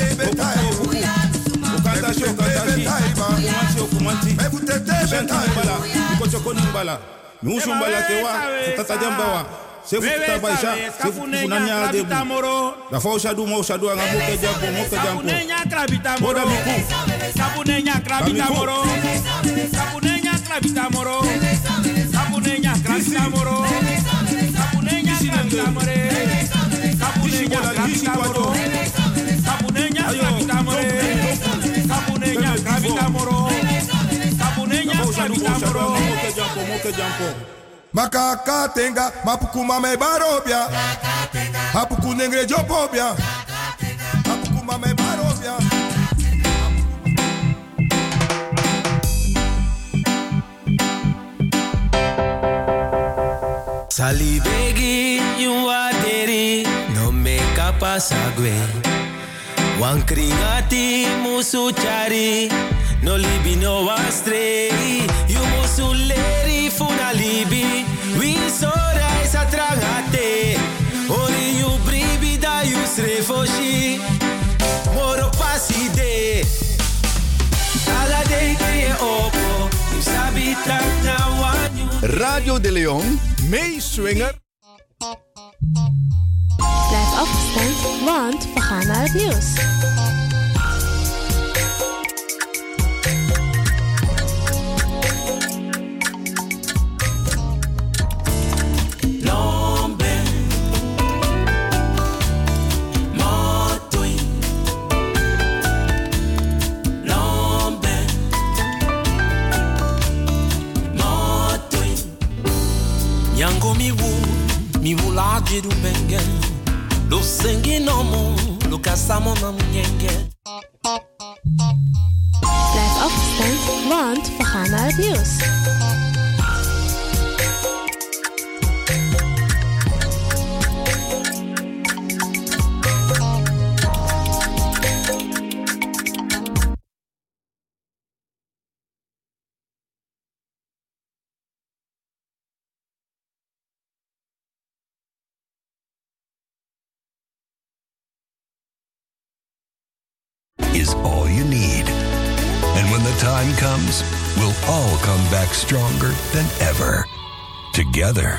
Ukanta sho kanta shi. Kumanchi okumanchi. Shenti mbala. Iko chokoni mbala. Mushu mbala kewa. Tata jambawa. Sefu tabaisha. Sefu funanya adebu. La fausha du mo shadu anga moke jampo moke jampo. Boda miku. Sabunenya krabita moro. Sabunenya krabita moro. Sabunenya krabita moro. Sabunenya krabita moro. Sabunenya krabita moro. Sabunenya krabita moro. Sabunenya krabita moro. Sabunenya krabita moro. Moke jampo moke jampo. Makaka tenga mapuku mame barobia. Hapuku nengre jopobia. Hapuku mame barobia. Salibegi you aderi no me kapasagwe. Wankringati musu chari no libi no wastre. You musu leri funa libi. We sora esa tragate. Ori you bribi da you srefoshi. Moro paside. Ala de krije opo. You sabi na wanyu. Radio de Leon. Meeswinger. Blijf afgestemd, want we gaan naar het nieuws. Yango mi wu, mi wu la jiru benge. Lo sengi no mo, lo kasamo na mnyenge. Blijf afgestemd, want we gaan naar het nieuws. Is all you need. And when the time comes, we'll all come back stronger than ever. Together.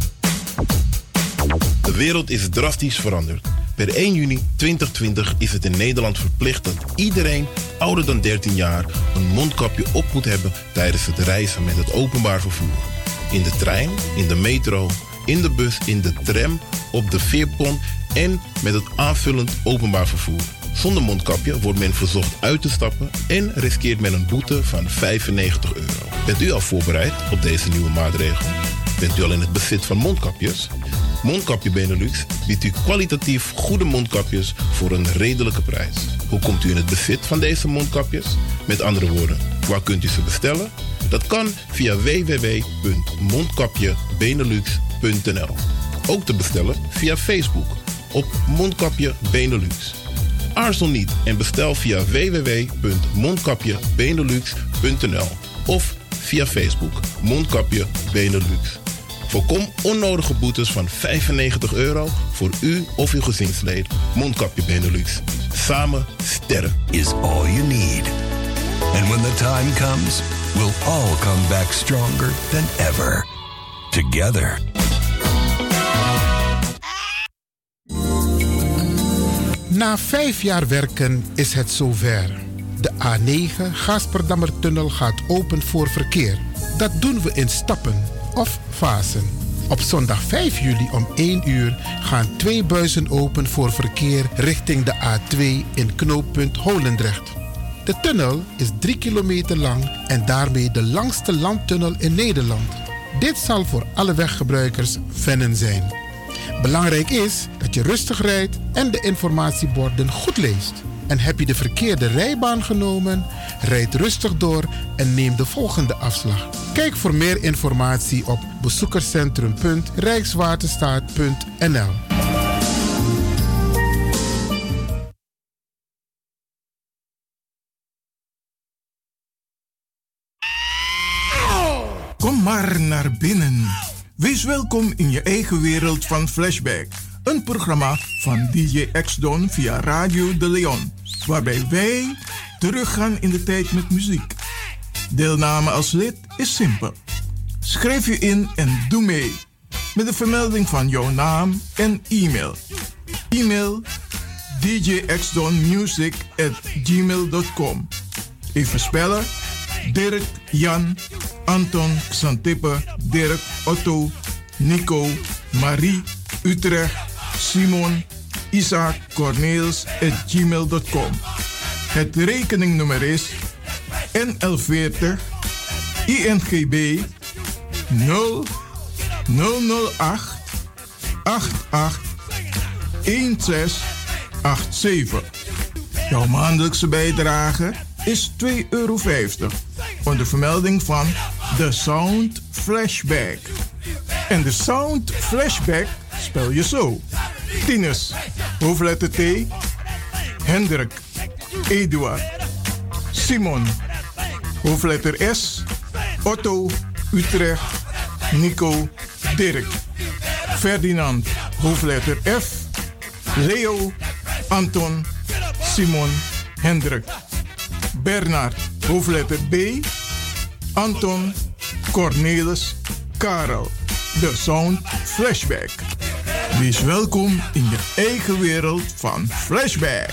De wereld is drastisch veranderd. Per één juni tweeduizend twintig is het in Nederland verplicht dat iedereen ouder dan dertien jaar een mondkapje op moet hebben tijdens het reizen met het openbaar vervoer. In de trein, in de metro, in de bus, in de tram, op de veerpont en met het aanvullend openbaar vervoer. Zonder mondkapje wordt men verzocht uit te stappen en riskeert men een boete van vijfennegentig euro. Bent u al voorbereid op deze nieuwe maatregel? Bent u al in het bezit van mondkapjes? Mondkapje Benelux biedt u kwalitatief goede mondkapjes voor een redelijke prijs. Hoe komt u in het bezit van deze mondkapjes? Met andere woorden, waar kunt u ze bestellen? Dat kan via w w w punt mondkapje benelux punt n l. Ook te bestellen via Facebook op Mondkapje Benelux. Aarzel niet en bestel via w w w punt mondkapje benelux punt n l of via Facebook Mondkapje Benelux. Voorkom onnodige boetes van vijfennegentig euro voor u of uw gezinslid. Mondkapje Benelux. Samen sterk. Is all you need. And when the time comes, we'll all come back stronger than ever. Together. Na vijf jaar werken is het zover. De A negen Gaasperdammertunnel gaat open voor verkeer. Dat doen we in stappen of fasen. Op zondag vijf juli om één uur gaan twee buizen open voor verkeer richting de A twee in knooppunt Holendrecht. De tunnel is drie kilometer lang en daarmee de langste landtunnel in Nederland. Dit zal voor alle weggebruikers wennen zijn. Belangrijk is dat je rustig rijdt en de informatieborden goed leest. En heb je de verkeerde rijbaan genomen? Rijd rustig door en neem de volgende afslag. Kijk voor meer informatie op bezoekerscentrum punt rijkswaterstaat punt n l. Kom maar naar binnen. Wees welkom in je eigen wereld van Flashback. Een programma van D J X-Don via Radio De Leon. Waarbij wij teruggaan in de tijd met muziek. Deelname als lid is simpel. Schrijf je in en doe mee. Met de vermelding van jouw naam en e-mail. E-mail d j x don music at gmail dot com. Even spellen. Dirk, Jan, Anton, Xantippe, Dirk, Otto, Nico, Marie, Utrecht, Simon, Isaac, Corneels at gmail dot com. Het rekeningnummer is N L veertig I N G B nul nul nul acht acht acht een zes acht zeven. Jouw maandelijkse bijdrage is twee euro vijftig. Onder vermelding van The Sound Flashback. En de Sound Flashback spel je zo. Tinus, hoofdletter T. Hendrik, Eduard, Simon, hoofdletter S. Otto, Utrecht, Nico, Dirk. Ferdinand, hoofdletter F. Leo, Anton, Simon, Hendrik. Bernard, hoofdletter B. Anton, Cornelis, Karel. De Sound Flashback. Wees welkom in je eigen wereld van Flashback.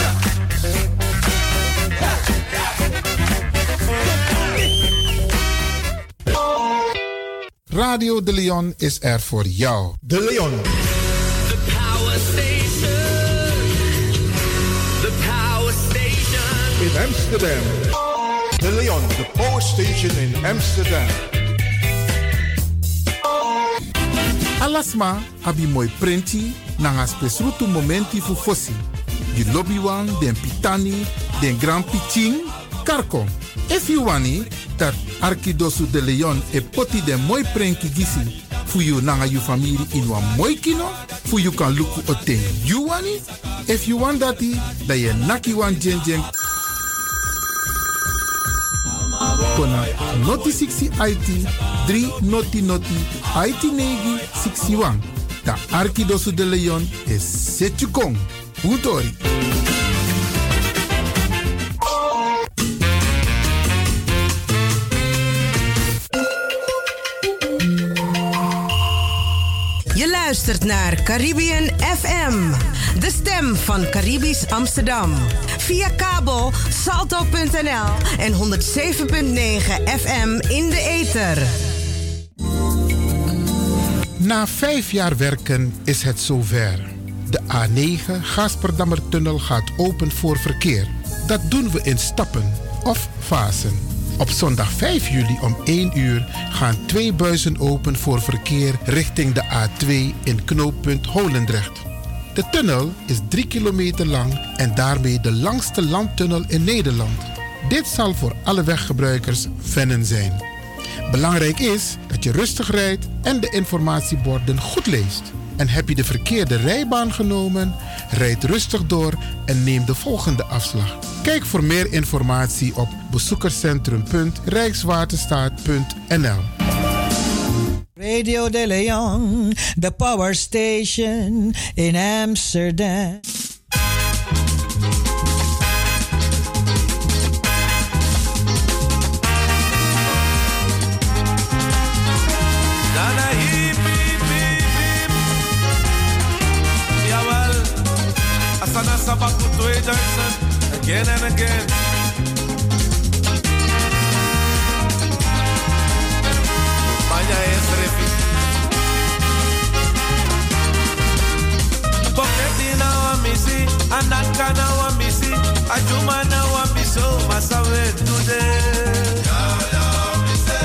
Radio De Leon is er voor jou. De Leon. The power station. The power station. In Amsterdam. De Leon, the power station in Amsterdam. Alasma abi moi prenti nanga spesrutu momenti fu fossi. Di lobby wan, den pitani, den grand pitching, karko. If you wani, dat Arkidosu de Leon e poti den moi prenki gisi. Fu you nanga you family in wan moi kino, fu you kan luku oten. You wani? If you want dati, da ye naki wan jen jen. Kona noti sixty I T three noti noti I T negi sixty-one. Da Arkidosu de Leon is Setjukong. Utori. Je luistert naar Caribbean F M, de stem van Caribisch Amsterdam. Via kabel salto punt n l en honderd zeven punt negen F M in de ether. Na vijf jaar werken is het zover. De A negen Gaasperdammertunnel gaat open voor verkeer. Dat doen we in stappen of fasen. Op zondag vijf juli om één uur gaan twee buizen open voor verkeer richting de A twee in knooppunt Holendrecht. De tunnel is drie kilometer lang en daarmee de langste landtunnel in Nederland. Dit zal voor alle weggebruikers wennen zijn. Belangrijk is dat je rustig rijdt en de informatieborden goed leest. En heb je de verkeerde rijbaan genomen? Rijd rustig door en neem de volgende afslag. Kijk voor meer informatie op bezoekerscentrum punt rijkswaterstaat punt n l. Radio De Leon, the power station in Amsterdam. Asana sabaku twee duizend, again and again. Maya is refi. Poketi na wa misi, anaka na wa misi, ajuma na wa miso, masawe today. Ya ya mise,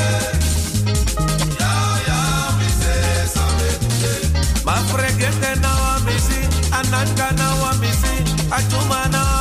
ya ya mise, sawe today. Ma fregete na wa misi. Anaka na wa misi, achuma na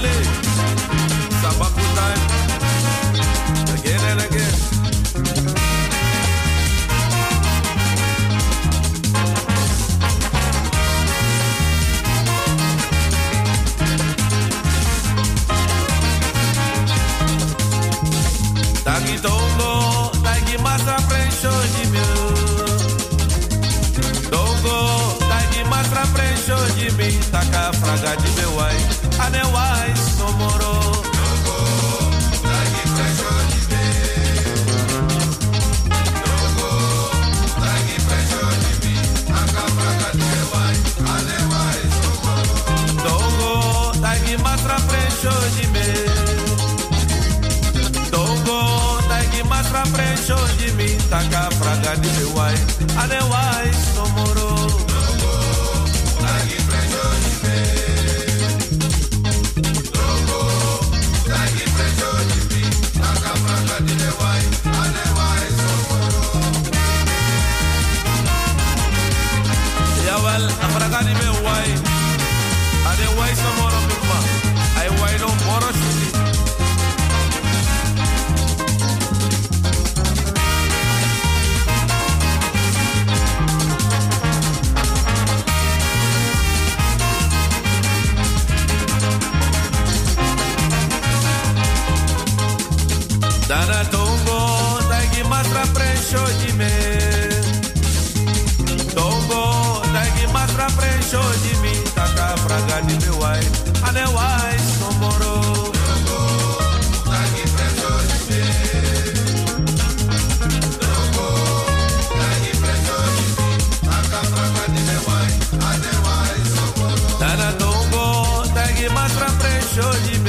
Male. Sabaku time. Again and again. Dagi Dongo, Dagi Matra Prensho Jimmy. Dongo, Dagi Matra Prensho Jimmy. Taka Fraga Jimmy Wai, Ane Wai Somoro. Dongo, Dagi Prensho Jimmy. Dongo, Dagi Prensho Jimmy. Taka Fraga Jimmy Wai, Ane Wai Somoro. Dongo, Dagi Matra Prensho Jimmy. Matra Prensho Jimmy, Taka Fraga di Bewai, Ane Wai Somoro. Dogo, Taki Prensho Jimmy. Dogo, Taki Prensho Jimmy, Taka Fraga di Bewai, Ane Wai Somoro. Jawel, Fraga di Bewai, Ane Wai Somoro Bima, Ai Wai no Moro Shuli. Dana Dongo, Dagi Matra Prensho Jimmy. Dongo, Dagi Matra Prensho Jimmy. Taka Fraga di Bewai, Ane Wai Somoro. Dongo, Dagi Prensho Jimmy. Dongo, Dagi Prensho Jimmy. Taka Fraga di Bewai, Ane Wai Somoro. Dana Dongo, Dagi Matra Prensho Jimmy.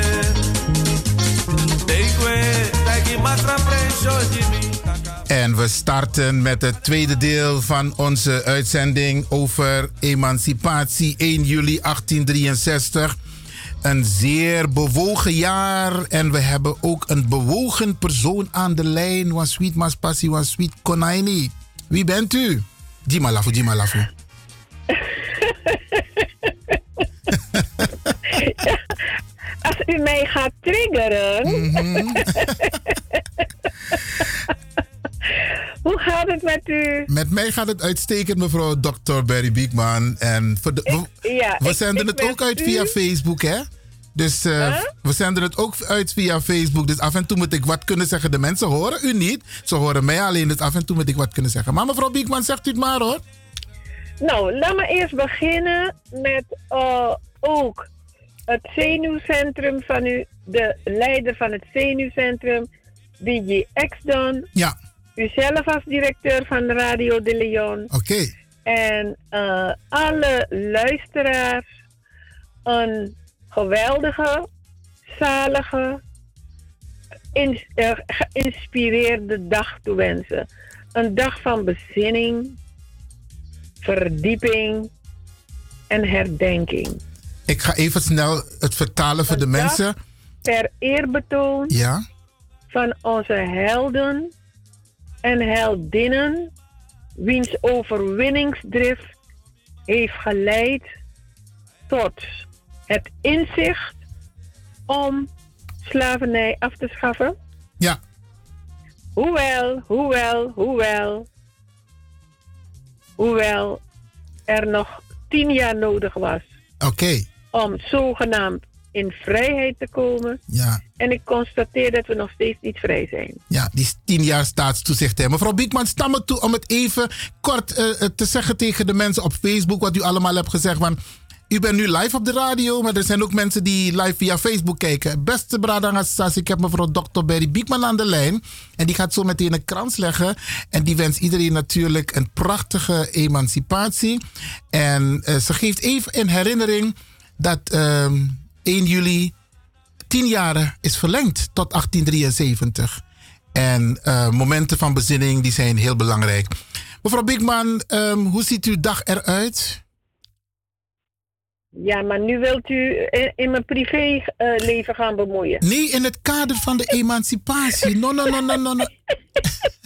En we starten met het tweede deel van onze uitzending over emancipatie één juli achttienhonderdzesenzestig. Een zeer bewogen jaar en we hebben ook een bewogen persoon aan de lijn. Was sweet mas passie, was sweet konaini. Wie bent u? Jimalafu, Jimalafu. Ja, als u mij gaat triggeren. Mm-hmm. Hoe gaat het met u? Met mij gaat het uitstekend, mevrouw dokter Berry Biekman. En voor de, we, ja, we zenden ik, ik het ook uit u? via Facebook, hè? Dus uh, huh? we zenden het ook uit via Facebook. Dus af en toe moet ik wat kunnen zeggen. De mensen horen u niet. Ze horen mij alleen. Dus af en toe moet ik wat kunnen zeggen. Maar mevrouw Biekman, zegt u het maar, hoor. Nou, laat me eerst beginnen met uh, ook het zenuwcentrum van u. De leider van het zenuwcentrum, D J X-Don. Ja. U zelf als directeur van Radio de Leon. Oké. Okay. En uh, alle luisteraars een geweldige, zalige, in, uh, geïnspireerde dag toewensen. Een dag van bezinning, verdieping en herdenking. Ik ga even snel het vertalen voor een de mensen. Ter eerbetoon ja? van onze helden en heldinnen, wiens overwinningsdrift heeft geleid tot het inzicht om slavernij af te schaffen. Ja. Hoewel, hoewel, hoewel, hoewel er nog tien jaar nodig was. Oké. Okay. Om zogenaamd in vrijheid te komen. Ja. En ik constateer dat we nog steeds niet vrij zijn. Ja, die tien jaar staatstoezicht. Hè. Mevrouw Biekman, sta me toe om het even kort uh, te zeggen tegen de mensen op Facebook wat u allemaal hebt gezegd. Want u bent nu live op de radio, maar er zijn ook mensen die live via Facebook kijken. Beste Bradangassas, ik heb mevrouw dokter Berry Biekman aan de lijn. En die gaat zo meteen een krans leggen. En die wenst iedereen natuurlijk een prachtige emancipatie. En uh, ze geeft even in herinnering dat uh, één juli tien jaar is verlengd tot achttien drieënzeventig. En uh, momenten van bezinning die zijn heel belangrijk. Mevrouw Biekman, um, hoe ziet uw dag eruit? Ja, maar nu wilt u in, in mijn privéleven uh, gaan bemoeien. Nee, in het kader van de emancipatie. No, no, no, no, no. no.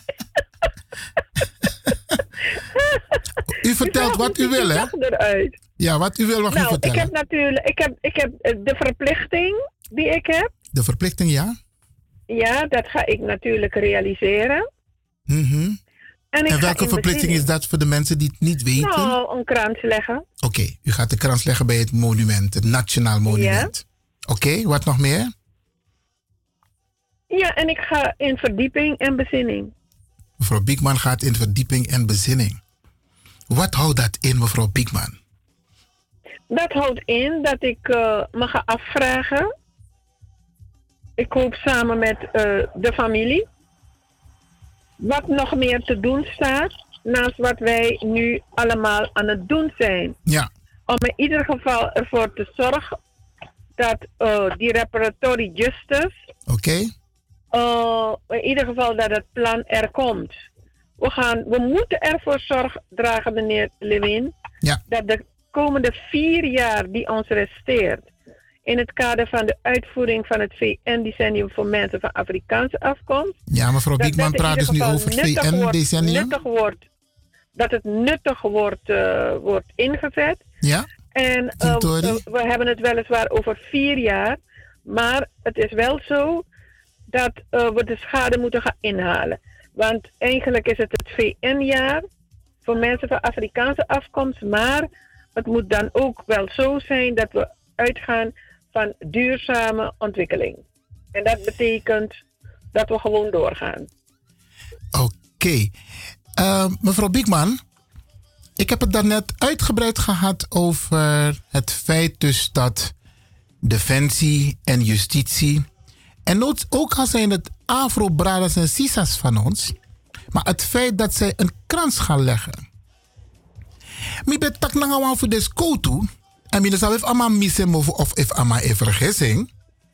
U vertelt u wat u wil, hè? Eruit. Ja, wat u wil nog nou, vertellen? Ik heb natuurlijk ik heb, ik heb de verplichting die ik heb. De verplichting, ja? Ja, dat ga ik natuurlijk realiseren. Mm-hmm. En, en welke verplichting is dat voor de mensen die het niet weten? Nou, een krans leggen. Oké, okay, u gaat de krans leggen bij het monument, het Nationaal Monument. Ja. Oké, okay, wat nog meer? Ja, en ik ga in verdieping en bezinning. Mevrouw Biekman gaat in verdieping en bezinning. Wat houdt dat in, mevrouw Biekman? Dat houdt in dat ik uh, me ga afvragen. Ik hoop samen met uh, de familie. Wat nog meer te doen staat. Naast wat wij nu allemaal aan het doen zijn. Ja. Om in ieder geval ervoor te zorgen dat uh, die reparatory justice. Oké. Okay. Uh, in ieder geval dat het plan er komt. We, gaan, we moeten ervoor zorg dragen, meneer Lewin. Ja. Dat de komende vier jaar die ons resteert. In het kader van de uitvoering van het V N-decennium voor mensen van Afrikaanse afkomst. Ja, mevrouw Biekman praat dus nu over het V N-decennium. Nuttig wordt, dat het nuttig wordt, uh, wordt ingezet. Ja. En uh, we, we hebben het weliswaar over vier jaar. Maar het is wel zo dat uh, we de schade moeten gaan inhalen. Want eigenlijk is het het V N-jaar voor mensen van Afrikaanse afkomst. Maar het moet dan ook wel zo zijn dat we uitgaan van duurzame ontwikkeling. En dat betekent dat we gewoon doorgaan. Oké. Okay. Uh, mevrouw Biekman, ik heb het daarnet uitgebreid gehad over het feit dus dat Defensie en Justitie, en ook al zijn het Afro-Bradas en Sisas van ons, maar het feit dat zij een krans gaan leggen. Ik ben tak nangawan voor deze koutu. En ik zou even ama missen of even ama een vergissing.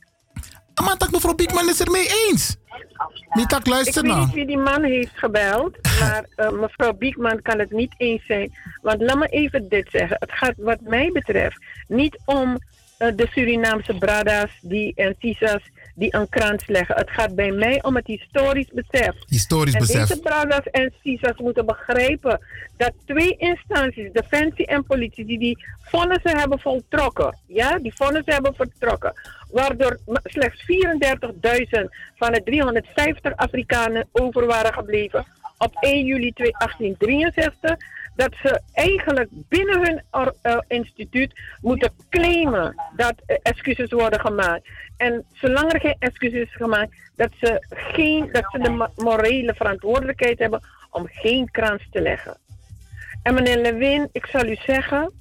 Maar tak mevrouw Biekman is er mee eens. Niet tak luister nou. Ik weet niet wie die man heeft gebeld. Maar uh, mevrouw Biekman kan het niet eens zijn. Want laat me even dit zeggen. Het gaat wat mij betreft niet om uh, de Surinaamse Bradas die, en Sisas die een krans leggen. Het gaat bij mij om het historisch besef. Historisch en besef. deze Bradas en Sisas moeten begrijpen dat twee instanties, Defensie en Politie, die die vonnissen hebben voltrokken. Ja, die vonnissen hebben vertrokken. Waardoor slechts vierendertigduizend van de driehonderdvijftig Afrikanen over waren gebleven op één juli achttien drieënzestig. Dat ze eigenlijk binnen hun or, uh, instituut moeten claimen dat uh, excuses worden gemaakt. En zolang er geen excuses is gemaakt, dat ze, geen, dat ze de morele verantwoordelijkheid hebben om geen krans te leggen. En meneer Lewin, ik zal u zeggen,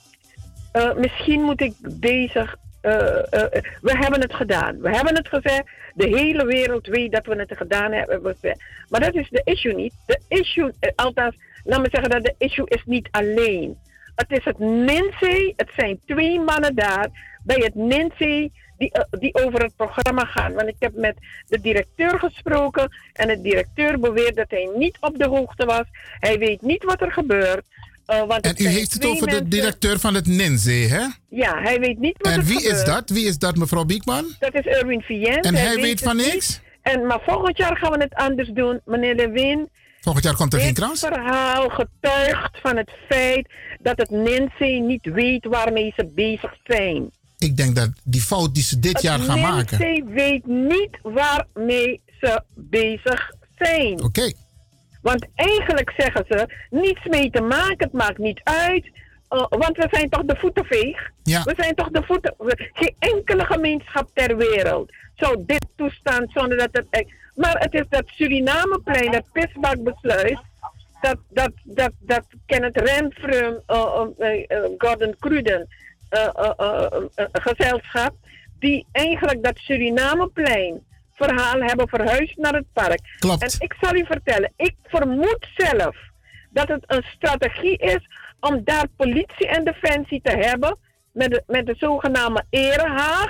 uh, misschien moet ik bezig. Uh, uh, we hebben het gedaan. We hebben het gezegd. De hele wereld weet dat we het gedaan hebben. Maar dat is de issue niet. De issue, uh, althans, laat me zeggen dat de issue is niet alleen. Het is het N I N S E. Het zijn twee mannen daar bij het N I N S E die, uh, die over het programma gaan. Want ik heb met de directeur gesproken en de directeur beweert dat hij niet op de hoogte was. Hij weet niet wat er gebeurt. Uh, want en u heeft het over mensen... de directeur van het N I N S E, hè? Ja, hij weet niet wat en er wie gebeurt. is dat? Wie is dat, mevrouw Biekman? Dat is Erwin Viens. En hij, hij weet, weet van niks? Niet. En, maar volgend jaar gaan we het anders doen, meneer Lewin. Volgend jaar komt er Dit geen krans? Dit verhaal getuigt van het feit dat het N I N S E niet weet waarmee ze bezig zijn. Ik denk dat die fout die ze dit het jaar gaan maken. Het N I N S E weet niet waarmee ze bezig zijn. Oké. Okay. Want eigenlijk zeggen ze, niets mee te maken, het maakt niet uit. Uh, want we zijn toch de voetenveeg? Ja. We zijn toch de voeten... Geen enkele gemeenschap ter wereld zou dit toestaan zonder dat het... Maar het is dat Surinameplein, dat pisbakbesluit, dat, dat, dat, dat Kenneth Renfrew, uh, uh, uh, Gordon Cruden, uh, uh, uh, uh, gezelschap, die eigenlijk dat Surinameplein verhaal hebben verhuisd naar het park. Klopt. En ik zal u vertellen, ik vermoed zelf dat het een strategie is om daar politie en defensie te hebben met de, met de zogenaamde erehaag,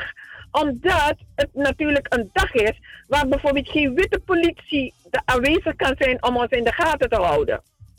omdat het natuurlijk een dag is waar bijvoorbeeld geen witte politie aanwezig kan zijn om ons in de gaten te houden.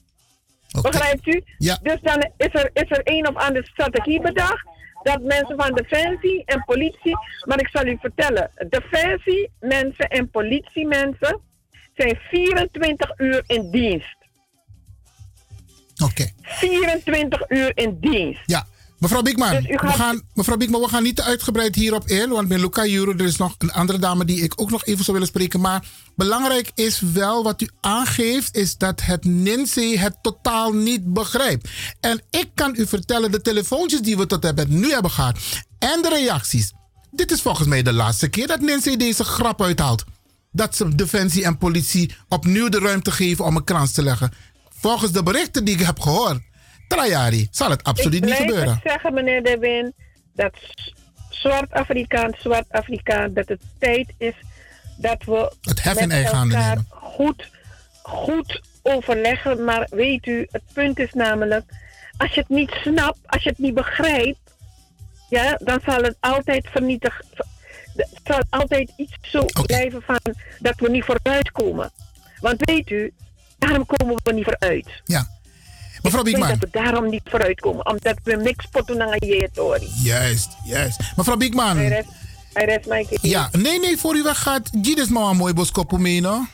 Okay. Begrijpt u? Ja. Dus dan is er, is er een of andere strategie bedacht dat mensen van defensie en politie, maar ik zal u vertellen, defensie mensen en politiemensen zijn vierentwintig uur in dienst. Oké. Okay. vierentwintig uur in dienst. Ja, Mevrouw Biekman, Dus u gaat- we gaan, mevrouw Biekman, we gaan niet te uitgebreid hierop in. Want bij Luca Juro, er is nog een andere dame die ik ook nog even zou willen spreken. Maar belangrijk is wel wat u aangeeft, is dat het N I N S E het totaal niet begrijpt. En ik kan u vertellen, de telefoontjes die we tot hebben, nu hebben gehad en de reacties. Dit is volgens mij de laatste keer dat N I N S E deze grap uithaalt. Dat ze defensie en politie opnieuw de ruimte geven om een krans te leggen. Volgens de berichten die ik heb gehoord, Trajari, zal het absoluut niet gebeuren. Ik blijf zeggen, meneer De Win, dat zwart Afrikaan, zwart Afrikaan, dat het tijd is dat we het hef in met eigen handen elkaar nemen. goed, goed overleggen. Maar weet u, het punt is namelijk, als je het niet snapt, als je het niet begrijpt, ja, dan zal het altijd vernietigd, het zal altijd iets zo blijven van dat we niet vooruit komen. Want weet u, daarom komen we niet vooruit. Ja. Mevrouw Biekman. Ik denk dat we daarom niet vooruit komen, omdat we niks potten aan je tori. Juist, juist. Mevrouw Biekman. Hij rest, hij rest mijn keer. Ja, nee, nee, voor u weggaat, Giddes maar een mooi boskoppel mee, no?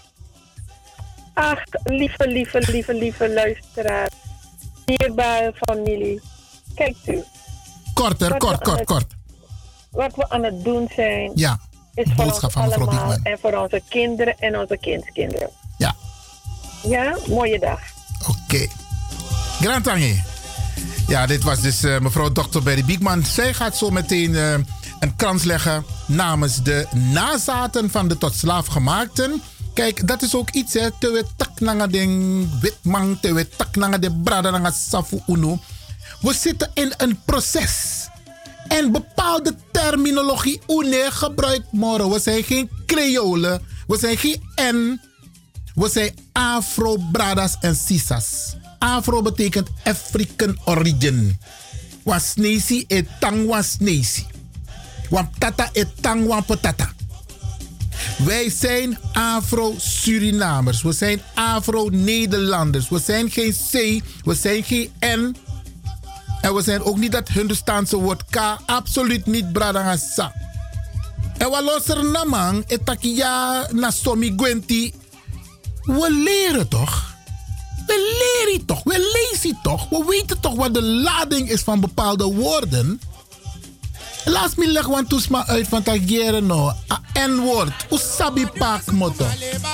Ach, lieve, lieve, lieve, lieve luisteraar. Dierbare familie. Kijkt u. Korter, Wat kort, we kort, aan kort. het- Wat we aan het doen zijn, Ja, is voor ons boodschap van mevrouw allemaal Biekman. en voor onze kinderen en onze kindskinderen. Ja. Ja, mooie dag. Oké. Grand Tangi. Ja, dit was dus uh, mevrouw dokter Berry Biekman. Zij gaat zo meteen uh, een krans leggen namens de nazaten van de tot slaafgemaakten. Kijk, dat is ook iets, hè. Tewe tak nanga den witman, tewe tak nanga de brada nanga safu uno. We zitten in een proces. En bepaalde terminologie une gebruikt morgen. We zijn geen Creolen. We zijn geen N. We zijn Afro-bradas en sisas. Afro betekent African origin. Wasnesi et tang wasnesi. Want tata et tang wan patata. Wij zijn Afro-Surinamers. We zijn Afro-Nederlanders. We zijn geen C. We zijn geen N. En we zijn ook niet dat Hindustaanse woord K. Absoluut niet bradangasa. En wat los er namang etakia na somi gwenti. We leren toch? We leren toch? We lezen toch? We weten toch wat de lading is van bepaalde woorden? Laat me leggen want toesma uit van tageren no. A N-woord. Usabi pak moto.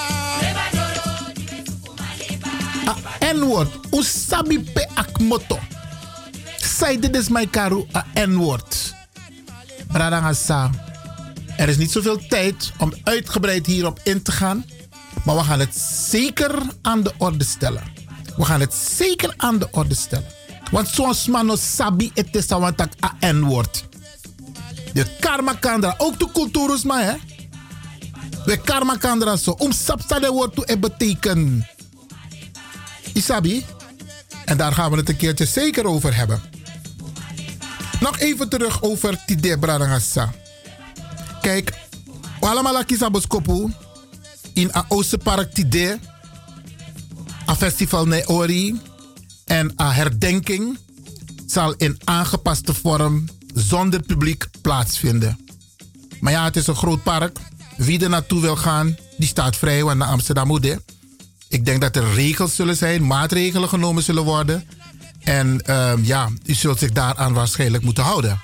A N-woord. Usabi pe ak moto. Zij dit is mijn karu a N-woord. Bradangasa. Er is niet zoveel tijd om uitgebreid hierop in te gaan. Maar we gaan het zeker aan de orde stellen. We gaan het zeker aan de orde stellen. Want zoals mano sabi het is want ik a N-woord. De karma kandra. Ook de cultuur maar hè. We karma kandra zo. Om sapsa de woord te betekenen. Isabi. En daar gaan we het een keertje zeker over hebben. Nog even terug over Tide Bradangasa. Kijk, we allemaal kiezen boskopu in een Oosterpark Tide, een festival Neori en een herdenking zal in aangepaste vorm zonder publiek plaatsvinden. Maar ja, het is een groot park. Wie er naartoe wil gaan, die staat vrij, want naar Amsterdam moet hè. Ik denk dat er regels zullen zijn, maatregelen genomen zullen worden. En uh, ja, u zult zich daaraan waarschijnlijk moeten houden.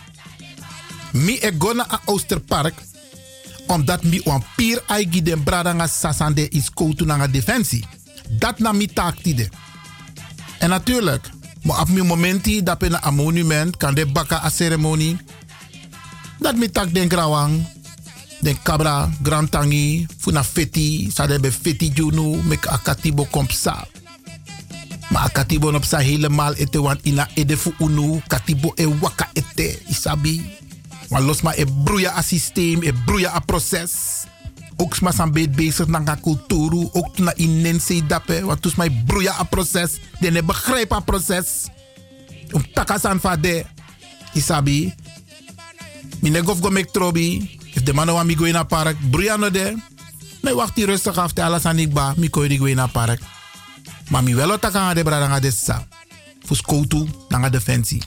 Mi e go naar Oosterpark omdat mi wan pier aigi den bradanga sasande is koutu nanga defensie. Dat na mi taak tide. En natuurlijk, maar op mi momenti dat in een monument kan de baka a ceremonie. Dat mi taak den grawang, den cabra, grand tangi, funa feti, sa de be feti junu, mek akatibo kompsa. Maar akatibo op sa helemaal ete want ina edefu unu, katibo e waka ete, isabi. Maar los maar e broeia a systeem, e broeia a proces. Ook sma san beet bezig naar cultuur, ook na inense dape, want toen mij broeia a proces, den e begrijp a proces. Om takasan van de, isabi. Mine gof go mek trobi, if de man wan mi go in a park, broeia no de. Me wacht die rustig af, te alles aan ik ba, mi koi di go in a park. Maar mi wel otaka de brada nga dessa. Fus koutu, nanga defensie.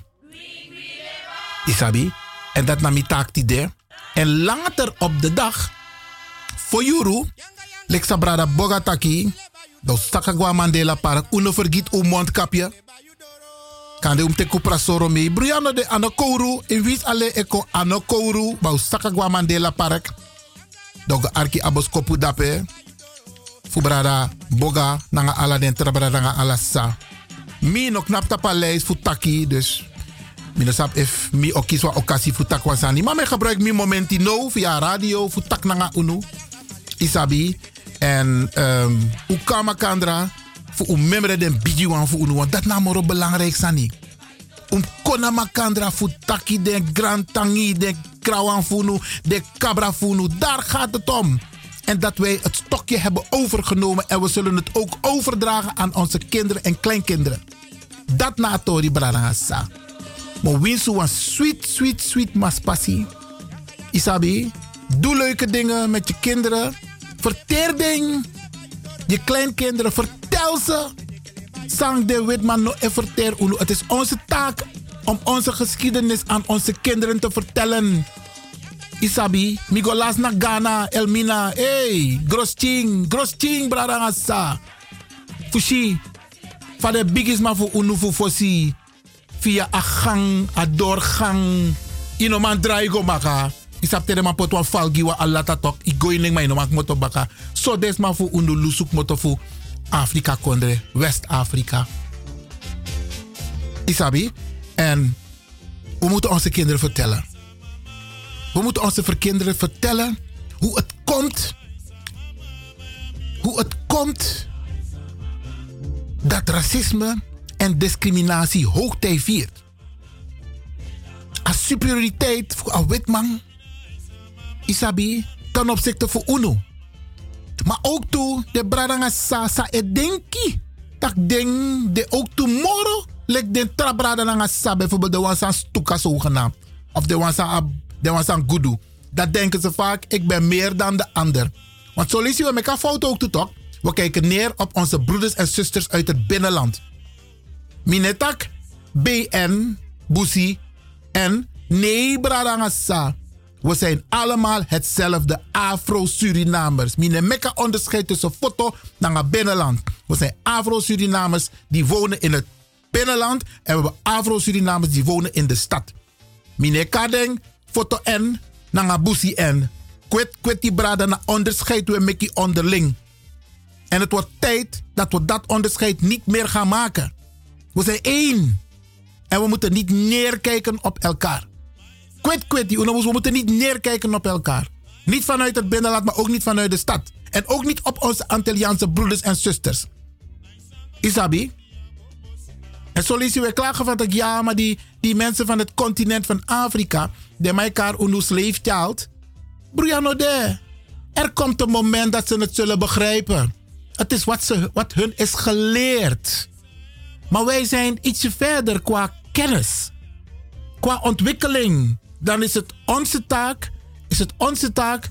Isabi. En dat nam ik taak idee. En later op de dag, voor Juru, Lexa Brada Bogataki, dat Sakagwa Mandela Park, uno vergiet uw mondkapje. Kan de umte kupra soro mee. Briano de anakouru. In wis ale eko anakouru. Bau sakagwa Mandela Park. Doga arki aboskopu dape. Fubrada boga. Nanga ala den trabada nanga ala sa. Mi no knap tapaleis futaki. Dus. Mi sap if mi okiswa okasi futak wasani. Maar me gebruik mi momenti no via radio. Futak nanga unu. Isabi. En um, u kama kandra. Voor u membre den bijuan voor u. Want dat namoro belangrijk sani. Um kona makandra voor taki den grand tangi. Den krawan funu. Den cabra funu. Daar gaat het om. En dat wij het stokje hebben overgenomen. En we zullen het ook overdragen aan onze kinderen en kleinkinderen. Dat na tori brarasa. Maar winsu een sweet, sweet, sweet maspassie. Isabi, doe leuke dingen met je kinderen. Verteer ding. Je kleinkinderen, vertel ze. Sang de Witman no en verteer unu. Het is onze taak om onze geschiedenis aan onze kinderen te vertellen. Isabi, Migolas na Ghana, Elmina, hey, Grosching, Grosching, Brarangasa. Fushi, van de biggest man voor unu voor fosi. Via a gang, a doorgang. Ino man draigo maka. Isap tere man potwa falgiwa alata tok. I goining ma ino mak moto baka. So des man fu unu lusuk moto fu Afrika kondre. West-Afrika. Isabi. En we moeten onze kinderen vertellen. We moeten onze kinderen vertellen hoe het komt. Hoe het komt dat racisme en discriminatie hoogtij viert. Als superioriteit voor een wit man. Isabi, ten opzichte van UNO. Maar ook toe, de bradanga sa sa e denki. Tak ding, de ook tomorrow, lek de trabradanga sa, bijvoorbeeld de wansan stuka zogenaamd. Of de wansan, de wansan gudu. Dat denken ze vaak, ik ben meer dan de ander. Want zo lezen we met een foto ook toe toch. We kijken neer op onze broeders en zusters uit het binnenland. Minetak, B N, Busi en nee bradangasa. We zijn allemaal hetzelfde Afro-Surinamers. Mine meka onderscheid tussen foto en het binnenland. We zijn Afro-Surinamers die wonen in het binnenland. En we hebben Afro-Surinamers die wonen in de stad. Mine kadeng, foto N, nanga Busi N. Kwet, kwet die brada na onderscheid we meki onderling. En het wordt tijd dat we dat onderscheid niet meer gaan maken. We zijn één. En we moeten niet neerkijken op elkaar. Kwet, kwet die we moeten niet neerkijken op elkaar. Niet vanuit het binnenland, maar ook niet vanuit de stad. En ook niet op onze Antilliaanse broeders en zusters. Isabi? En zo lezen we klagen van dat ja, maar die, die mensen van het continent van Afrika, die elkaar unu slave child. Briano de. Er komt een moment dat ze het zullen begrijpen. Het is wat, ze, wat hun is geleerd. Maar wij zijn ietsje verder qua kennis. Qua ontwikkeling. Dan is het onze taak, is het onze taak,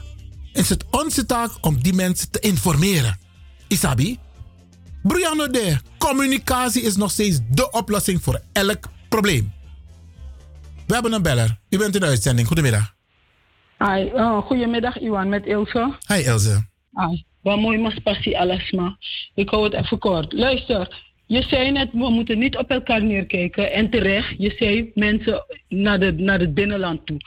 is het onze taak om die mensen te informeren. Isabi? Briano de, communicatie is nog steeds de oplossing voor elk probleem. We hebben een beller. U bent in de uitzending. Goedemiddag. Hi, uh, goedemiddag Iwan, met Ilse. Hi Ilse. Hi, wat mooi mas passie alles maar. Ik hou het even kort. Luister. Je zei net, we moeten niet op elkaar neerkijken. En terecht, je zei mensen naar, de, naar het binnenland toe.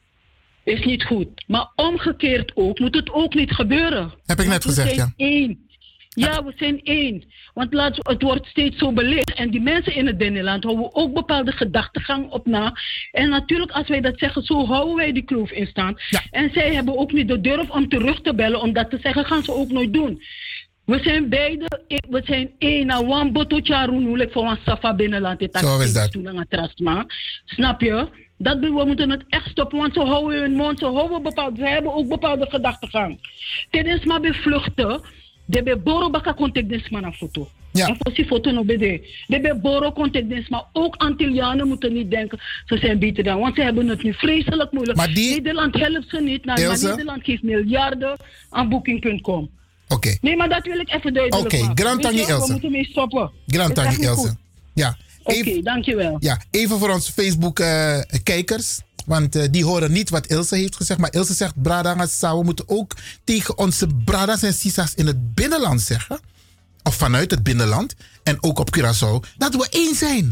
Is niet goed. Maar omgekeerd ook, moet het ook niet gebeuren. Heb ik net Want gezegd, we zijn ja. één. Ja, we zijn één. Want laat, het wordt steeds zo beleefd. En die mensen in het binnenland houden ook bepaalde gedachtegang op na. En natuurlijk, als wij dat zeggen, zo houden wij die kloof in stand. Ja. En zij hebben ook niet de durf om terug te bellen. Om dat te zeggen, gaan ze ook nooit doen. We zijn beide, we zijn één. Nou, one boto charunulik voor een safa binnenland. Zo is dat. Snap je? Dat, we moeten het echt stoppen, want ze houden hun mond, ze houden bepaalde, ze hebben ook bepaalde gedachtegang. Ten is maar bij vluchten, de bij boro baka contact des maar een foto. Ja. En voor die foto nog bij de. De bij boro contact des maar ook Antillianen moeten niet denken, ze zijn beter dan, want ze hebben het nu vreselijk moeilijk. Maar die... Nederland helpt ze niet, nou, maar Nederland geeft miljarden aan booking punt com. Oké. Okay. Nee, maar dat wil ik even duidelijk okay. maken. Grand Tangi Ilse. We moeten mee stoppen. Grand Tangi Ilse. Ja. Oké, okay, dankjewel. Ja, even voor onze Facebook-kijkers. Uh, want uh, die horen niet wat Ilse heeft gezegd. Maar Ilse zegt, Bradangasa, we moeten ook tegen onze bradas en sisas in het binnenland zeggen. Of vanuit het binnenland. En ook op Curaçao. Dat we één zijn.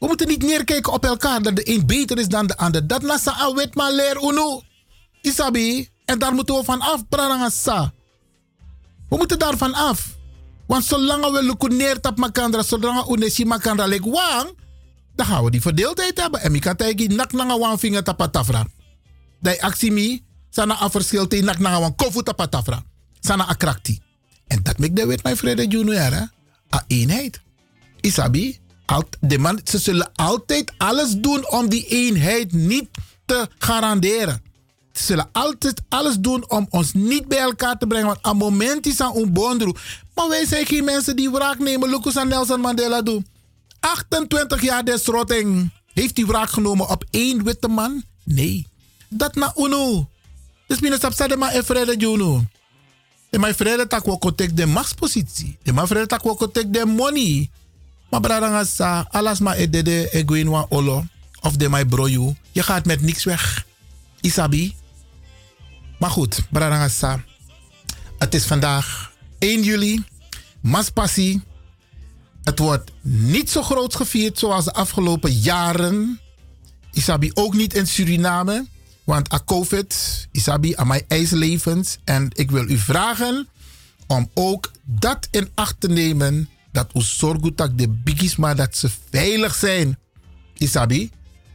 We moeten niet neerkijken op elkaar dat de een beter is dan de ander. Dat nasa awet maar leer uno. Isabi. En daar moeten we van af, Brarangasa. We moeten daar van af. Want zolang we lukken neertap makandra, zolang we uneshi makandra lek wang, dan gaan we die verdeeldheid hebben. En ik kan tegen nak nanga wang vinger tapatafra. Dat actie mi, sana afverschil te nak nanga wang kofu tapatafra. Sana akrakti. En dat maakt de wet mijn vrede junior, a eenheid. Isabi, alt, de man, ze zullen altijd alles doen om die eenheid niet te garanderen. Ze zullen altijd alles doen om ons niet bij elkaar te brengen. Want aan moment is aan onbondru. Maar wij zijn geen mensen die wraak nemen. Lucas en Nelson Mandela doen. achtentwintig jaar des rotting. Heeft hij wraak genomen op één witte man? Nee. Dat na uno. Dus mijn sapsade maar Efrede Juno. En mijn vrede tak wel contact de machtspositie. En mijn vrede tak wel contact de money. Maar bradangasa, alles maar edede eguinwa olo. Of de my broju. Je gaat met niks weg. Isabi. Maar goed, bradangasa. Het is vandaag één juli. Maspassie. Het wordt niet zo groot gevierd zoals de afgelopen jaren. Isabi ook niet in Suriname. Want a COVID, Isabi, aan mijn ijslevens. En ik wil u vragen om ook dat in acht te nemen. Dat u zorgt dat de biggies maar dat ze veilig zijn. Isabi.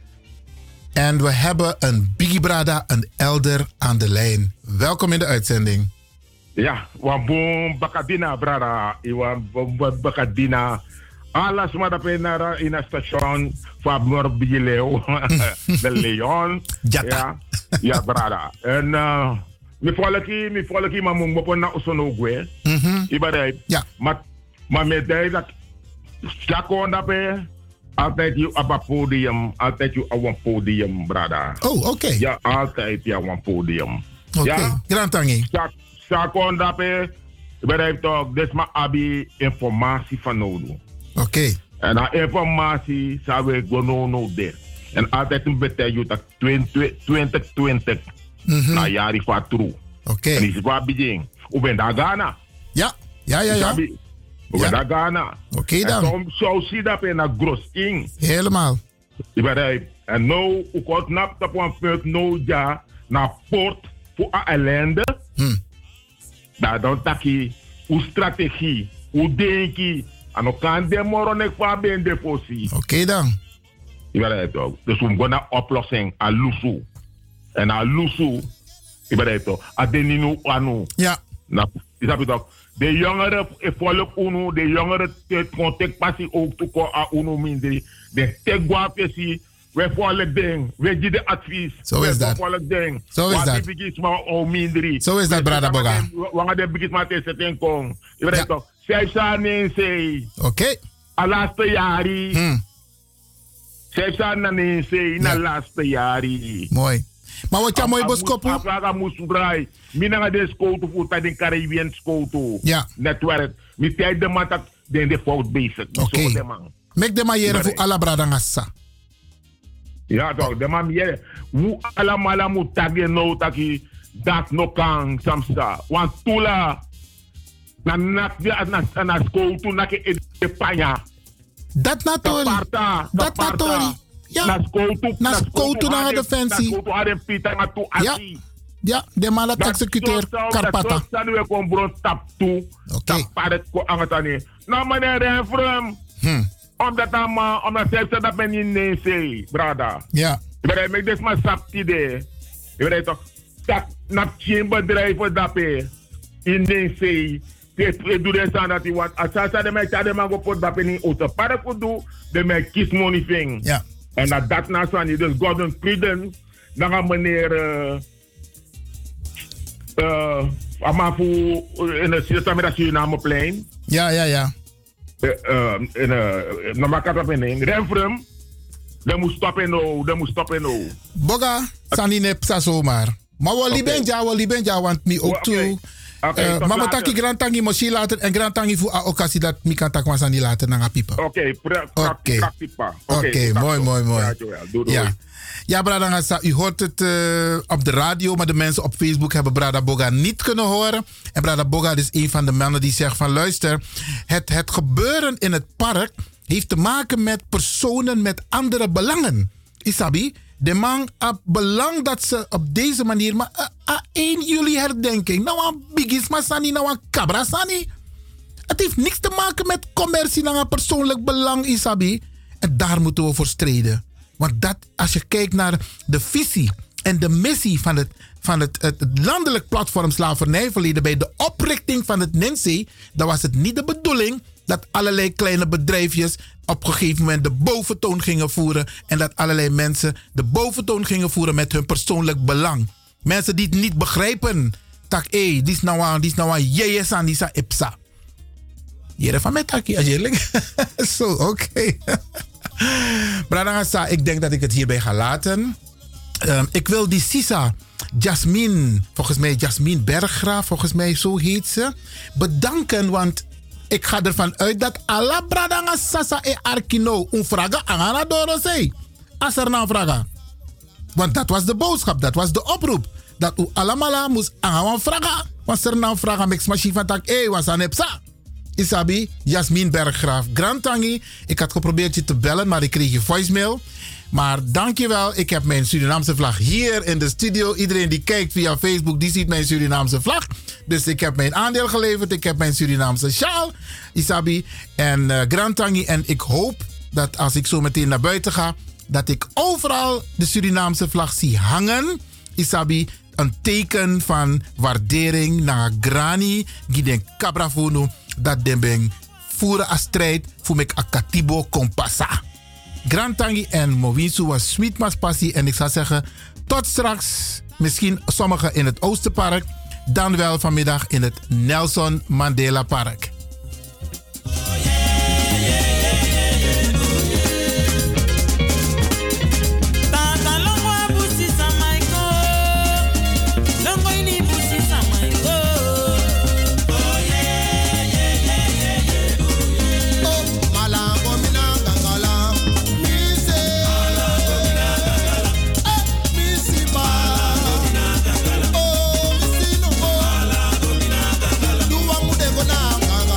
En we hebben een biggie brada, een elder aan de lijn. Welkom in de uitzending. Ja, wabon bakadina brada. Iwan bakadina. Alles maar dat naar in het station van Biggie Leo. De Leon. Ja, ja brada. En uh, mi volki, mi volki maar moet op na usonogwe. Ibadai. Ja. Maar maar met dat stakon dat pe altijd je op een podium, altijd je op een podium, brada. Oh, oké. Okay. Ja, altijd je op een podium. Oké. Okay. Ja. Grantangi. Stakon dat pe, ibadai toch, des maar abi informatie van nodig. Oké. Okay. En na informatie zou we gewoon no de. En altijd een betekent dat twintig twintig mm-hmm. na jaren van true. Oké. Okay. En is wat begin. U bent daar Ghana. Ja, ja, ja, ja. U bent daar Ghana. Oké okay, dan. En zo zie dat in een groot ding. Helemaal. En nu, u komt naar een punt nu ja, naar port voor een ellende. Hmm. Dat dan taki, uw strategie, uw denken. En dan kan de morgen ik van ben de fosie. Oké okay, dan. Je weet het toch. Dus we gaan naar oplossing aan Lusu. En aan Lusu, je weet het toch. Adeninu anu. Ja. Nou, je snapt het toch. De jongeren volk unu, de jongeren contact passie ook toe aan unu minder. De tegwapesi, we volk ding, we geven de advies. Zo is dat. We volk ding. Zo is dat. We begis maar o minder. Zo is dat, brada Boga. We gaan de begis maar te zetten kon. Je weet het toch. Zij zijn in zee. Oké. Al laatste jaren. Hmm. Zij zijn in zee in de laatste jaren. Mooi. Maar wat jij mooi boskopu? Afraga moest brai. Mina de schoto voor bij de Caribbean schoto. Ja. Netwerk. Met tijd de man dat den de fout bezig. Oké. Okay. Mek de manieren voor alle brada ngassa. Ja toch. De man hier. Hoe allemaal moet taggen nou taki dat no kan samsa. Want tula na na na na schoto na ke de panya. Dat natori. Dat natori. Ja. Na schoto. Na schoto na defensie. Na schoto hadden Pieter maar toe actie. Ja, de malat executeur Karpata. Dat dan we kon bron tap toe. Oké. Tap het ko angatani. Nou meneer Renfrem. Hm. Omdat dan maar omdat zelfs dat men in nee zei, brada. Ja. Ik ben met dit maar sapti de. Ik ben toch dat na geen bedrijf dat pe in nee zei. Ik doe dat dat hij wat. Als hij de mensen de man go pot dat in auto. Para ko do de me kiss money thing. Ja. En dat dat na zo niet. Dus Gordon Pruden dan gaan meneer eh maar voor in de Suriname Surinameplein. Ja, ja, ja. Eh uh, in eh na makata pening. Renfrem. Dan moet stoppen nou, dan moet stoppen nou. Boga, sanine psa zomaar. Maar we lieben ja, we lieben ja, want mi ook toe. Okay, uh, maar taki grand tangi mosi later en grand tangi voor a occasie dat mi kan tak wasani later na pipa. Oké, oké. Oké, mooi, mooi, mooi. Ja. Ja, Brada Ngassa, u hoort het uh, op de radio, maar de mensen op Facebook hebben Brada Boga niet kunnen horen. En Brada Boga is een van de mannen die zegt van luister, het, het gebeuren in het park heeft te maken met personen met andere belangen. Isabi, de man heeft belang dat ze op deze manier, maar uh, uh, één juli herdenking, nou een bigisma sani, nou een cabra sani. Het heeft niks te maken met commercie, nou een persoonlijk belang, Isabi. En daar moeten we voor strijden. Want dat, als je kijkt naar de visie en de missie van het, van het, het landelijk platform slavernijverleden bij de oprichting van het N I N S E, dan was het niet de bedoeling dat allerlei kleine bedrijfjes op een gegeven moment de boventoon gingen voeren en dat allerlei mensen de boventoon gingen voeren met hun persoonlijk belang. Mensen die het niet begrijpen. Tak, hé, hey, die is nou aan, die is nou aan, jees aan, die is aan ipsa. Jere van mij takkie, als eerlijk. Zo, oké. Okay. Bradangasa, ik denk dat ik het hierbij ga laten. Um, ik wil die Sisa, Jasmine, volgens mij Jasmine Berggraaf, volgens mij zo heet ze, bedanken, want ik ga ervan uit dat alla bradanga sasa e arkino un vraga angana dorosei. Als er nou vraga. Want dat was de boodschap, dat was de oproep. Dat u allemaal moest aangaan vragen. Want er nou vragen met machine van tak, hé, was aan epsa. Isabi, Jasmine Berggraaf, Grantangi. Ik had geprobeerd je te bellen, maar ik kreeg je voicemail. Maar dankjewel, ik heb mijn Surinaamse vlag hier in de studio. Iedereen die kijkt via Facebook, die ziet mijn Surinaamse vlag. Dus ik heb mijn aandeel geleverd. Ik heb mijn Surinaamse sjaal, Isabi en uh, Grantangi. En ik hoop dat als ik zo meteen naar buiten ga, dat ik overal de Surinaamse vlag zie hangen. Isabi, een teken van waardering naar Grani, Giden Cabrafono, dat den ben voeren als strijd voor me akatibo kompasa. Grantangi en Mowinsu was sweet mas passie. En ik zou zeggen, tot straks. Misschien sommigen in het Oosterpark. Dan wel vanmiddag in het Nelson Mandela Park. Gonna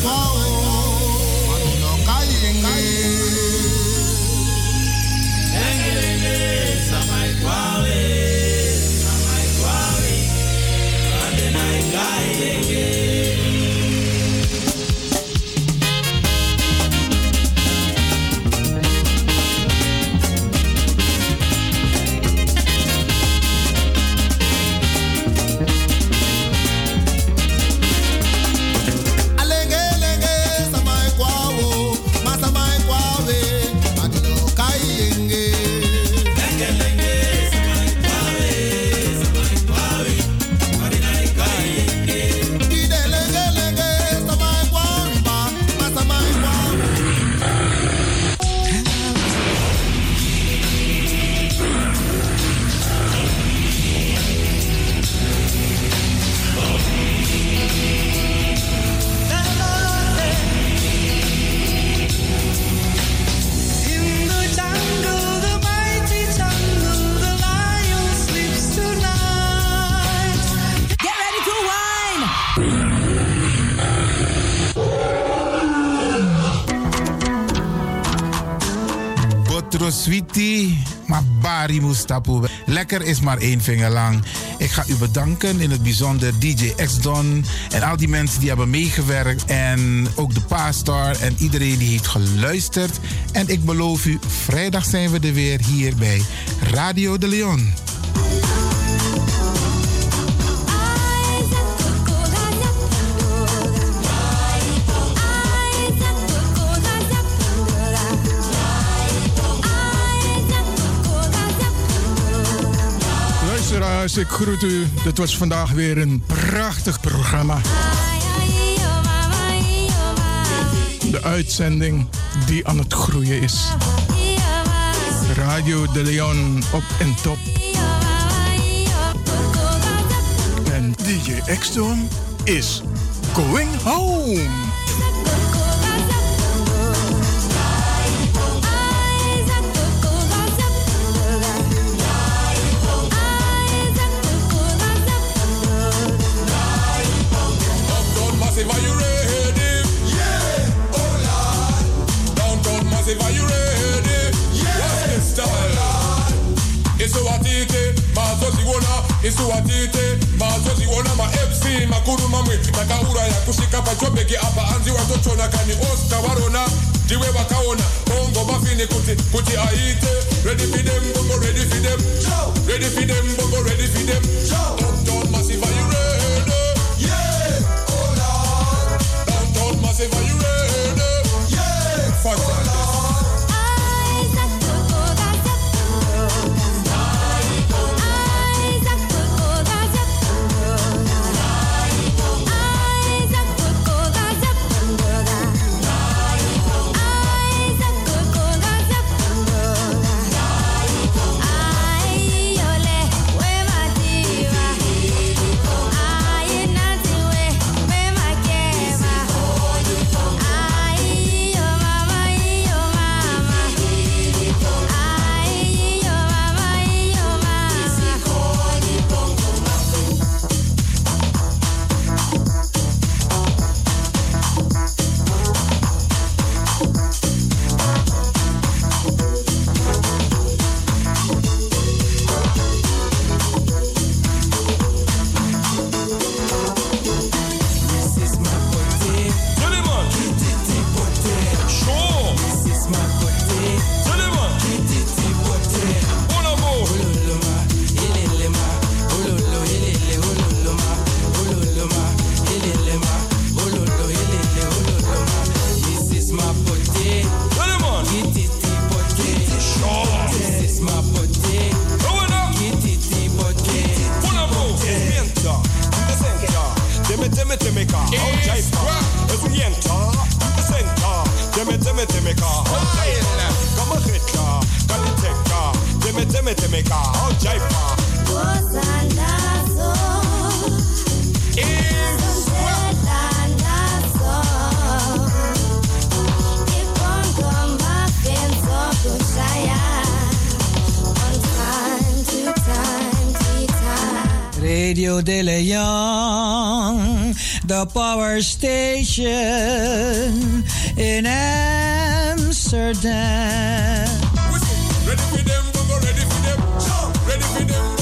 Sweetie, maar Bari Mustapu. Lekker is maar één vinger lang. Ik ga u bedanken, in het bijzonder D J X-Don en al die mensen die hebben meegewerkt. En ook de pastor en iedereen die heeft geluisterd. En ik beloof u, vrijdag zijn we er weer hier bij Radio de Leon. Ik groet u. Dit was vandaag weer een prachtig programma. De uitzending die aan het groeien is. Radio de Leon op en top. En D J X-Don is going home. Are you ready? Yeah, oh Lord. Downtown Massive, are you ready? Yeah, what's the style? Oh Isuatite, Mazoziona, Isuatite, Mazoziona, ma F C, Makuru Mamwe, Nakaura, Yakushika, Pachobeki, Apa, Anzi, Watochona, Kani, Osta, Warona, Diwe Wakaona, Bongo, Bafini, Kuti, Kuti, Aite, ready for them, Bongo, ready for them, ready for them, Bongo, ready for them, Downtown Massive, are you ready? Massive, are you ready? Yeah! Fuck that. Radio De Leon, the power station in Amsterdam. Ready for them, go ready for them, ready for them.